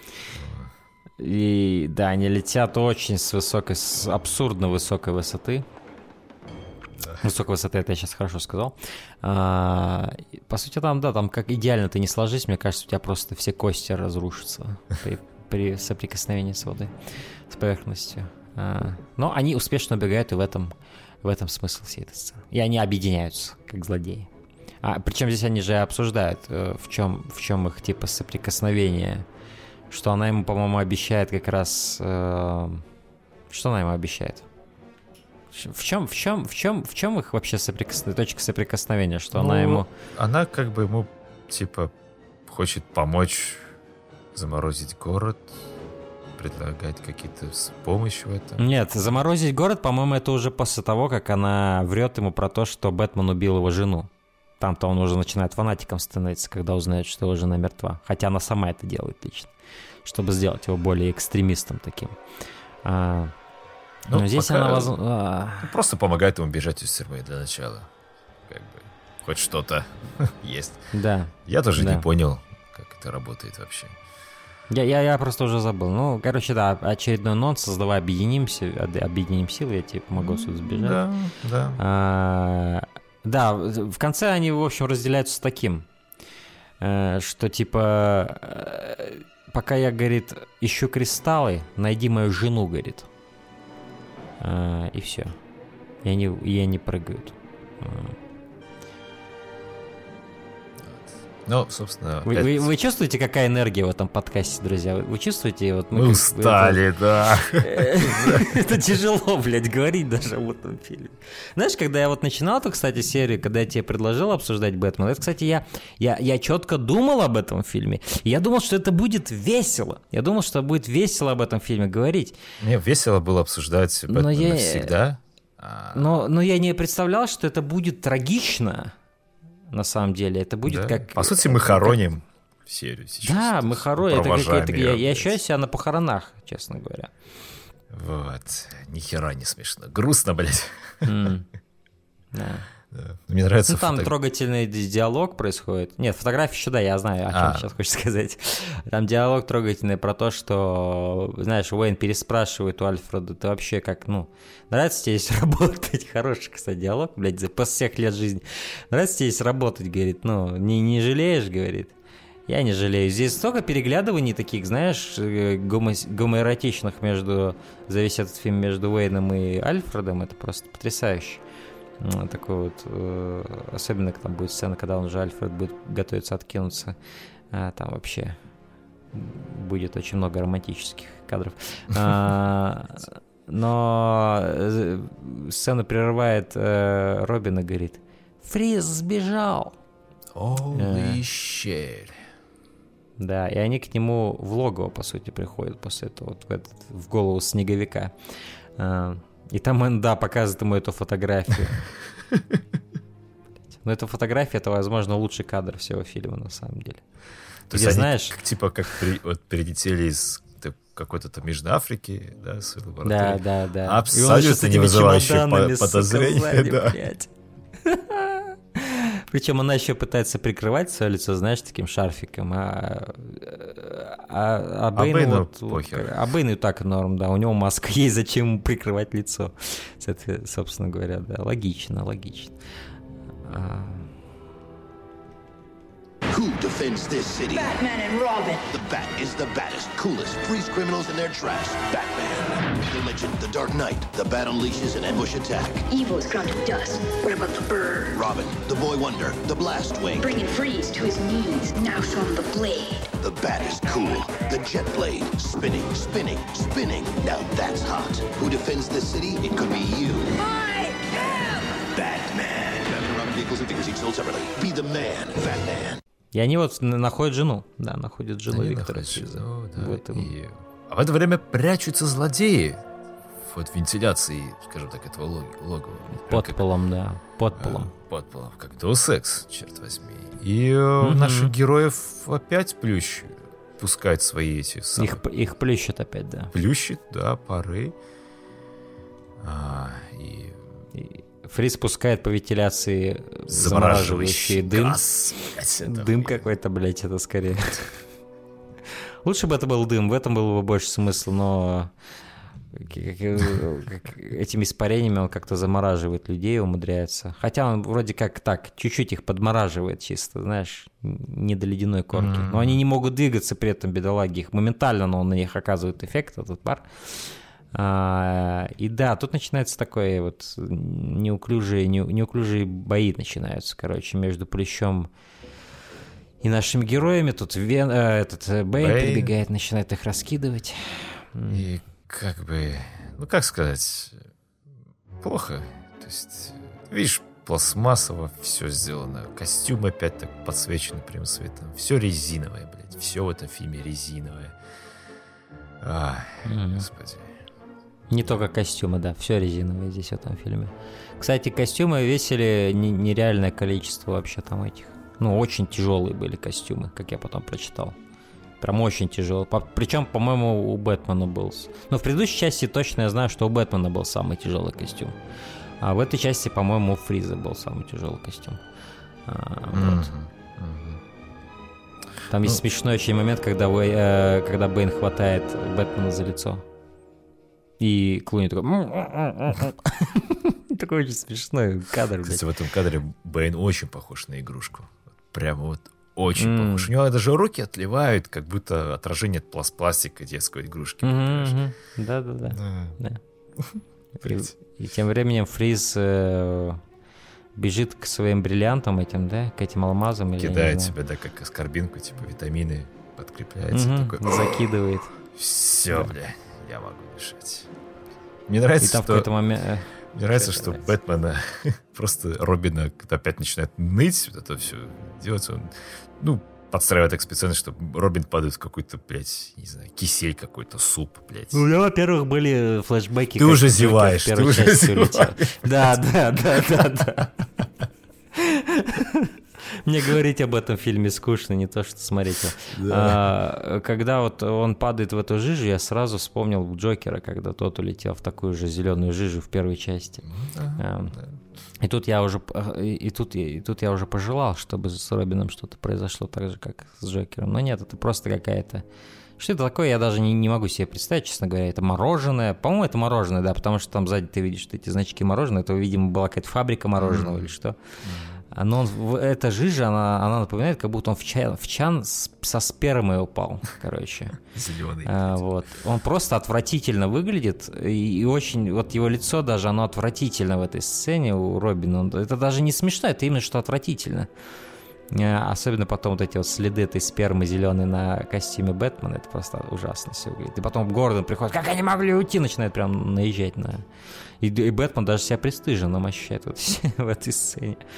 И да, они летят очень с высокой, с абсурдно высокой высоты. Да. Высокой высоты, это я сейчас хорошо сказал. По сути, там, да, там как идеально ты не сложись, мне кажется, у тебя просто все кости разрушатся при соприкосновении с водой, с поверхностью. Но они успешно убегают, и в этом смысл всей этой сцены. И они объединяются, как злодеи. Причем здесь они же обсуждают, в чем их типа соприкосновение. Что она ему, по-моему, обещает как раз... Что она ему обещает? В чем их вообще точка соприкосновения? Что она ему... Она как бы ему, типа, хочет помочь заморозить город, предлагать какие-то помощь в этом. Нет, заморозить город, по-моему, это уже после того, как она врет ему про то, что Бэтмен убил его жену. Там-то он уже начинает фанатиком становиться, когда узнает, что его жена мертва. Хотя она сама это делает лично, чтобы сделать его более экстремистом таким. Но здесь она... Просто помогает ему бежать из тюрьмы для начала. Как бы хоть что-то есть. Да. Я тоже не понял, как это работает вообще. Я просто уже забыл. Ну, короче, да, очередной нонсенс. Давай объединим силы, я тебе помогу отсюда сбежать. Да. Да, в конце они, в общем, разделяются с таким, что типа, пока я, говорит, ищу кристаллы, найди мою жену, говорит. И все. И они прыгают. Ну, собственно... Вы чувствуете, какая энергия в этом подкасте, друзья? Вы чувствуете? Вот мы устали, да. Это тяжело, блядь, говорить даже об этом фильме. Знаешь, когда я вот начинал эту, кстати, серию, когда я тебе предложил обсуждать Бэтмена, это, кстати, я четко думал об этом фильме. Я думал, что это будет весело. Я думал, что будет весело об этом фильме говорить. Мне весело было обсуждать Бэтмена всегда. Но я не представлял, что это будет трагично. На самом деле, это будет как... По сути, мы хороним серию сейчас. Да, мы хороним. Я ощущаю себя на похоронах, честно говоря. Вот. Ни хера не смешно. Грустно, блядь. Да. Мне нравится... Ну, там трогательный диалог происходит. Нет, фотография еще, да, я знаю, о чем сейчас хочешь сказать. Там диалог трогательный про то, что, знаешь, Уэйн переспрашивает у Альфреда, ты вообще как, нравится тебе здесь работать? Хороший, кстати, диалог, блядь, после всех лет жизни. Нравится тебе здесь работать, говорит, не жалеешь, говорит. Я не жалею. Здесь столько переглядываний таких, знаешь, гомоэротичных за весь этот фильм между Уэйном и Альфредом, это просто потрясающе. Такой вот, особенно там будет сцена, когда он уже Альфред будет готовиться откинуться, там вообще будет очень много романтических кадров. Но сцену прерывает Робин и говорит: Фриз сбежал. Holy shit. Да, и они к нему в логово, по сути, приходят после этого, вот в голову снеговика. И там он, да, показывает ему эту фотографию. Но эта фотография, это, возможно, лучший кадр всего фильма, на самом деле. То есть знаешь, типа как прилетели из какой-то там Южной Африки, да, с лаборатории. Да. Абсолютно не вызывающие подозрения. Причем она еще пытается прикрывать свое лицо, знаешь, таким шарфиком, а Бэйну похер. А Бэйну так норм, да, у него маска есть, зачем ему прикрывать лицо? Это, собственно говоря, да, логично. Who defends this city? Batman and Robin. The Bat is the baddest, coolest, frees criminals in their tracks. Batman. The Legend, the Dark Knight. The Bat unleashes an ambush attack. Evil is ground to dust. What about the bird? Robin, the Boy Wonder, the Blast Wing. Bringing Freeze to his knees. Now show him the blade. The Bat is cool. The Jet Blade. Spinning. Now that's hot. Who defends this city? It could be you. I am Batman. Batman and Robin vehicles and figures each sold separately. Be the man, Batman. И они вот находят жену. Да, находят жену Виктора Фриза. А в это время прячутся злодеи в вентиляции, скажем так, этого логова. Под полом, да. Под полом. Как Deus Ex, черт возьми. И наших героев опять пускают свои эти самые... Их плющат опять, да. Плющит, да, пары. И Фриз пускает по вентиляции замораживающий дым. Газ, дым какой-то, блядь, это скорее. Лучше бы это был дым, в этом было бы больше смысла, но этими испарениями он как-то замораживает людей, умудряется. Хотя он вроде как так, чуть-чуть их подмораживает чисто, знаешь, не до ледяной корки. Но они не могут двигаться при этом, бедолаги. Их моментально, но он на них оказывает эффект, этот пар. И да, тут начинается такое вот неуклюжие бои начинаются, короче, между Плющом и нашими героями. Тут Бэйн прибегает, начинает их раскидывать. И как бы, как сказать, плохо. То есть, видишь, пластмассово все сделано. Костюм опять так подсвечен прямым светом. Все резиновое, блядь. Все в этом фильме резиновое. Господи. Не только костюмы, да, все резиновое здесь в этом фильме. Кстати, костюмы весили нереальное количество вообще там этих. Очень тяжелые были костюмы, как я потом прочитал. Прям очень тяжелые. Причем, по-моему, у Бэтмена был... в предыдущей части точно я знаю, что у Бэтмена был самый тяжелый костюм. А в этой части, по-моему, у Фриза был самый тяжелый костюм. Там есть смешной очень момент, когда Бэйн хватает Бэтмена за лицо. И Клуни такой... Такой очень смешной кадр. Кстати, в этом кадре Бэйн очень похож на игрушку. Прямо вот очень похож. У него даже руки отливают, как будто отражение от пластика детской игрушки. Да. И тем временем Фриз бежит к своим бриллиантам этим, да? К этим алмазам. Кидает себя, да, как аскорбинку, типа витамины, подкрепляется. Такой, закидывает. Все, бля. Я могу дышать. Мне нравится, что Бэтмена просто Робина опять начинает ныть, вот это все делать. Он, подстраивает так специально, чтобы Робин падает в какой-то, блядь, не знаю, кисель какой-то, суп, блядь. У меня, во-первых, были флешбеки. Ты уже зеваешь. Да. Мне говорить об этом фильме скучно, не то, что смотреть его. Когда вот он падает в эту жижу, я сразу вспомнил Джокера, когда тот улетел в такую же зеленую жижу в первой части. И тут я уже пожелал, чтобы с Робином что-то произошло так же, как с Джокером. Но нет, это просто какая-то... Что это такое, я даже не могу себе представить, честно говоря. Это мороженое. По-моему, это мороженое, да, потому что там сзади ты видишь, что эти значки мороженого. Это, видимо, была какая-то фабрика мороженого или что. Но эта жижа, она напоминает, как будто он в чан со спермой упал, короче. Зеленый. Вот. Он просто отвратительно выглядит, и очень, вот его лицо даже, оно отвратительно в этой сцене у Робина. Это даже не смешно, это именно что отвратительно. Особенно потом вот эти вот следы этой спермы зеленой на костюме Бэтмена, это просто ужасно все выглядит. И потом Гордон приходит, как они могли уйти, начинает прям наезжать на... И Бэтмен даже себя пристыженным ощущает в этой сцене.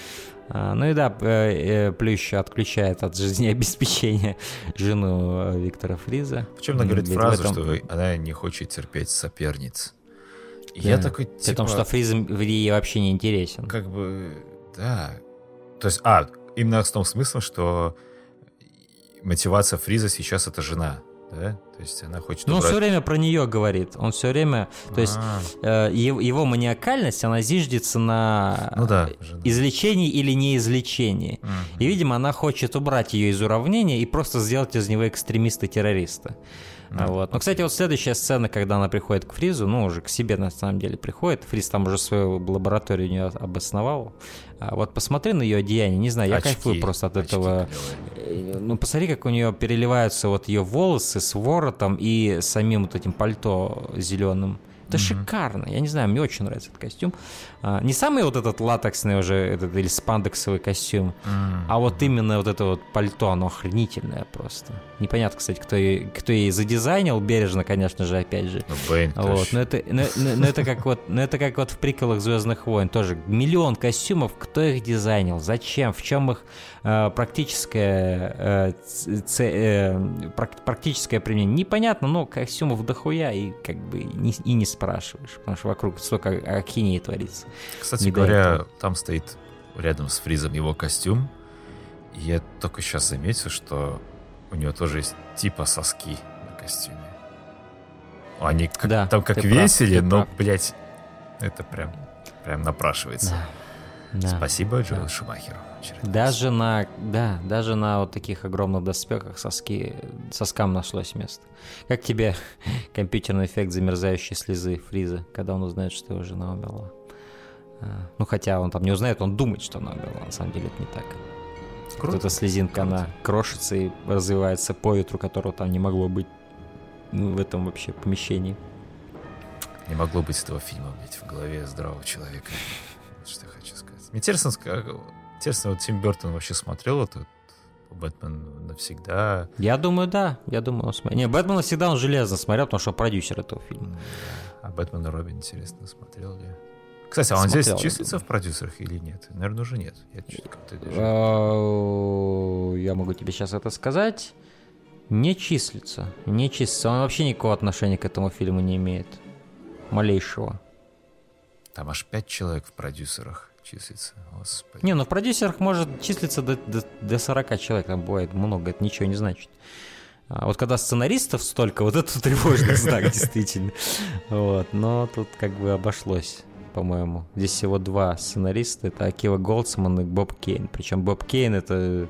Ну и да, Плющ отключает от жизнеобеспечения жену Виктора Фриза. Причем она говорит Ведь фразу, в этом- что она не хочет терпеть соперниц. И Да. я такой, При том, что Фриз ей вообще не интересен. как бы, да. То есть, именно в том смысле, что мотивация Фриза сейчас это жена, да? То есть она хочет Ну, он убрать... все время про нее говорит. Он все время... То есть его маниакальность, она зиждется на Ну да, жена. излечении или неизлечении. И, видимо, она хочет убрать ее из уравнения и просто сделать из него экстремиста-террориста. Вот. Но, кстати, вот следующая сцена, когда она приходит к Фризу, ну, уже к себе на самом деле приходит. Фриз там уже свою лабораторию у нее обосновал. Вот посмотри на ее одеяние. Не знаю, я Очки, кайфую просто от очки этого. клевые. Ну, посмотри, как у нее переливаются вот ее волосы с воротом и самим вот этим пальто зеленым. Это шикарно. Я не знаю, мне очень нравится этот костюм. Не самый вот этот латексный уже, этот или спандексовый костюм, а вот именно вот это вот пальто, оно охренительное просто. Непонятно, кстати, кто ей задизайнил, бережно, конечно же, опять же. Ну, Бэйн Вот. точно. Но это как вот в приколах «Звездных войн». Тоже миллион костюмов. Кто их дизайнил? Зачем? В чем их практическое применение? Непонятно, но костюмов дохуя и как бы и не спрашиваешь, потому что вокруг столько ахинеи творится. Кстати Не до говоря, этого. там стоит рядом с Фризом его костюм. И я только сейчас заметил, что у него тоже есть типа соски на костюме. Они Да, там как ты прав, весили, ты но, прав. блядь, это прям напрашивается. Да. Спасибо Джоэлу Шумахеру. Даже на вот таких огромных доспехах соскам нашлось место. Как тебе компьютерный эффект замерзающей слезы Фриза, когда он узнает, что его жена умерла? Ну, хотя он там не узнает, он думает, что она умерла. На самом деле это не так. Круто. Вот эта слезинка, она крошится и развивается по ветру, которого там не могло быть в этом вообще помещении. Не могло быть этого фильма, блядь, в голове здравого человека. Вот что я хочу сказать. Мне интересно, вот Тим Бёртон вообще смотрел этот «Бэтмен навсегда». Я думаю, да. Я думаю, он смотрел. Не, «Бэтмена» всегда он железно смотрел, потому что он продюсер этого фильма. А «Бэтмен и Робин», интересно, смотрел ли? Кстати, а он Смотрел, здесь я числится в продюсерах или нет? Наверное, уже нет. Я чё-то как-то даже... Я могу тебе сейчас это сказать. Не числится. Не числится. Он вообще никакого отношения к этому фильму не имеет. Малейшего. Там аж 5 человек в продюсерах числится. Господи. Не, ну в продюсерах может числиться до 40 человек. Там бывает много, это ничего не значит. А вот когда сценаристов столько, вот это тревожный знак, действительно. Вот, но тут как бы обошлось, по-моему. Здесь всего 2 сценариста. Это Акива Голдсман и Боб Кейн. Причем Боб Кейн это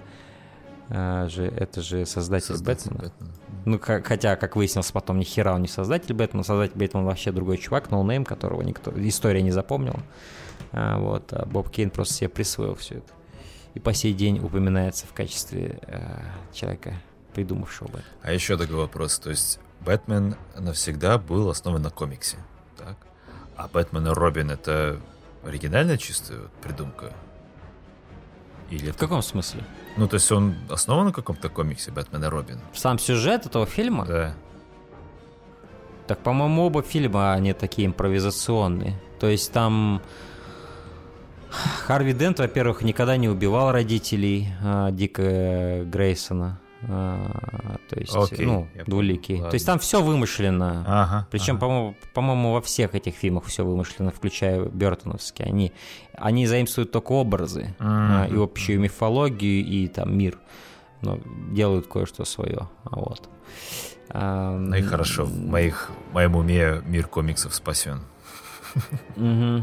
же создатель Бэтмена. Ну, хотя, как выяснилось потом, ни хера он не создатель Бэтмена. Создатель Бэтмена вообще другой чувак, ноунейм, которого история не запомнила. А Боб Кейн просто себе присвоил все это. И по сей день упоминается в качестве человека, придумавшего Бэтмена. А еще такой вопрос. То есть Бэтмен навсегда был основан на комиксе, так? А Бэтмен и Робин — это оригинальная чистая придумка? Или В каком смысле? Ну, то есть он основан на каком-то комиксе «Бэтмен и Робин»? Сам сюжет этого фильма? Да. Так, по-моему, оба фильма, они такие импровизационные. То есть там Харви Дент, во-первых, никогда не убивал родителей Дика Грейсона. То есть, Окей, ну, я понял. двуликий. Ладно. То есть там все вымышленно. Ага. Причем, по-моему, во всех этих фильмах все вымышленно, включая бёртоновские. Они заимствуют только образы и общую мифологию, и там мир. Но делают кое-что свое. Вот. Ну и хорошо. В моем уме мир комиксов спасен. Мгм.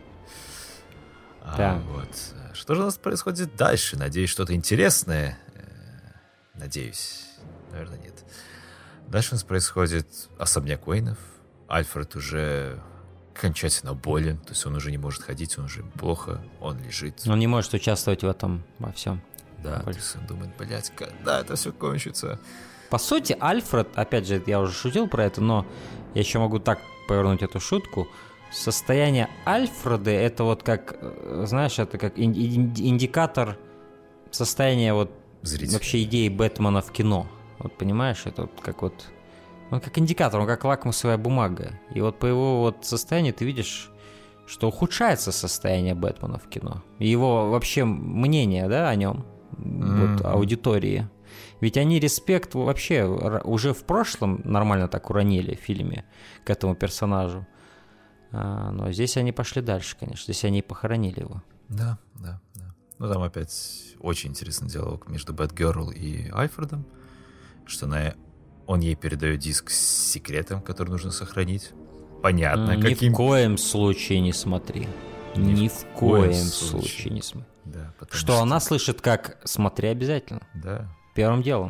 Да. Вот. Что же у нас происходит дальше? Надеюсь, что-то интересное. Надеюсь. Наверное, нет. Дальше у нас происходит особняк Уэйнов. Альфред уже окончательно болен. То есть он уже не может ходить, он уже плохо, он лежит. Он не может участвовать в этом, во всем. Да, то есть он думает, блядь, когда это все кончится? По сути, Альфред, опять же, я уже шутил про это, но я еще могу так повернуть эту шутку. Состояние Альфреда — это вот как, знаешь, это как индикатор состояния вот Зритель. вообще идеи Бэтмена в кино. Вот понимаешь, это вот как вот... Он как индикатор, он как лакмусовая бумага. И вот по его вот состоянию ты видишь, что ухудшается состояние Бэтмена в кино. И его вообще мнение, да, о нем, вот, аудитории. Ведь они респект вообще уже в прошлом нормально так уронили в фильме к этому персонажу. Но здесь они пошли дальше, конечно. Здесь они похоронили его. Да. Ну, там опять очень интересный диалог между Бэтгерл и Альфредом, что он ей передает диск с секретом, который нужно сохранить. Понятно, Ни в коем случае не смотри. Ни в коем случае не смотри. Да, что она слышит, как «смотри обязательно». Да. Первым делом.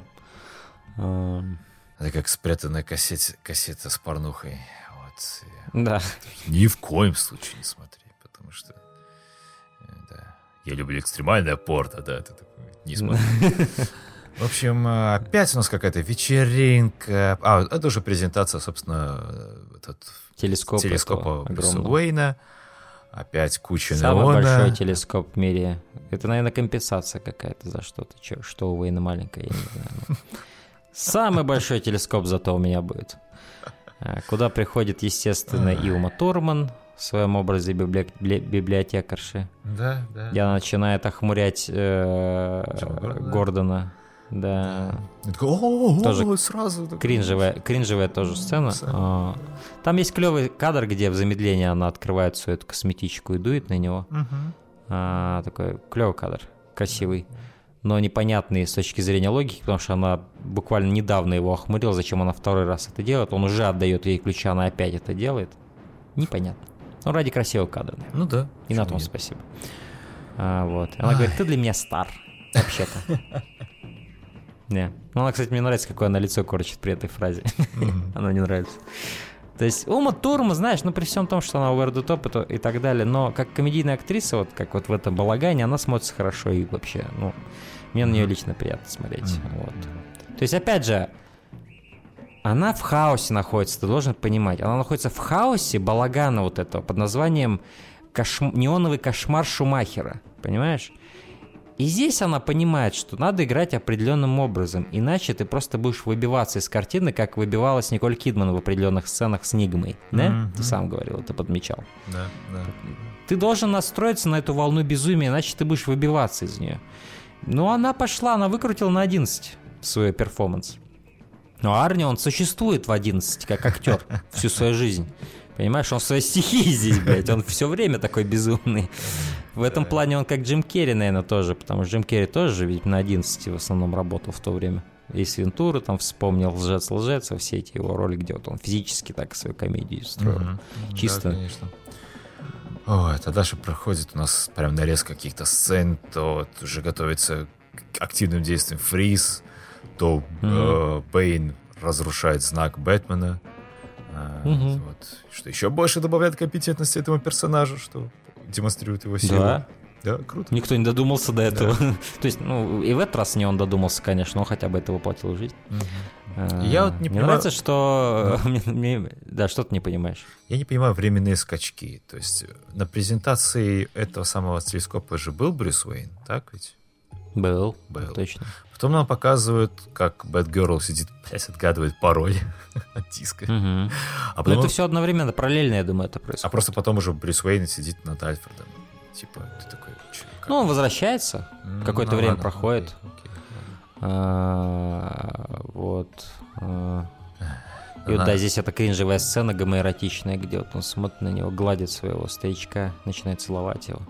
Это как спрятанная кассета с порнухой. Вот. Да. Ни в коем случае не смотри, потому что да, я люблю экстремальное порно, да, ты такой, не смотри. В общем, опять у нас какая-то вечеринка. Это уже презентация, собственно, телескопа Брюса Уэйна. Опять куча неона. Самый большой телескоп в мире. Это, наверное, компенсация какая-то за что-то. Что у Уэйна маленькая, я не знаю. Самый большой телескоп зато у меня будет. Куда приходит, естественно, и Ума Турман в своем образе библиотекарши. Да. И она начинает охмурять Гордона. Да. Тоже сразу. Кринжевая тоже сцена. Там есть клевый кадр, где в замедлении она открывает всю эту косметичку и дует на него. Такой клевый кадр, красивый, но непонятный с точки зрения логики, потому что она буквально недавно его охмурила, зачем она второй раз это делает. Он уже отдает ей ключи, она опять это делает. Непонятно. Ну, ради красивого кадра. Ну да. И на том спасибо. Вот. Она говорит, ты для меня стар, вообще-то. Не. Ну, она, кстати, мне нравится, какое она лицо корчит при этой фразе. Она не нравится. То есть Ума Турман, знаешь, при всем том, что она over the top и так далее, но как комедийная актриса, вот как вот в этом балагане, она смотрится хорошо и вообще, мне на нее лично приятно смотреть. Вот. То есть, опять же, она в хаосе находится, ты должен понимать. Она находится в хаосе балагана вот этого под названием «Неоновый кошмар Шумахера». Понимаешь? И здесь она понимает, что надо играть определенным образом, иначе ты просто будешь выбиваться из картины, как выбивалась Николь Кидман в определенных сценах с Нигмой. Да? Ты сам говорил, ты подмечал. Да. Ты должен настроиться на эту волну безумия, иначе ты будешь выбиваться из нее. Ну, она пошла, она выкрутила на 11 свой перформанс. Но Арни, он существует в 11, как актер всю свою жизнь. Понимаешь, он в своей стихии здесь, блядь, он все время такой безумный. В этом плане он как Джим Керри, наверное, тоже, потому что Джим Керри тоже ведь на 11 в основном работал в то время. И с Вентуры там вспомнил «Лжец», все эти его роли, где вот он физически так свою комедию строил. Чисто. Да, конечно. Ой, а дальше проходит у нас прям нарез каких-то сцен, то вот уже готовится к активным действиям Фриз, то Бэйн разрушает знак Бэтмена. Вот, что еще больше добавляет компетентности этому персонажу, что демонстрирует его силу. Да, круто. Никто не додумался до этого. То есть, и в этот раз не он додумался, конечно, он хотя бы это воплотил в жизнь. Я вот не понимаю... Мне нравится, что... Да, что ты не понимаешь? Я не понимаю временные скачки. То есть на презентации этого самого телескопа же был Брюс Уэйн, так ведь? Был, точно. Потом нам показывают, как Бэтгерл сидит, отгадывает пароль от диска. А потом... это все одновременно, параллельно, я думаю, это происходит. А просто потом уже Брюс Уэйн сидит над Альфредом. Типа, ты такой... он возвращается, какое-то время проходит. Вот. И вот, да, здесь эта кринжевая сцена гомоэротичная, где вот он смотрит на него, гладит своего стоячка, начинает целовать его.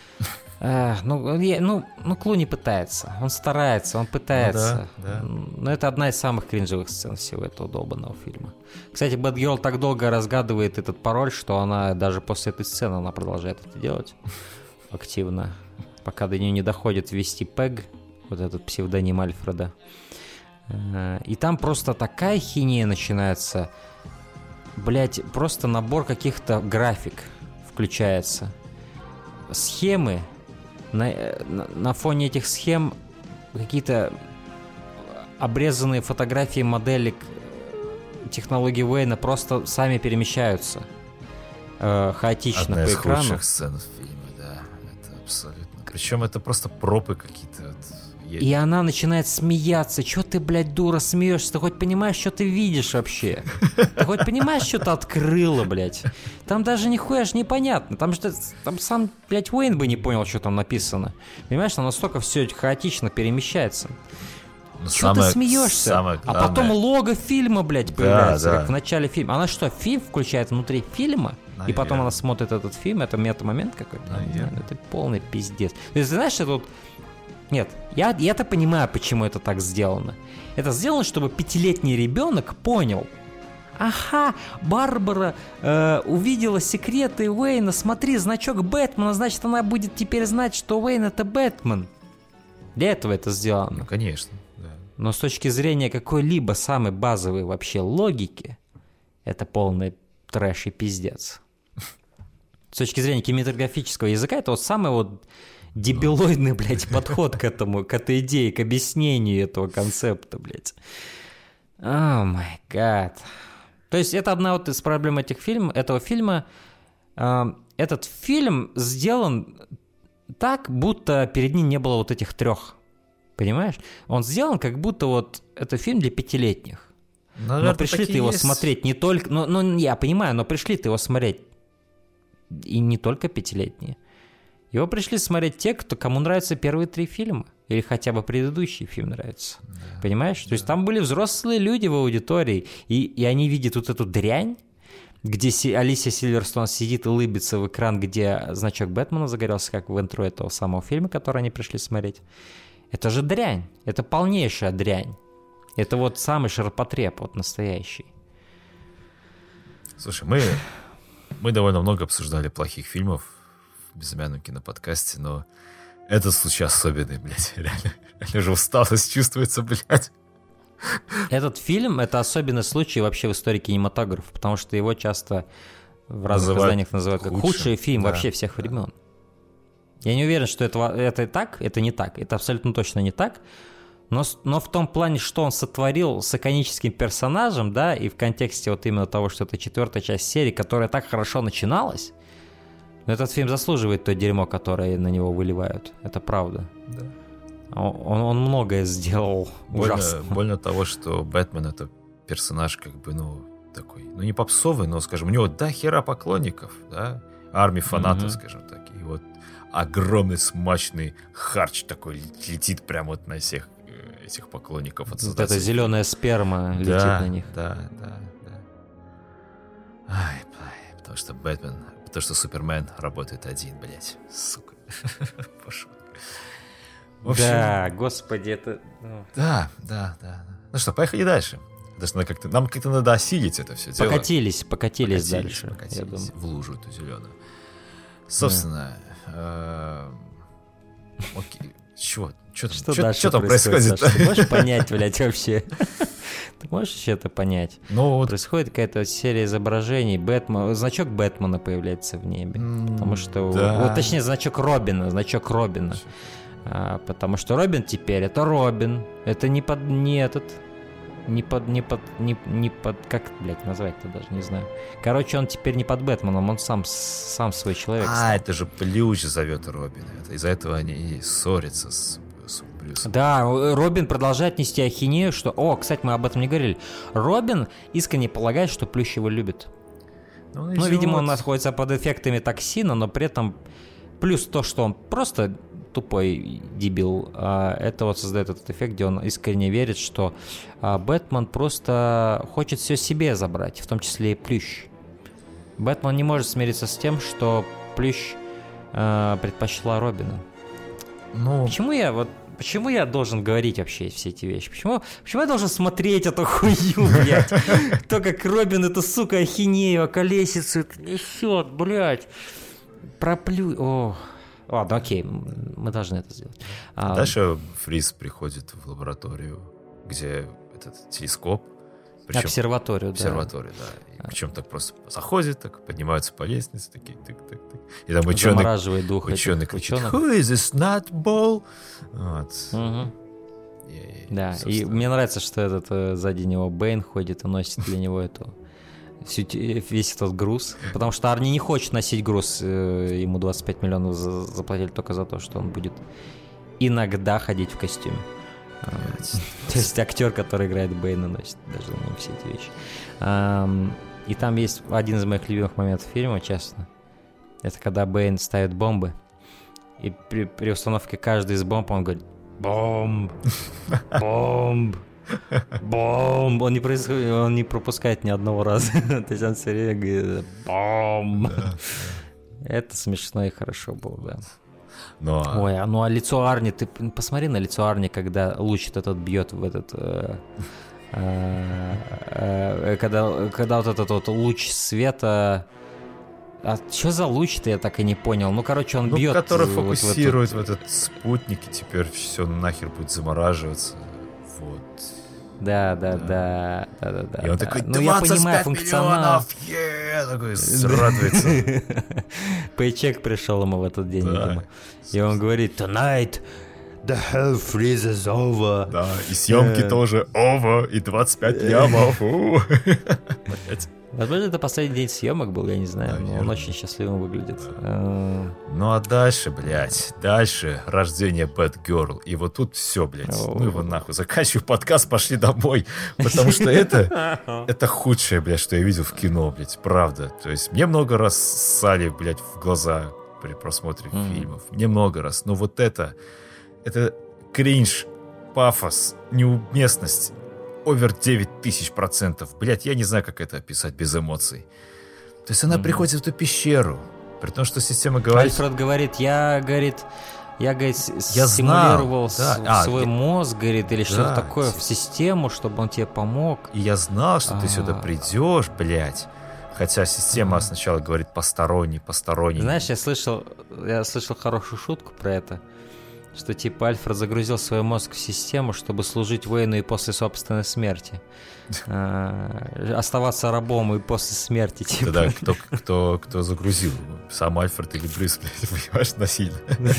Клуни пытается, он старается, он пытается. Но это одна из самых кринжевых сцен всего этого долбанного фильма. Кстати, Бэтгерл так долго разгадывает этот пароль, что она даже после этой сцены она продолжает это делать активно, пока до нее не доходит ввести Пэг, вот этот псевдоним Альфреда. И там просто такая хинея начинается. Блять, просто набор каких-то график включается. Схемы. На фоне этих схем какие-то обрезанные фотографии моделек технологии Уэйна просто сами перемещаются хаотично по экрану. Одна из худших сцен в фильме, да. Это абсолютно. Причем это просто пропы какие-то. И она начинает смеяться. Чё ты, блядь, дура, смеешься? Ты хоть понимаешь, что ты видишь вообще? Ты хоть понимаешь, что ты открыла, блядь? Там даже нихуя ж непонятно. Там сам, блядь, Уэйн бы не понял, что там написано. Понимаешь, там настолько все хаотично перемещается. Чё ты смеешься? А потом лого фильма, блядь, появляется, как в начале фильма. Она что, фильм включает внутри фильма? Наверное. И потом она смотрит этот фильм, это мета-момент какой-то? Это полный пиздец. То есть, знаешь, это вот... Нет, я-то понимаю, почему это так сделано. Это сделано, чтобы 5-летний ребенок понял. Ага, Барбара увидела секреты Уэйна, смотри, значок Бэтмена, значит, она будет теперь знать, что Уэйн — это Бэтмен. Для этого это сделано. Ну, конечно. Но с точки зрения какой-либо самой базовой вообще логики, это полный трэш и пиздец. С точки зрения кинематографического языка, это вот самый вот дебилоидный, блядь, подход к этой идее, к объяснению этого концепта, блядь. О май гад. То есть это одна вот из проблем этого фильма. Этот фильм сделан так, будто перед ним не было вот этих 3. Понимаешь? Он сделан, как будто вот это фильм для 5-летних. Но пришли-то его смотреть не только... Ну, я понимаю, но пришли-то его смотреть и не только 5-летние. Его пришли смотреть те, кому нравятся первые 3 фильма. Или хотя бы предыдущий фильм нравится. Да. Понимаешь? Да. То есть там были взрослые люди в аудитории, и они видят вот эту дрянь, где Алисия Сильверстон сидит и улыбится в экран, где значок Бэтмена загорелся, как в интро этого самого фильма, который они пришли смотреть. Это же дрянь. Это полнейшая дрянь. Это вот самый ширпотреб, вот настоящий. Слушай, мы довольно много обсуждали плохих фильмов в безымянном киноподкасте, но этот случай особенный, блядь. Реально уже усталость чувствуется, блядь. Этот фильм — это особенный случай вообще в истории кинематографа, потому что его часто в разных изданиях называют как худший фильм вообще всех времен. Я не уверен, что это так, это не так. Это абсолютно точно не так. Но в том плане, что он сотворил с иконическим персонажем, да, и в контексте вот именно того, что это 4-я часть серии, которая так хорошо начиналась, этот фильм заслуживает то дерьмо, которое на него выливают. Это правда. Да. Он многое сделал ужасно. Больно того, что Бэтмен — это персонаж как бы, такой, не попсовый, но, скажем, у него до хера поклонников, да, армии фанатов, скажем так. И вот огромный смачный харч такой летит прямо вот на всех этих поклонников. Вот эта зеленая сперма летит на них. Да. Ай, потому что Супермен работает один, блядь. Сука. Пошел. Да, господи, это... Да. Ну что, поехали дальше. Нам как-то надо осилить это все дело. Покатились дальше. Покатились в лужу эту зеленую. Собственно... Окей. Что там происходит? Ты можешь понять, блядь, вообще? Ты можешь вообще это понять? Происходит какая-то серия изображений. Значок Бэтмена появляется в небе. Потому что... Точнее, значок Робина. Потому что Робин теперь это Робин. Это не под... как, блядь, назвать-то даже не знаю. Короче, он теперь не под Бэтменом, он сам свой человек. Это же Плющ зовет Робина. Из-за этого они и ссорятся с Плюсом. Да, Робин продолжает нести ахинею, что... кстати, мы об этом не говорили. Робин искренне полагает, что Плющ его любит. Видимо, он находится под эффектами токсина, но при этом плюс то, что он просто тупой дебил, это вот создает этот эффект, где он искренне верит, что Бэтмен просто хочет все себе забрать, в том числе и Плющ. Бэтмен не может смириться с тем, что Плющ предпочла Робина. Почему я должен говорить вообще все эти вещи? Почему я должен смотреть эту хую, блядь? То, как Робин эту, сука, ахинею, околесицу несет, блядь. Ладно, окей, мы должны это сделать. Дальше Фриз приходит в лабораторию, где этот телескоп. Обсерваторию, да. И причем так просто заходит, так поднимаются по лестнице, такие тык-тык-тык. И там ученый кричит: Who is this nutball? Да, и мне нравится, что сзади него Бэйн ходит и носит для него весь этот груз. Потому что Арни не хочет носить груз. Ему 25 миллионов заплатили только за то, что он будет иногда ходить в костюме. То есть актер, который играет Бэйна, носит даже не все эти вещи. И там есть один из моих любимых моментов фильма, честно. Это когда Бэйн ставит бомбы, и при установке каждой из бомб он говорит «Бомб! Бомб! Бомб!» Он не пропускает ни одного раза. То есть он все время говорит «Бомб!» Это смешно и хорошо было, да. Ой, а лицо Арни, ты посмотри на лицо Арни, когда луч этот бьет в этот... Когда вот этот вот луч света... А что за луч-то, я так и не понял. Ну, короче, он бьет... который фокусирует в этот спутник, и теперь все нахер будет замораживаться. Вот. Да. И он такой, 25 миллионов, такой радуется. Пейчек пришел ему в этот день, видимо. И он говорит, tonight the hell freezes over. Да, и съемки тоже over, и 25 лямов. Возможно, это последний день съемок был, я не знаю, но он очень счастливым выглядит. Ну а дальше, блядь, рождение Бэтгерл. И вот тут все, блядь, ну его нахуй. Заканчиваю подкаст, пошли домой. Потому что это худшее, блядь, что я видел в кино, блядь, правда. То есть мне много раз ссали, блядь, в глаза при просмотре фильмов. Мне много раз. Но вот это кринж, пафос, неуместность. Овер 9000%. Блять, я не знаю, как это описать без эмоций. То есть она приходит в эту пещеру, при том, что система говорит... Альфред говорит, я симулировал свой мозг, говорит, или что-то такое в систему, чтобы он тебе помог. И я знал, что ты сюда придешь, блять. Хотя система сначала говорит посторонний. Знаешь, я слышал хорошую шутку про это. Что типа Альфред загрузил свой мозг в систему, чтобы служить Уэйну и после собственной смерти. Оставаться рабом и после смерти. Типа. Да, кто загрузил его? Сам Альфред или Брюс, понимаешь, насильно.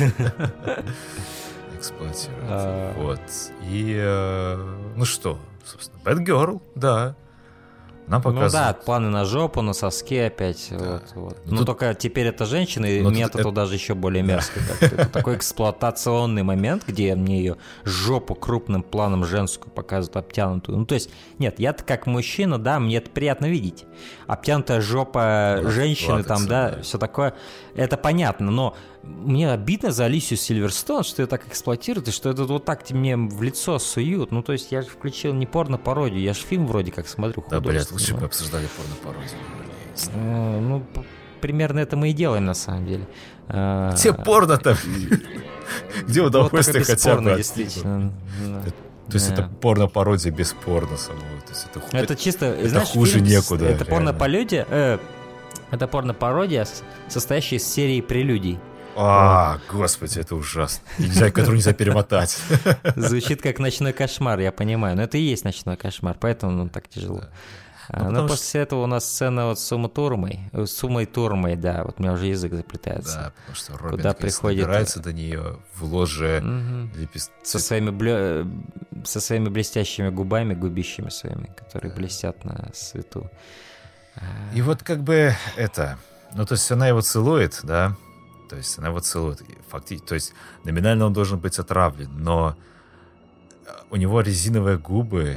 Эксплуатировать. Вот. И, ну что, собственно, Бэтгерл, да. Нам показывают. Ну да, планы на жопу, на соски опять. Да. Вот. Но только теперь это женщина, и метод это даже еще более мерзкий. Это такой эксплуатационный момент, где мне ее жопу крупным планом женскую показывают, обтянутую. Ну то есть, нет, я-то как мужчина, да, мне это приятно видеть. Обтянутая жопа женщины, там, да, все такое, это понятно, но мне обидно за Алисию Сильверстоун, что ее так эксплуатируют, и что это вот так мне в лицо суют. Ну, то есть я же включил не порно-пародию, я же фильм вроде как смотрю. Да, блядь, лучше бы обсуждали порно-пародию. Ну, примерно это мы и делаем, на самом деле. Где порно-то? Где удовольствие хотя бы? Действительно. То есть это порно-пародия без порно самого. Это чисто, знаешь, хуже некуда. Это порно-пародия, это порно-пародия, состоящая из серии прелюдий. Господи, это ужасно. Которую нельзя перемотать. Звучит как ночной кошмар, я понимаю. Но это и есть ночной кошмар, поэтому нам так тяжело. Но после этого у нас сцена вот с Умой Турмой, да, вот у меня уже язык заплетается. Да, потому что Робин добирается до нее в ложе со своими блестящими губами, губищами своими, которые блестят на свету. И вот как бы это... Ну, то есть она его целует, да? То есть она его целует. Фактически, то есть номинально он должен быть отравлен, но у него резиновые губы.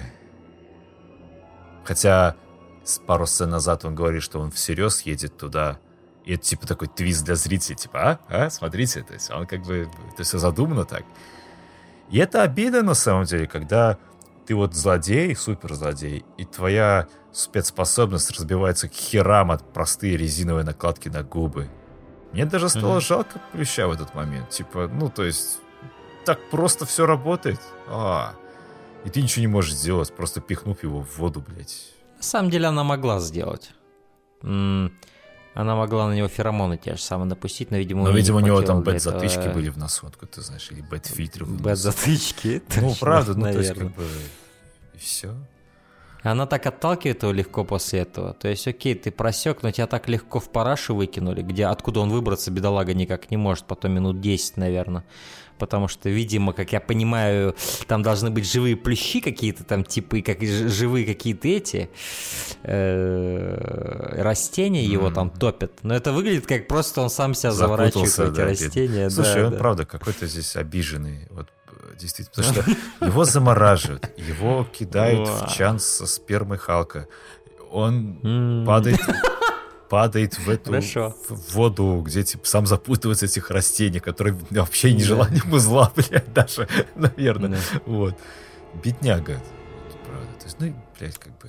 Хотя пару сцен назад он говорит, что он всерьез едет туда. И это типа такой твист для зрителей. Типа, смотрите. То есть он как бы... Это все задумано так. И это обидно на самом деле, когда ты вот злодей, суперзлодей, и твоя спецспособность разбивается к херам от простые резиновые накладки на губы. Мне даже стало жалко Плюща в этот момент. Типа, ну, то есть, так просто все работает. И ты ничего не можешь сделать, просто пихнув его в воду, блядь. На самом деле она могла сделать. Она могла на него феромоны те же самые напустить, но, видимо, у него там бэт-затычки были в носу, откуда ты знаешь, или бэт-фильтры в носу. Бэт-затычки? Ну, правда, ну, то есть, как бы, и все. Она так отталкивает его легко после этого. То есть, окей, ты просек, но тебя так легко в парашу выкинули, откуда он выбраться, бедолага, никак не может, потом минут 10, наверное. Потому что, видимо, как я понимаю, там должны быть живые плющи какие-то там, типа, как живые какие-то эти растения его там топят. Но это выглядит как просто он сам себя заворачивает в эти растения. Слушай, он правда какой-то здесь обиженный. Вот действительно, потому что его замораживают, его кидают в чан со спермой Халка. Он падает в эту в воду, где типа, сам запутывается в этих растениях, которые вообще не желали ему зла, блядь, даже, наверное. Вот. Бедняга. Правда. То есть, блядь, как бы...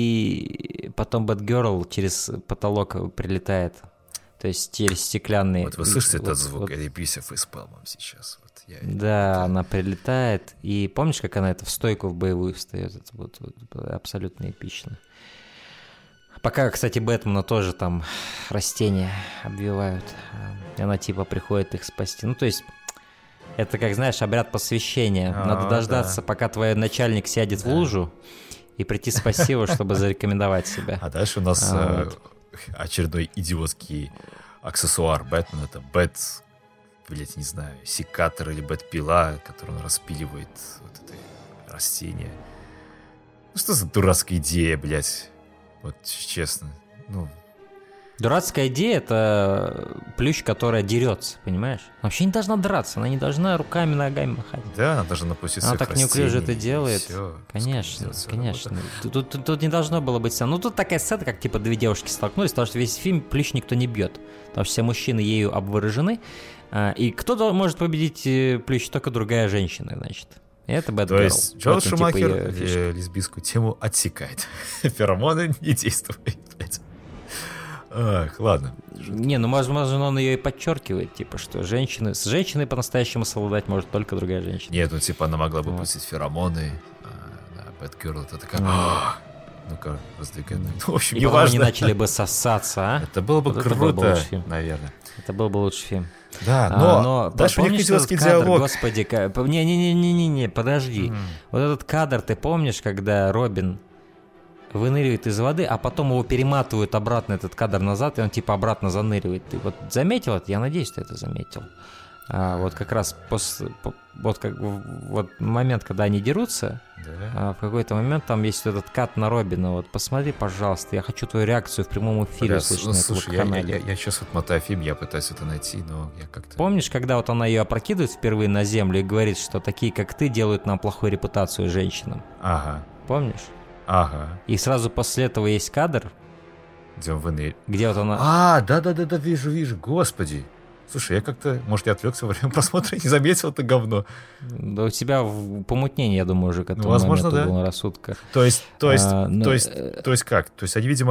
И потом Бэтгерл через потолок прилетает. То есть через стеклянные... Вот вы слышите этот звук? Я бьюсь фейспалмом сейчас. Да, она прилетает. И помнишь, как она в стойку в боевую встает? Это вот абсолютно эпично. Пока, кстати, Бэтмена тоже там растения обвивают. И она типа приходит их спасти. Ну, то есть, это, как знаешь, обряд посвящения. Надо дождаться, пока твой начальник сядет в лужу, и прийти спасти его, чтобы зарекомендовать себя. А дальше у нас очередной идиотский аксессуар Бэтмена. Это блять, не знаю, секатор или бэт-пила, которую он распиливает вот это растение. Ну, что за дурацкая идея, блядь? Вот честно, Дурацкая идея — это плющ, которая дерется, понимаешь? Она вообще не должна драться, она не должна руками, ногами махать. Да, она должна напустить она своих так неуклюже это растений, делает. Всё, конечно. Тут не должно было быть... Ну, тут такая сцена, как типа две девушки столкнулись, потому что весь фильм плющ никто не бьет. Потому что все мужчины ею обворожены. И кто может победить плющ? Только другая женщина, значит. Это Бэтгерл. То есть Джоэл Шумахер лесбийскую тему отсекает. Феромоны не действуют, блядь. Ах, ладно. Не, ну, возможно, он ее и подчеркивает, типа, что с женщиной по-настоящему совладать может только другая женщина. Нет, ну, типа, она могла бы пустить феромоны, Бэтгерл, это такая... Ну-ка, раздвигай. Ну, в общем, и потом они начали бы сосаться, а? Это было бы круто, наверное. Это был бы лучший фильм. Да, но дальше у них идиотский диалог. Господи, не, подожди. Вот этот кадр, ты помнишь, когда Робин выныривает из воды, а потом его перематывают обратно, этот кадр назад, и он типа обратно заныривает. Ты вот заметил это? Я надеюсь, ты это заметил. Вот как раз вот момент, когда они дерутся, в какой-то момент там есть этот кат на Робина. Вот посмотри, пожалуйста, я хочу твою реакцию в прямом эфире услышать на слушай, этом канале. Я сейчас вот мотаю фильм, я пытаюсь это найти, но я как-то... Помнишь, когда вот она ее опрокидывает впервые на землю и говорит, что такие, как ты, делают нам плохую репутацию женщинам? Ага. Помнишь? Ага. И сразу после этого есть кадр, где он выныривает. Где вот она... Да, вижу, господи. Слушай, я как-то, может, я отвлекся во время просмотра и не заметил это говно. Да у тебя помутнение, я думаю, уже к этому возможно, моменту было на рассудка. То есть как? То есть они, видимо,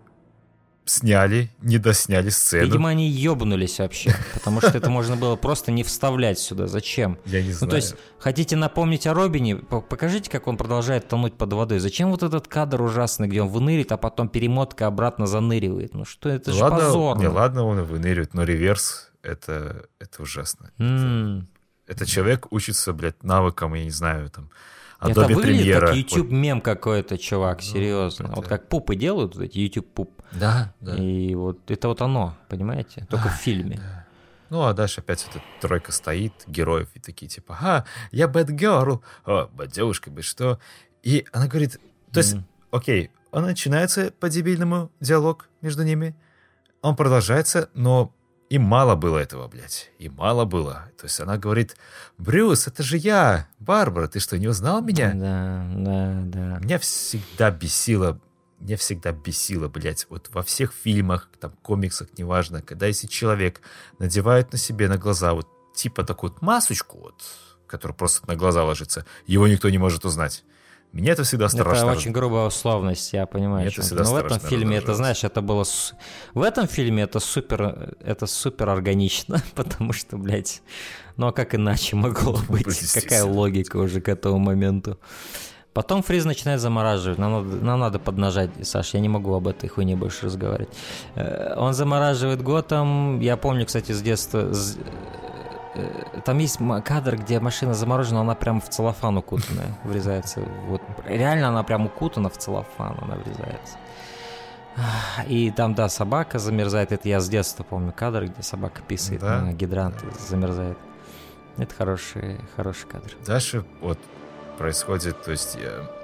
не досняли сцену. Видимо, они ёбнулись вообще, потому что это можно было просто не вставлять сюда. Зачем? Я не знаю. Ну, то есть, хотите напомнить о Робине? Покажите, как он продолжает тонуть под водой. Зачем вот этот кадр ужасный, где он выныривает, а потом перемотка обратно заныривает? Ну что, это же позорно. Не, ладно, он выныривает, но реверс — это ужасно. Это человек учится, блядь, навыкам, я не знаю, там, Adobe Premiere. Это выглядит как YouTube-мем какой-то, чувак, серьезно. Вот как пупы делают, вот эти YouTube-пуп. Да. И вот это вот оно, понимаете? Только в фильме. Да. Ну, а дальше опять эта тройка стоит, героев, и такие типа, я Бэтгерл, Бэт-девушка, что? И она говорит, то есть, окей, он начинается по-дебильному диалог между ними, он продолжается, но им мало было этого, блядь, им мало было. То есть она говорит, Брюс, это же я, Барбара, ты что, не узнал меня? Да. Меня всегда бесило, блядь, вот во всех фильмах, там, комиксах, неважно, когда если человек надевает на себе на глаза вот типа такую вот масочку, вот, которая просто на глаза ложится, его никто не может узнать. Меня это всегда страшно. Это очень грубая условность, я понимаю. Но в этом фильме это, знаешь, это было... В этом фильме это супер органично, потому что, блядь, ну а как иначе могло быть? Какая логика уже к этому моменту? Потом Фриз начинает замораживать. Нам надо поднажать, Саш, я не могу об этой хуйне больше разговаривать. Он замораживает Готэм. Я помню, кстати, с детства... там есть кадр, где машина заморожена, она прям в целлофан укутанная врезается. Вот реально она прям укутана в целлофан, она врезается. И там, да, собака замерзает. Это я с детства помню кадр, где собака писает на гидрант и замерзает. Это хороший кадр. Дальше вот происходит, то есть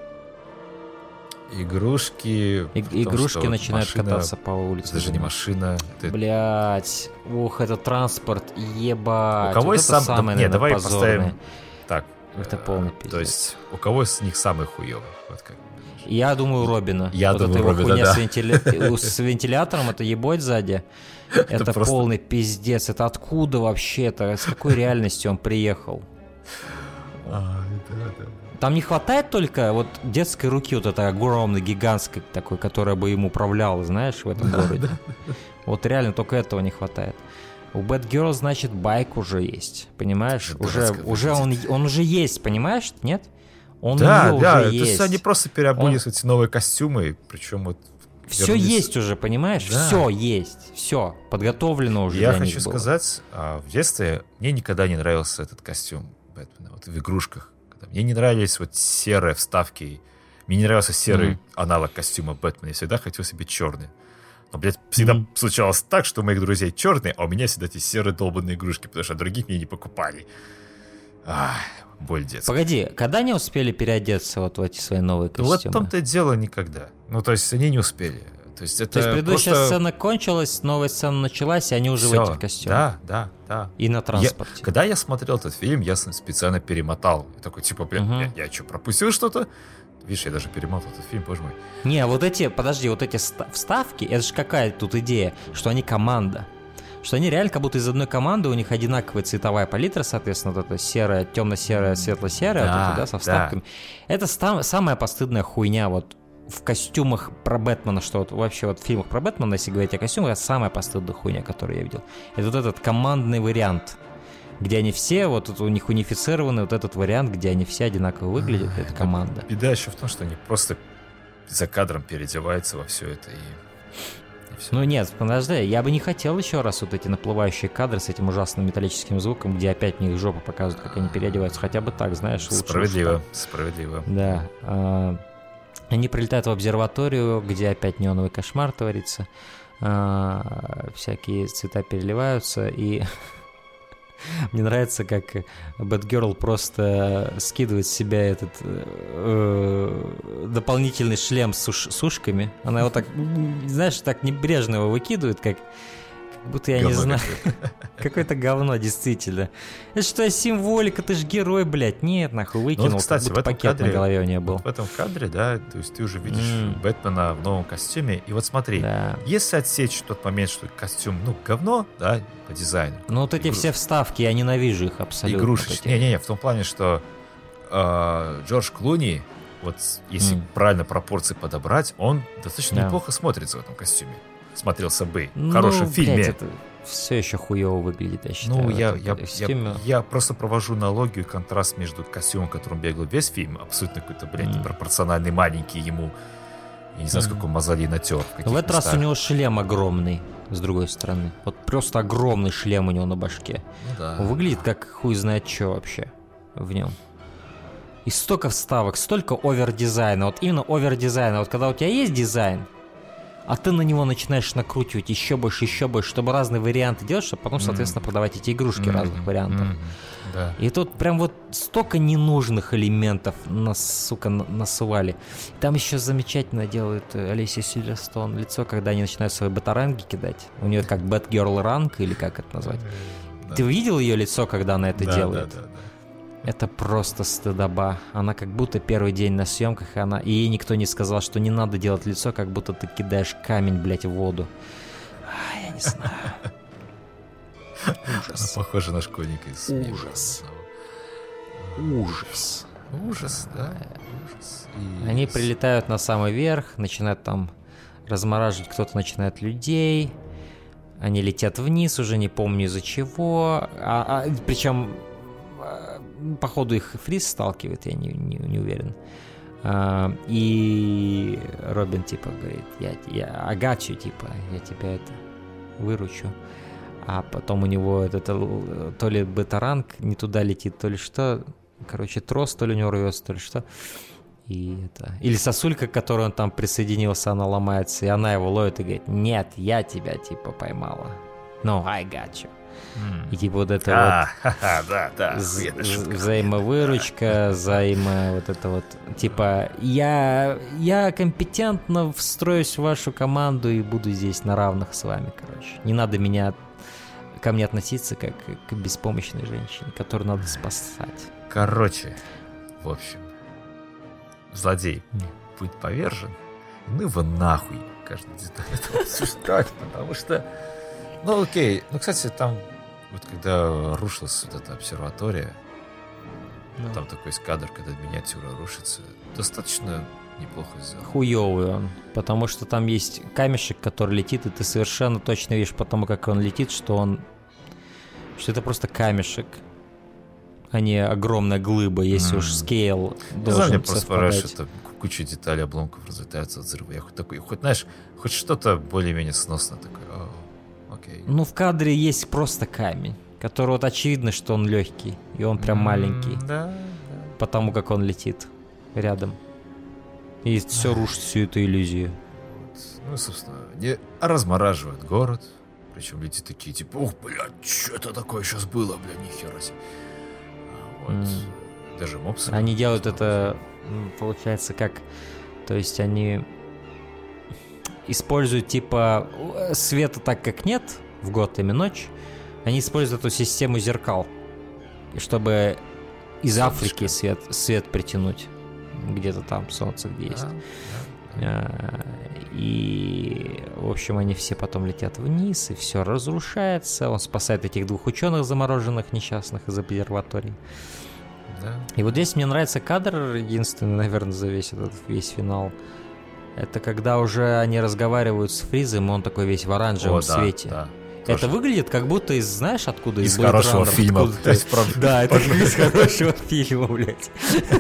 игрушки начинают машина, кататься по улице. Даже не машина. Блять, это транспорт, ебать. У кого вот из самых... самое, Нет, давай позорное. поставим так. Это полный пиздец. То есть у кого из них самый хуёвый? Вот как. Я думаю, Робина. Я вот думаю, это его Робина, хуйня да. с вентилятором, это ебать сзади. Это просто... полный пиздец. Это откуда вообще-то? С какой реальности он приехал? Там не хватает только вот детской руки, вот этой огромной, гигантской такой, которая бы им управляла, знаешь, в этом городе. Вот реально только этого не хватает. У Бэтгерл, значит, байк уже есть, понимаешь? Уже он уже есть, понимаешь? Нет? Он да, уже то есть. есть они просто переобулись эти новые костюмы, причем вот... Все есть уже, понимаешь? Да. Все есть, все подготовлено уже. Я хочу сказать, в детстве мне никогда не нравился этот костюм Бэтмена, вот в игрушках. Мне не нравились вот серые вставки, мне не нравился серый аналог костюма Бэтмена, я всегда хотел себе черный. Но, блядь, всегда случалось так, что у моих друзей черные, а у меня всегда эти серые долбанные игрушки, потому что других мне не покупали. Боль детская. Погоди, когда они успели переодеться вот в эти свои новые костюмы? Вот в том-то и дело никогда. Ну, то есть они не успели. То есть предыдущая сцена кончилась, новая сцена началась, и они уже в этих костюмах. Да. И на транспорте. Когда я смотрел этот фильм, я специально перемотал. Я такой, типа, блядь, я что, пропустил что-то? Видишь, я даже перемотал этот фильм, боже мой. Не, вот эти вставки, это же какая тут идея, что они команда. Что они реально как будто из одной команды, у них одинаковая цветовая палитра, соответственно, вот это серая, темно-серая, светло-серая, со вставками. Это самая постыдная хуйня вот в костюмах про Бэтмена, что вот вообще вот в фильмах про Бэтмена, если говорить о костюмах, это самая постыдная хуйня, которую я видел. Это вот этот командный вариант, где они все, вот у них унифицированный вот этот вариант, где они все одинаково выглядят, это команда. Беда еще в том, что они просто за кадром переодеваются во все это и все. Ну нет, подожди, я бы не хотел еще раз вот эти наплывающие кадры с этим ужасным металлическим звуком, где опять мне их жопу показывают, как они переодеваются, хотя бы так, знаешь, лучше. Справедливо. Да. Они прилетают в обсерваторию, где опять неоновый кошмар творится, всякие цвета переливаются, и мне нравится, как Бэтгерл просто скидывает с себя этот дополнительный шлем с ушками. Она его так, знаешь, так небрежно его выкидывает, как будто я говно, не знаю. Какое-то говно, действительно. Это что, символика, ты ж герой, блядь. Нет, нахуй, выкинул, вот, кстати, как будто пакет кадре, на голове у нее был. Вот в этом кадре, да, то есть ты уже видишь Бэтмена в новом костюме. И вот смотри, если отсечь тот момент, что костюм, говно, да, по дизайну. Ну вот эти все вставки, я ненавижу их абсолютно. Игрушечные. Не-не-не, в том плане, что Джордж Клуни, вот если правильно пропорции подобрать, он достаточно неплохо смотрится в этом костюме. Смотрелся бы в хорошем фильме. Блядь, это все еще хуево выглядит, я считаю. Я просто провожу аналогию, контраст между костюмом, которым бегал весь фильм, абсолютно какой-то, блядь, непропорциональный, маленький ему. Я не знаю, сколько мозолей натер. В этот раз у него шлем огромный, с другой стороны. Вот просто огромный шлем у него на башке. Выглядит как хуй знает что вообще в нем. И столько вставок, столько овердизайна. Вот именно овердизайна. Вот когда у тебя есть дизайн, а ты на него начинаешь накручивать еще больше, чтобы разные варианты делать, чтобы потом, соответственно, продавать эти игрушки разных вариантов. Да. И тут прям вот столько ненужных элементов насували. Там еще замечательно делает Алисия Сильверстоун лицо, когда они начинают свои батаранги кидать. У нее как Бэтгерл ранг, или как это назвать. Да. Ты видел ее лицо, когда она это делает? Да. Это просто стыдоба. Она как будто первый день на съемках, и ей никто не сказал, что не надо делать лицо, как будто ты кидаешь камень, блядь, в воду. Я не знаю. Ужас. Она похожа на школьника из СМИ. Ужас, да. Они прилетают на самый верх, начинают там размораживать, кто-то начинает людей. Они летят вниз, уже не помню из-за чего. Причем походу их Фриз сталкивает, я не уверен. И Робин типа говорит, я агачу, типа, я тебя это выручу. а потом у него то ли бета-ранг не туда летит, то ли что. Короче, трос то ли у него рвется, то ли что. И это... Или сосулька, к которой он там присоединился, она ломается, и она его ловит и говорит: нет, я тебя типа поймала. No, I got you. И типа вот это взаимовыручка, вот это вот, типа, я компетентно встроюсь в вашу команду и буду здесь на равных с вами, короче. Не надо ко мне относиться как к беспомощной женщине, которую надо спасать. Короче, в общем, злодей будет повержен, ну его нахуй каждый деталь этого обсуждать, потому что, ну окей, ну кстати, там вот когда рушилась вот эта обсерватория, там такой есть кадр, когда миниатюра рушится, достаточно неплохо сделан. Хуёвый он, потому что там есть камешек, который летит, и ты совершенно точно видишь потому, как он летит, что это просто камешек, а не огромная глыба, если уж скейл должен совпадать. Что куча деталей, обломков разлетаются от взрыва. Я знаешь, хоть что-то более-менее сносно такое. Окей. Ну, в кадре есть просто камень, который вот очевидно, что он легкий, и он прям маленький. Да. Потому как он летит рядом. И все рушит всю эту иллюзию. Ну, собственно, размораживают город. Причем люди такие, типа, ух, блядь, что это такое сейчас было, блядь, нихера себе. Даже мопсы. Они делают это, получается, как... То есть они используют, типа, света так как нет в Готэме ночь. Они используют эту систему зеркал, чтобы из Африки свет притянуть. Где-то там солнце где есть. И, в общем, они все потом летят вниз, и все разрушается. Он спасает этих двух ученых замороженных несчастных из обсерватории. Да. И вот здесь мне нравится кадр, единственный, наверное, за весь финал. Это когда уже они разговаривают с Фризом, и он такой весь в оранжевом свете. Да. Это выглядит как будто из, знаешь, откуда? Из хорошего фильма. Да, это из хорошего фильма, блядь.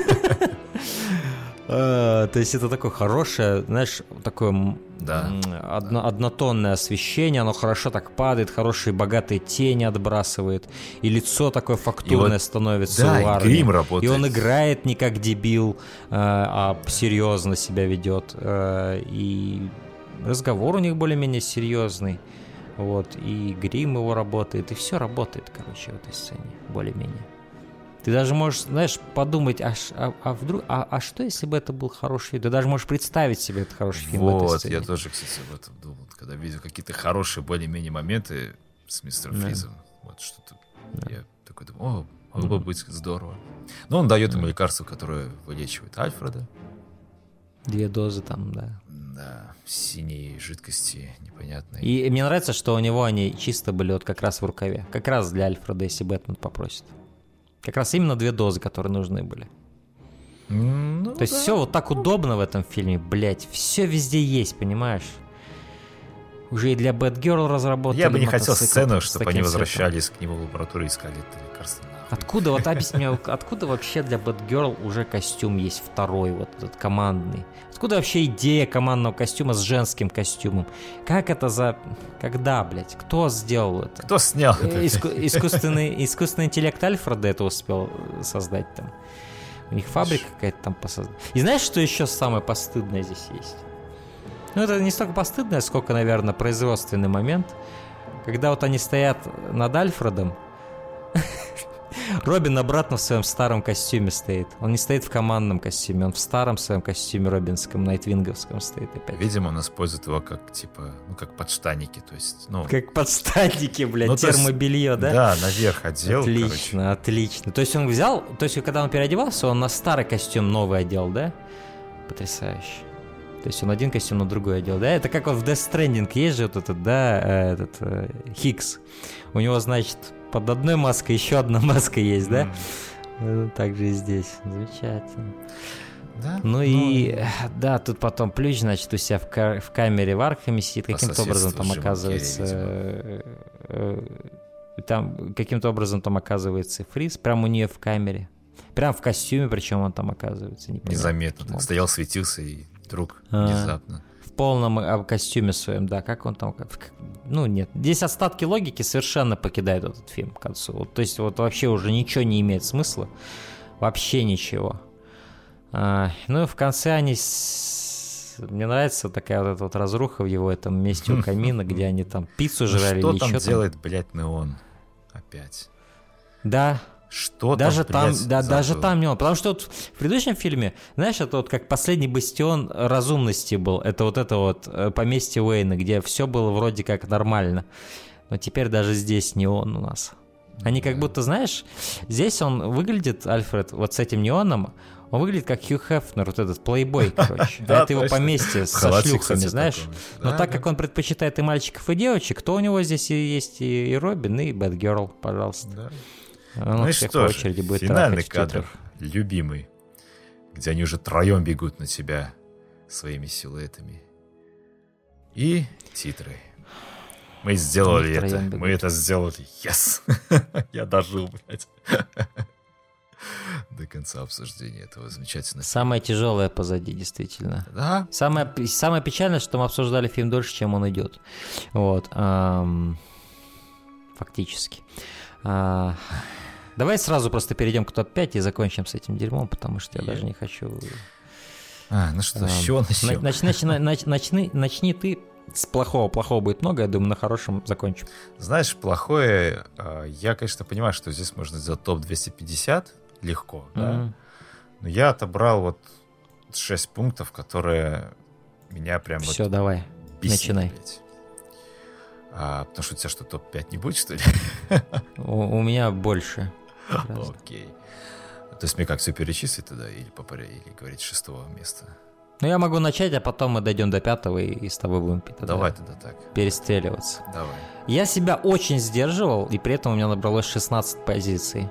То есть это такое хорошее, знаешь, такое однотонное освещение, оно хорошо так падает, хорошие богатые тени отбрасывает, и лицо такое фактурное становится у Арни. Грим работает. И он играет не как дебил, а серьезно себя ведет, и разговор у них более-менее серьезный, вот, и грим его работает, и все работает, короче, в этой сцене, более-менее. Ты даже можешь, знаешь, подумать, вдруг, что если бы это был хороший фильм? Ты даже можешь представить себе этот хороший фильм в этой сцене. Я тоже, кстати, об этом думал, когда видел какие-то хорошие более-менее моменты с мистером Фризом. Вот что-то. Я такой думаю, могло бы быть здорово. Но он дает ему лекарство, которое вылечивает Альфреда. 2 дозы там, да. Да, синей жидкости непонятной. И мне нравится, что у него они чисто были вот как раз в рукаве. Как раз для Альфреда, если Бэтмен попросит. Как раз именно 2 дозы, которые нужны были. То есть все вот так удобно в этом фильме, блять. Все везде есть, понимаешь? Уже и для Бэтгерл разработали. Я бы не хотел сцену, чтобы они возвращались к нему в лабораторию и искали это лекарство. Откуда, вот объясни мне, откуда вообще для Бэтгерл уже костюм есть второй, вот этот командный? Откуда вообще идея командного костюма с женским костюмом? Как это Когда, блядь? Кто сделал это? Кто снял это? Искусственный интеллект Альфреда это успел создать там. У них фабрика какая-то там посоздана. И знаешь, что еще самое постыдное здесь есть? Ну, это не столько постыдное, сколько, наверное, производственный момент. Когда вот они стоят над Альфредом, Робин обратно в своем старом костюме стоит. Он не стоит в командном костюме, он в старом своем костюме робинском, найтвинговском стоит опять. Видимо, он использует его как, типа, как подштанники, то есть, как подштанники, блядь, термобелье, да? Да, наверх одел, отлично, отлично. То есть он взял, когда он переодевался, он на старый костюм новый одел, да? Потрясающе. То есть он один костюм на другой одел, да? Это как вот в Death Stranding есть же вот этот, да, Хикс. У него, значит, под одной маской еще одна маска есть, да? Так же и здесь. Замечательно. Да? Да, тут потом Плющ, значит, у себя в камере в Аркхеме сидит, каким-то образом там оказывается... Каким-то образом там оказывается Фриз, прямо у нее в камере. Прям в костюме, причем он там оказывается. Незаметно. Так стоял, светился и вдруг внезапно. в полном костюме своем, да, как он там... Ну, нет. Здесь остатки логики совершенно покидают этот фильм к концу. Вот, то есть вот вообще уже ничего не имеет смысла. Вообще ничего. Ну и в конце они... Мне нравится такая вот эта вот разруха в его этом месте у камина, где они там пиццу жрали или что там что делает, блядь, неон? Опять. Да. Что даже там, там, блядь, да, забыл? даже там не он. Потому что вот в предыдущем фильме, знаешь, это вот как последний бастион разумности был. Это вот поместье Уэйна, где все было вроде как нормально. Но теперь даже здесь не он у нас. Они как будто, знаешь, здесь он выглядит, Альфред, вот с этим неоном, он выглядит как Хью Хефнер, вот этот плейбой, короче. Да, это его точно. поместье со Халатик, шлюхами, кстати, знаешь. такой. Но Да, так да. как он предпочитает и мальчиков, и девочек, то у него здесь и есть и Робин, и Бэтгерл, пожалуйста. Да. Он Ну и всех что по же, очереди будет финальный трахать в кадр, титрах. любимый, где они уже троем бегут на тебя своими силуэтами. И титры. Мы сделали Они это. втроем бегут. Мы это сделали. Yes! Я дожил, блядь. До конца обсуждения этого замечательного. Самое тяжелое позади, действительно. Да? Самое печальное, что мы обсуждали фильм дольше, чем он идет. Вот. Фактически. Давай сразу просто перейдем к топ-5 и закончим с этим дерьмом, потому что я даже не хочу... Ну что, с чего начнем? Начни ты. С плохого. Плохого будет много, я думаю, на хорошем закончим. Знаешь, плохое... Я, конечно, понимаю, что здесь можно сделать топ-250 легко, да? Но я отобрал вот 6 пунктов, которые меня прям Все, вот давай, бесили, начинай. блядь. Потому что у тебя что, топ-5 не будет, что ли? У меня больше. Окей. То есть мне как, все перечислить тогда или говорить с 6-го места? Ну, я могу начать, а потом мы дойдем до 5-го и с тобой будем Давай тогда так. перестреливаться. Давай. Я себя очень сдерживал, и при этом у меня набралось 16 позиций.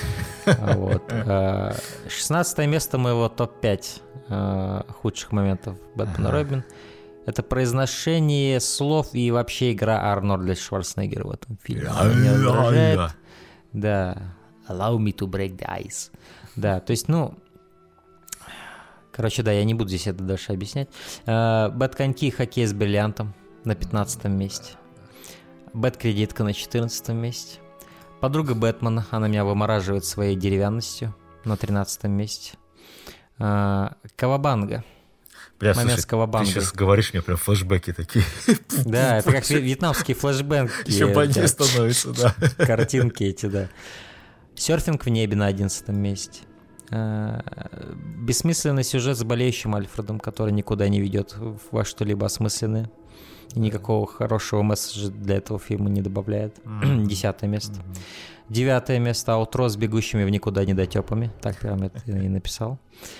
16 место моего топ-5 худших моментов Бэтмена Робин. Это произношение слов и вообще игра Арнольда Шварценеггера в этом фильме. Она меня раздражает. Да. Allow me to break the ice. Да, то есть, короче, да, я не буду здесь это дальше объяснять. Бэтконьки и хоккей с бриллиантом на 15 месте. Бэткредитка на 14 месте. Подруга Бэтмена, она меня вымораживает своей деревянностью на 13 месте. Кавабанга. Бля, Момент слушай, с Кавабангой. ты сейчас говоришь, мне прям флешбеки такие. Да, это как вьетнамские флешбэки. Еще больнее становится, да. Картинки эти, да. Серфинг в небе на 11 месте. Бессмысленный сюжет с болеющим Альфредом, который никуда не ведет во что-либо осмысленное. И никакого хорошего месседжа для этого фильма не добавляет. 10 место. 9 место аутро с бегущими в никуда недотепами. Так прям это и написал.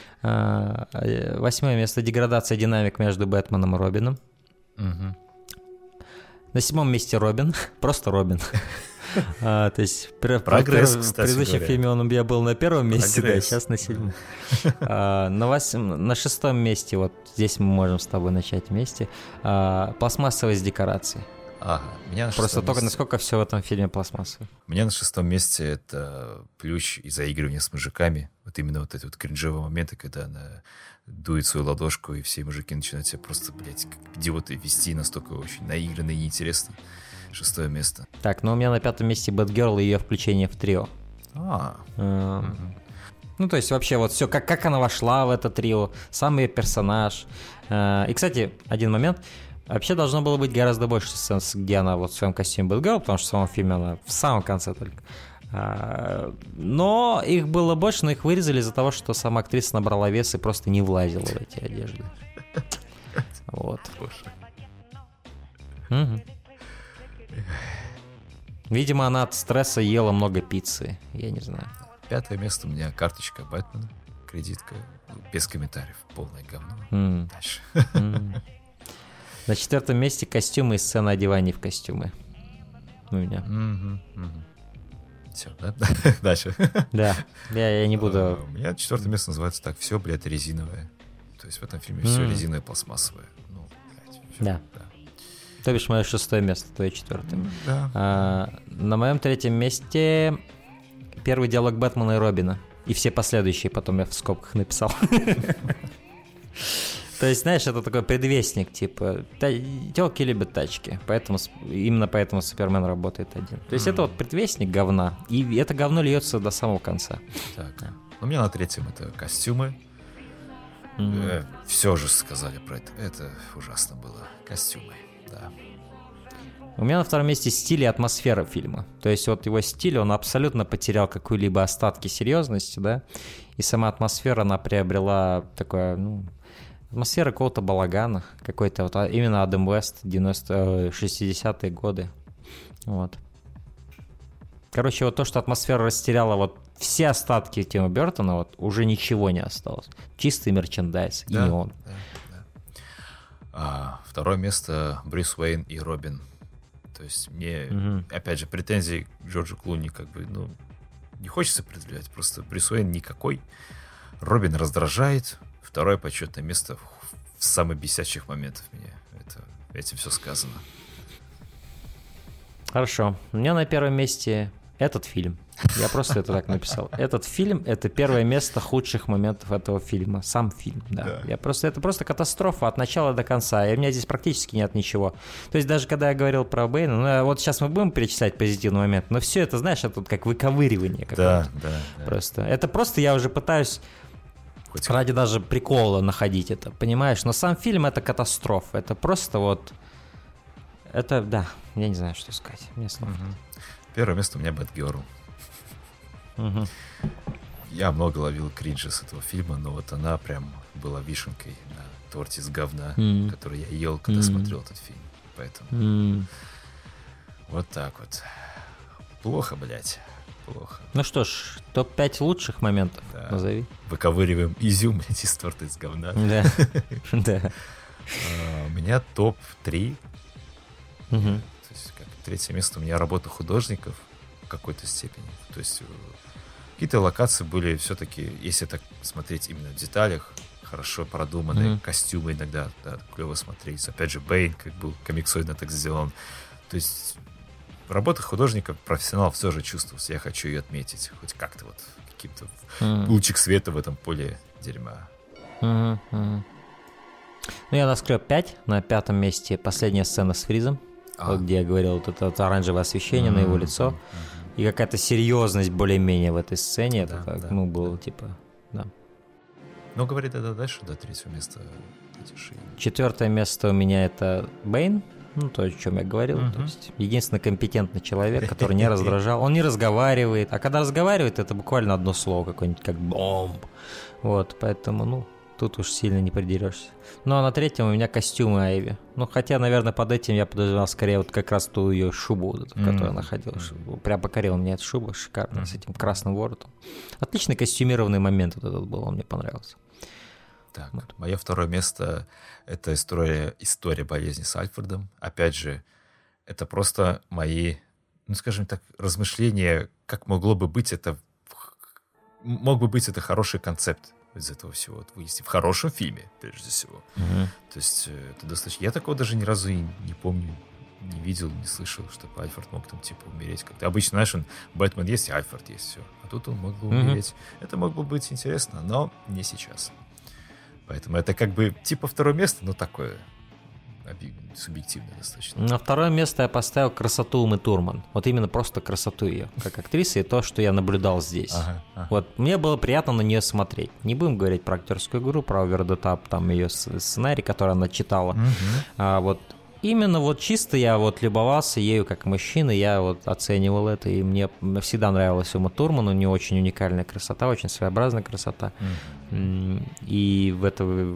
8 место деградация динамик между Бэтменом и Робином. На 7 месте Робин. Просто Робин. То есть Прогресс, в кстати предыдущем говоря. фильме он у меня был на 1 месте, да, Прогресс. сейчас на 7. На 6 месте, вот здесь мы можем с тобой начать вместе, пластмассовость декораций. Ага, меня на Просто 6-м только месте. насколько все в этом фильме пластмассовое. У меня на 6-м месте это Плющ и заигрывание с мужиками. Вот именно вот эти вот кринжевые моменты, когда она дует свою ладошку, и все мужики начинают себя просто, блядь, как идиоты вести, настолько очень наигранно и неинтересно. 6-е место. Так, ну у меня на 5 месте Бэтгерл и ее включение в трио. Ну, то есть вообще вот все, как она вошла в это трио, сам ее персонаж. И, кстати, один момент. Вообще должно было быть гораздо больше сцен, где она вот в своем костюме Бэтгерл, потому что в самом фильме она в самом конце только. Но их было больше, но их вырезали из-за того, что сама актриса набрала вес и просто не влазила в эти одежды. Вот. Мгм. Видимо, она от стресса ела много пиццы. Я не знаю. 5-е место у меня карточка Бэтмена, кредитка, без комментариев, полное говно. Дальше. На 4 месте костюмы и сцена одевания в костюмы. У меня. Все, да? Дальше. Да, я не буду... У меня 4-е место называется так: все, блядь, резиновое. То есть в этом фильме все резиновое, пластмассовое. Ну, блядь, всё, Да. То бишь, мое 6 место, твое 4. Да. На моем 3 месте первый диалог Бэтмена и Робина. И все последующие потом я в скобках написал. То есть, знаешь, это такой предвестник, типа, тёлки любят тачки, именно поэтому Супермен работает один. То есть это вот предвестник говна, и это говно льется до самого конца. Так. У меня на третьем это костюмы. Все же сказали про это. Это ужасно было. Костюмы, да. У меня на втором месте стиль и атмосфера фильма. То есть вот его стиль, он абсолютно потерял какие-либо остатки серьезности, да, и сама атмосфера, она приобрела такое, атмосфера какого-то балагана, какой-то вот именно Адам Уэст, 60-е годы. Вот. Короче, вот то, что атмосфера растеряла вот все остатки Тима Бёртона, вот уже ничего не осталось. Чистый мерчендайз, и не он. Второе место Брюс Уэйн и Робин. То есть мне, опять же, претензий к Джорджу Клуни как бы, не хочется предъявлять. Просто Брюс Уэйн никакой. Робин раздражает. Второе почетное место в самых бесячих моментах меня. Этим все сказано. Хорошо. У меня на первом месте этот фильм. Я просто это так написал. Этот фильм — это первое место худших моментов этого фильма. Сам фильм, да. Это просто катастрофа от начала до конца. И у меня здесь практически нет ничего. То есть даже когда я говорил про Бэйна, вот сейчас мы будем перечислять позитивный момент, но все это, знаешь, это как выковыривание какое-то. Да. Просто. Это просто я уже пытаюсь ради даже прикола находить это, понимаешь? Но сам фильм — это катастрофа. Это просто вот... Это, да, я не знаю, что сказать. Мне слов нет. Первое место у меня Бэтгерл. Я много ловил кринжа с этого фильма, но вот она прям была вишенкой на торте с говна, который я ел, когда смотрел этот фильм. Поэтому вот так вот. Плохо, блядь. Плохо. Ну что ж, топ-5 лучших моментов назови. Выковыриваем изюм, блядь, из торта из говна. Да. У меня топ-3. То есть как третье место у меня работа художников в какой-то степени. То есть какие-то локации были все-таки, если так смотреть именно в деталях, хорошо продуманы, костюмы иногда клево смотреть. Опять же, Бэйн как был комиксоидно так сделан. То есть работа художников, профессионалов все же чувствовалась. Я хочу ее отметить. Хоть как-то вот каким-то лучик света в этом поле дерьма. Ну, я наскреб 5. На пятом месте последняя сцена с Фризом. Вот где я говорил, вот это вот оранжевое освещение на его лицо. И какая-то серьезность более-менее в этой сцене. Это так, было типа, да. Ну, говори тогда дальше, до третьего места. Четвертое место у меня это Бэйн. Ну, то, о чем я говорил. То есть единственный компетентный человек, который не раздражал. Он не разговаривает. А когда разговаривает, это буквально одно слово какое-нибудь, как бомб. Вот, поэтому, тут уж сильно не придерешься. Ну, а на третьем у меня костюмы Айви. Ну, хотя, наверное, под этим я подозревал скорее вот как раз ту ее шубу, в которой она ходила. Прям покорила меня эта шуба, шикарная, с этим красным воротом. Отличный костюмированный момент вот этот был, он мне понравился. Так, мое второе место — это история болезни с Альфредом. Опять же, это просто мои, скажем так, размышления, как могло бы быть это... Мог бы быть это хороший концепт из этого всего. Если в хорошем фильме, прежде всего. То есть это достаточно... Я такого даже ни разу и не помню, не видел, не слышал, чтобы Альфред мог там типа умереть как-то. Обычно, знаешь, Бэтмен есть, и Альфред есть, все. А тут он мог бы умереть. Это могло бы быть интересно, но не сейчас. Поэтому это как бы типа второе место, но такое субъективное достаточно. На второе место я поставил красоту Умы Турман. Вот именно просто красоту ее, как актрисы, и то, что я наблюдал здесь. Вот мне было приятно на нее смотреть. Не будем говорить про актерскую игру, про Over the Top, там ее сценарий, который она читала. Вот именно вот чисто я вот любовался ею как мужчина, я вот оценивал это, и мне всегда нравилась Ума Турман, у нее очень уникальная красота, очень своеобразная красота. И в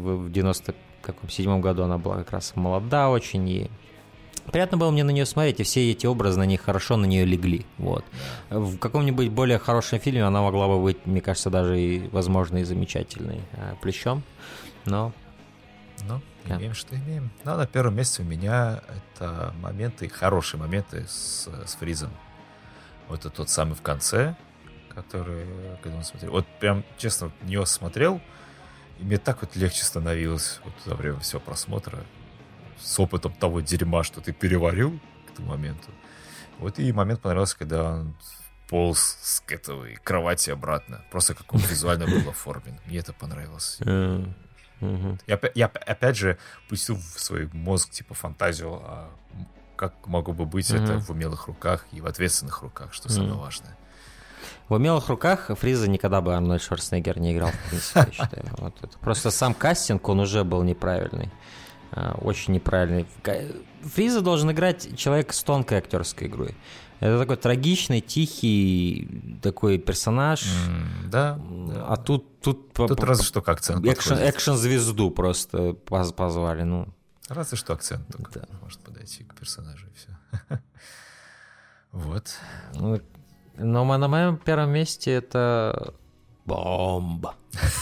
97-м году она была как раз молода очень, и приятно было мне на нее смотреть, и все эти образы на ней хорошо на нее легли. Вот. В каком-нибудь более хорошем фильме она могла бы быть, мне кажется, даже и, возможно, и замечательной Плющом, но... Имеем, что имеем. Но на первом месте у меня это моменты, хорошие моменты с Фризом. Вот это тот самый в конце, который, когда он смотрел. Вот прям, честно, на него смотрел, и мне так вот легче становилось вот во время всего просмотра с опытом того дерьма, что ты переварил к тому моменту. Вот и момент понравился, когда он полз с этой кровати обратно. Просто как он визуально был оформлен. Мне это понравилось. Я опять же пустил в свой мозг, типа, фантазию, как могло бы быть это в умелых руках и в ответственных руках, что самое важное. В умелых руках Фриза никогда бы Арнольд Шварценеггер не играл, в принципе, я считаю. Вот это. Просто сам кастинг, он уже был неправильный. Очень неправильный. Фриза должен играть человек с тонкой актерской игрой. Это такой трагичный, тихий такой персонаж. Да. А тут разве что как акцент экшн-звезду просто позвали. Ну. Разве что акцент только может подойти к персонажу, и все. Вот. Но на моем первом месте это бомба.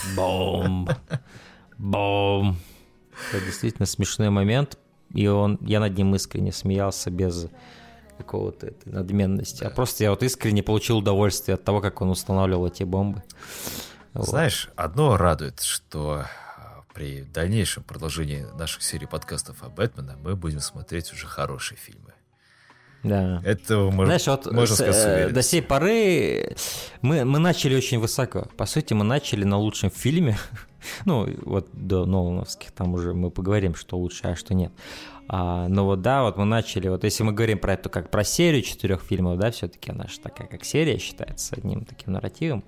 Это действительно смешной момент, и я над ним искренне смеялся без какого-то этой надменности. А просто я вот искренне получил удовольствие от того, как он устанавливал эти бомбы. Знаешь, одно радует, что при дальнейшем продолжении наших серий подкастов о Бэтмене мы будем смотреть уже хорошие фильмы. Да. Это можно сказать с уверенностью. До сей поры мы начали очень высоко. По сути, мы начали на лучшем фильме. Ну, вот до Нолановских, там уже мы поговорим, что лучше, а что нет. Но вот да, вот мы начали, вот если мы говорим про это как про серию 4 фильмов, да, все-таки она же такая, как серия считается, одним таким нарративом.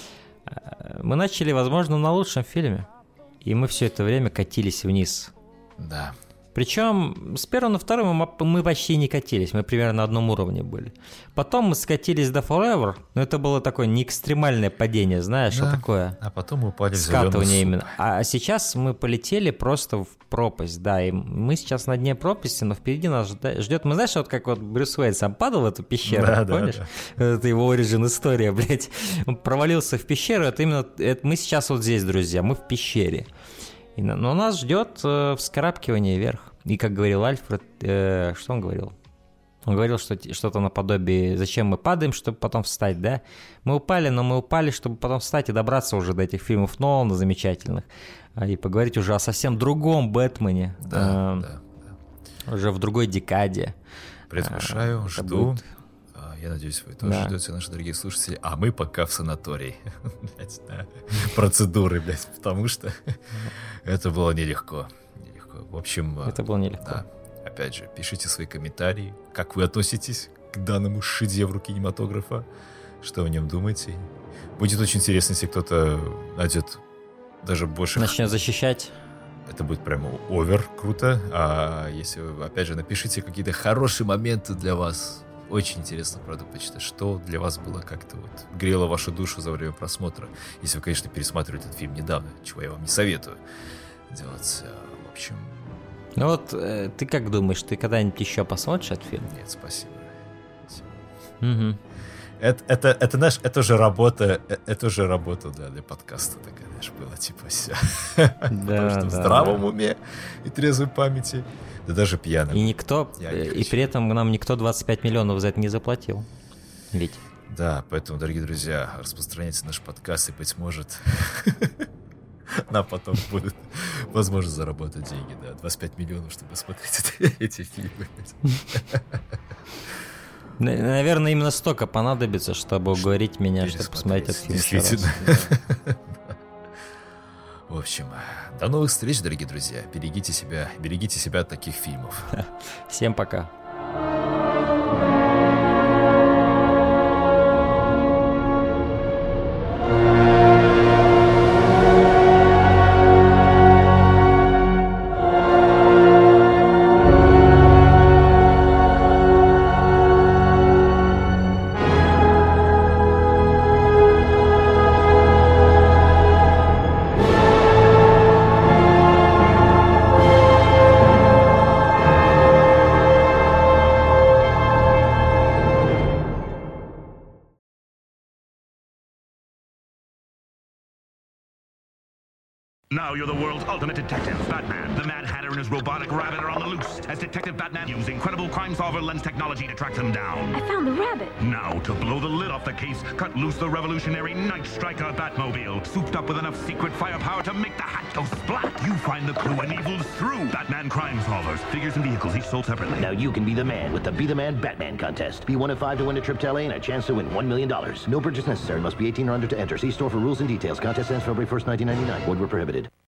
Мы начали, возможно, на лучшем фильме. И мы все это время катились вниз. Да. Причем с первым на вторым мы почти не катились, мы примерно на одном уровне были. Потом мы скатились до Forever, но это было такое не экстремальное падение, знаешь, да. А такое. А потом мы упали в зеленый суп. Именно. А сейчас мы полетели просто в пропасть, да, и мы сейчас на дне пропасти, но впереди нас ждет. Мы знаешь, вот как вот Брюс Уэйн сам падал в эту пещеру, да, помнишь? Да. Это его origin история, блядь. Он провалился в пещеру, мы сейчас вот здесь, друзья, мы в пещере. Но нас ждет вскарабкивание вверх. И как говорил Альфред, что он говорил? Он говорил что-то наподобие «Зачем мы падаем, чтобы потом встать», да? Мы упали, чтобы потом встать и добраться уже до этих фильмов Нолана замечательных. И поговорить уже о совсем другом Бэтмене. Да. Уже в другой декаде. Предвкушаю, жду. Я надеюсь, вы тоже ждете, наши дорогие слушатели. А мы пока в санатории. Процедуры, блядь, потому что это было нелегко. В общем... Это было нелегко. Да. Опять же, пишите свои комментарии, как вы относитесь к данному шедевру кинематографа, что о нем думаете. Будет очень интересно, если кто-то найдет даже больше... Начнет защищать. Это будет прямо овер круто. А если вы, опять же, напишите какие-то хорошие моменты для вас... Очень интересно, правда, почитать, что для вас было как-то вот грело вашу душу за время просмотра. Если вы, конечно, пересматривали этот фильм недавно, чего я вам не советую делать. В общем... Ну вот, ты как думаешь, ты когда-нибудь еще посмотришь этот фильм? Нет, спасибо. Угу. Это, знаешь, это же работа, для подкаста такая, знаешь, была типа вся. Потому что в здравом уме и трезвой памяти, да даже пьяным. И при этом нам никто 25 миллионов за это не заплатил. Ведь. Да, поэтому, дорогие друзья, распространяйте наш подкаст, и, быть может, нам потом будет возможность заработать деньги, да, 25 миллионов, чтобы смотреть эти фильмы. Наверное, именно столько понадобится, чтобы уговорить меня, чтобы посмотреть этот фильм. Действительно. В общем, до новых встреч, дорогие друзья. Берегите себя от таких фильмов. Всем пока. Now you're the world's ultimate detective, Batman. The Mad Hatter and his robotic rabbit are on the loose as Detective Batman uses incredible crime solver lens technology to track them down. I found the rabbit. Now, to blow the lid off the case, cut loose the revolutionary Night Striker Batmobile, souped up with enough secret firepower to make the hat go splat. You find the clue and evil's through. Batman Crime Solvers, figures and vehicles each sold separately. Now you can be the man with the Be the Man Batman contest. Be 1 of 5 to win a trip to LA and a chance to win $1 million. No purchase necessary. Must be 18 or under to enter. See store for rules and details. Contest ends February 1st, 1999. Void where prohibited.